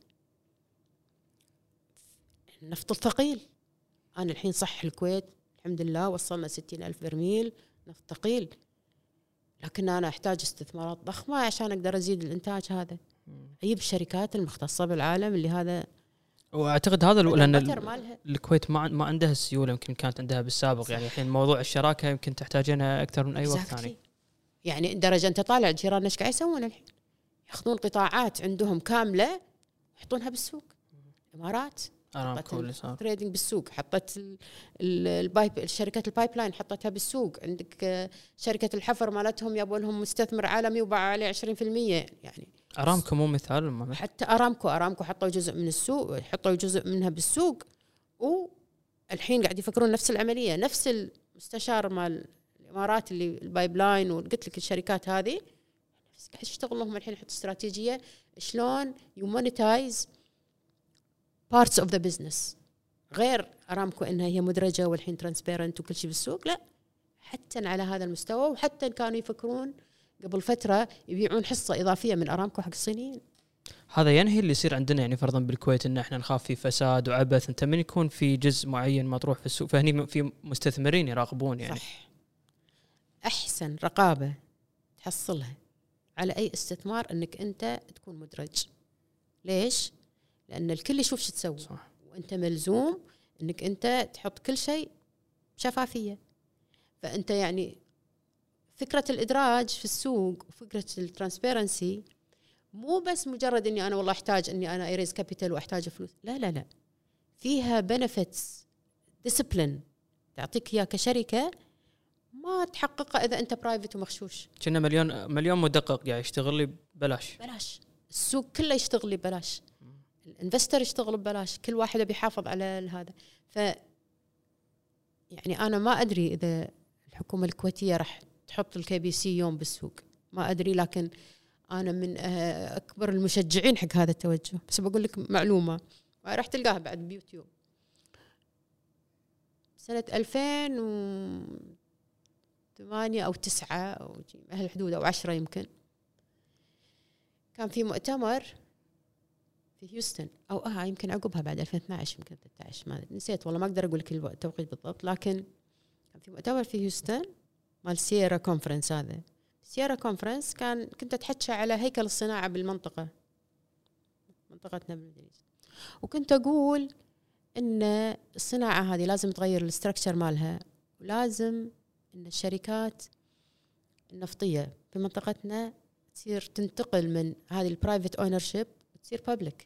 النفط الثقيل أنا الحين صح الكويت الحمد لله وصلنا 60,000 برميل نفط ثقيل، لكن أنا أحتاج استثمارات ضخمة عشان أقدر أزيد الإنتاج هذا. أجيب الشركات المختصة بالعالم اللي هذا. واعتقد هذا لان الكويت ما عندها السيوله يمكن كانت عندها بالسابق. صح. يعني الحين موضوع الشراكه يمكن تحتاجينها اكثر من اي وقت ثاني. يعني درجه انت طالع جيراننا ايش قاعد يسوون الحين؟ ياخذون قطاعات عندهم كامله يحطونها بالسوق. الامارات تريدنج بالسوق، حطت الشركات البايب لاين حطتها بالسوق. عندك شركه الحفر مالتهم يبوا لهم مستثمر عالمي وباع عليه 20%. يعني ارامكو مو مثال. حتى ارامكو حطوا جزء من السوق، حطوا جزء منها بالسوق، والحين قاعد يفكرون نفس العمليه. نفس المستشار مال الامارات اللي البايب لاين وقلت لك الشركات هذه قاعد يشتغل لهم الحين يحط استراتيجيه شلون يمونيتايز parts of the business. غير ارامكو انها هي مدرجه والحين ترانسبيرنت وكل شيء بالسوق، لا حتى على هذا المستوى. وحتى كانوا يفكرون قبل فترة يبيعون حصة إضافية من أرامكو حق الصينيين. هذا ينهي اللي يصير عندنا يعني فرضا بالكويت إن إحنا نخاف في فساد وعبث. أنت من يكون في جزء معين مطروح في السوق فهني في مستثمرين يراقبون يعني. صح. أحسن رقابة تحصلها على أي استثمار إنك أنت تكون مدرج. ليش؟ لأن الكل يشوف شو تسوي. صح. وأنت ملزوم إنك أنت تحط كل شيء شفافية. فأنت يعني فكرة الإدراج في السوق وفكرة الترانسبيرنسي مو بس مجرد إني أنا والله أحتاج إني أنا أريز كابيتال وأحتاج فلوس. لا فيها بنفتس ديسيبلين تعطيك إياه كشركة ما تحققها إذا أنت برايفت ومخشوش. كنا مليون مدقق يعني يشتغل لي ببلاش. السوق كله يشتغل لي ببلاش، الانفستر يشتغل ببلاش، كل واحد بيحافظ على هذا. يعني أنا ما أدري إذا الحكومة الكويتية راح تحط الKBC يوم بالسوق، ما أدري، لكن أنا من أكبر المشجعين حق هذا التوجه. بس بقول لك معلومة راح تلقاها بعد بيوتيوب. سنة 2008 أو 9 أو هالحدود أو 10 يمكن، كان في مؤتمر في هيوستن أو يمكن عقبها بعد 2012 يمكن 13 ما نسيت والله، ما أقدر أقول لك التوقيت بالضبط، لكن كان في مؤتمر في هيوستن مال سييرا كونفرنس. هذا سييرا كونفرنس كنت أتحكى على هيكل الصناعة بالمنطقة، منطقتنا بالإنجليزي، وكنت أقول إن الصناعة هذه لازم تغير الاستراكشر مالها، ولازم إن الشركات النفطية في منطقتنا تصير تنتقل من هذه البرايفت اونرشيب تصير بابليك.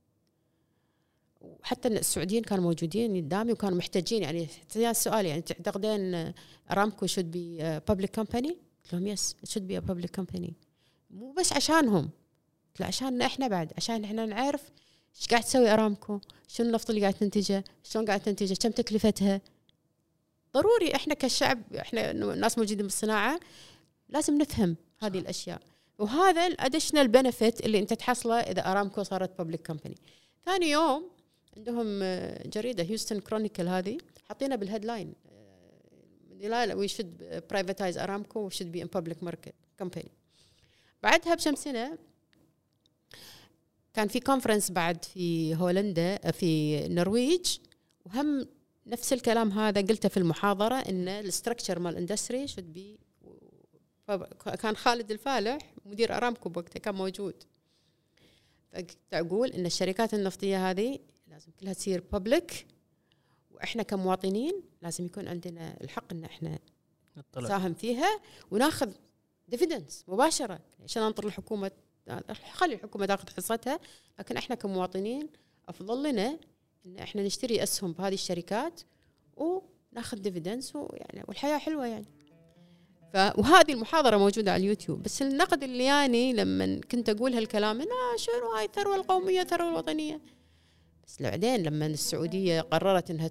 وحتى السعوديين كانوا موجودين قدامي وكانوا محتاجين، يعني السؤال يعني تعتقدين أرامكو should be a public company؟ قلت لهم yes it should be a public company. مو بس عشانهم، لا عشاننا احنا بعد، عشان احنا نعرف ايش قاعد تسوي أرامكو، شنو النفط اللي قاعد تنتجه، شلون قاعد تنتجه، كم تكلفتها. ضروري احنا كشعب، احنا الناس موجودين بالصناعة لازم نفهم هذه الأشياء. وهذا الاديشنال بنفيت اللي انت تحصله اذا أرامكو صارت بابليك كمباني. ثاني يوم عندهم جريدة هيوستن كرونيكل، هذه حاطينها بالهيدلاين we should privatize Aramco we should be in public market company. بعدها بكم سنة كان في كونفرنس بعد في هولندا في النرويج، وهم نفس الكلام هذا قلته في المحاضرة، إن الاستراكشر مال الاندستري should be. كان خالد الفالح مدير أرامكو بوقتها كان موجود، فأقول إن الشركات النفطية هذه لازم كلها تصير بابليك، وإحنا كمواطنين لازم يكون عندنا الحق إن إحنا نساهم فيها وناخذ ديفيدنس مباشرة، عشان ننطر الحكومة، خلي الحكومة تاخذ حصتها، لكن إحنا كمواطنين أفضل لنا إن إحنا نشتري أسهم بهذه الشركات وناخذ ديفيدنس، ويعني والحياة حلوة يعني. وهذه المحاضرة موجودة على اليوتيوب. بس النقد اللي يعني لما كنت أقول هالكلام شنو هاي الثروة القومية، الثروة الوطنية، بس بعدين لما السعودية قررت إنها تحط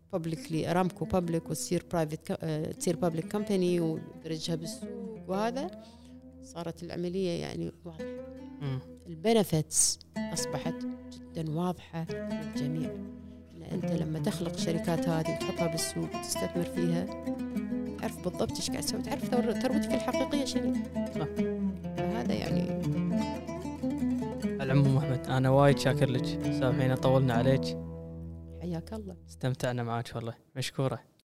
بابليكلي ارامكو بابليك وتصير برايفت تصير بابليك كمباني ودرجها بالسوق، وهذا صارت العمليه يعني واضحه. البنفتس اصبحت جدا واضحه للجميع. ان انت لما تخلق شركات هذه وتحطها بالسوق وتستثمر فيها، تعرف بالضبط ايش قاعد تسوي، تعرف ثروتك الحقيقيه شنو. هذا يعني. العموم احمد انا وايد شاكر لك، سامحينا طولنا عليك. حياك الله. استمتعنا معك والله، مشكوره.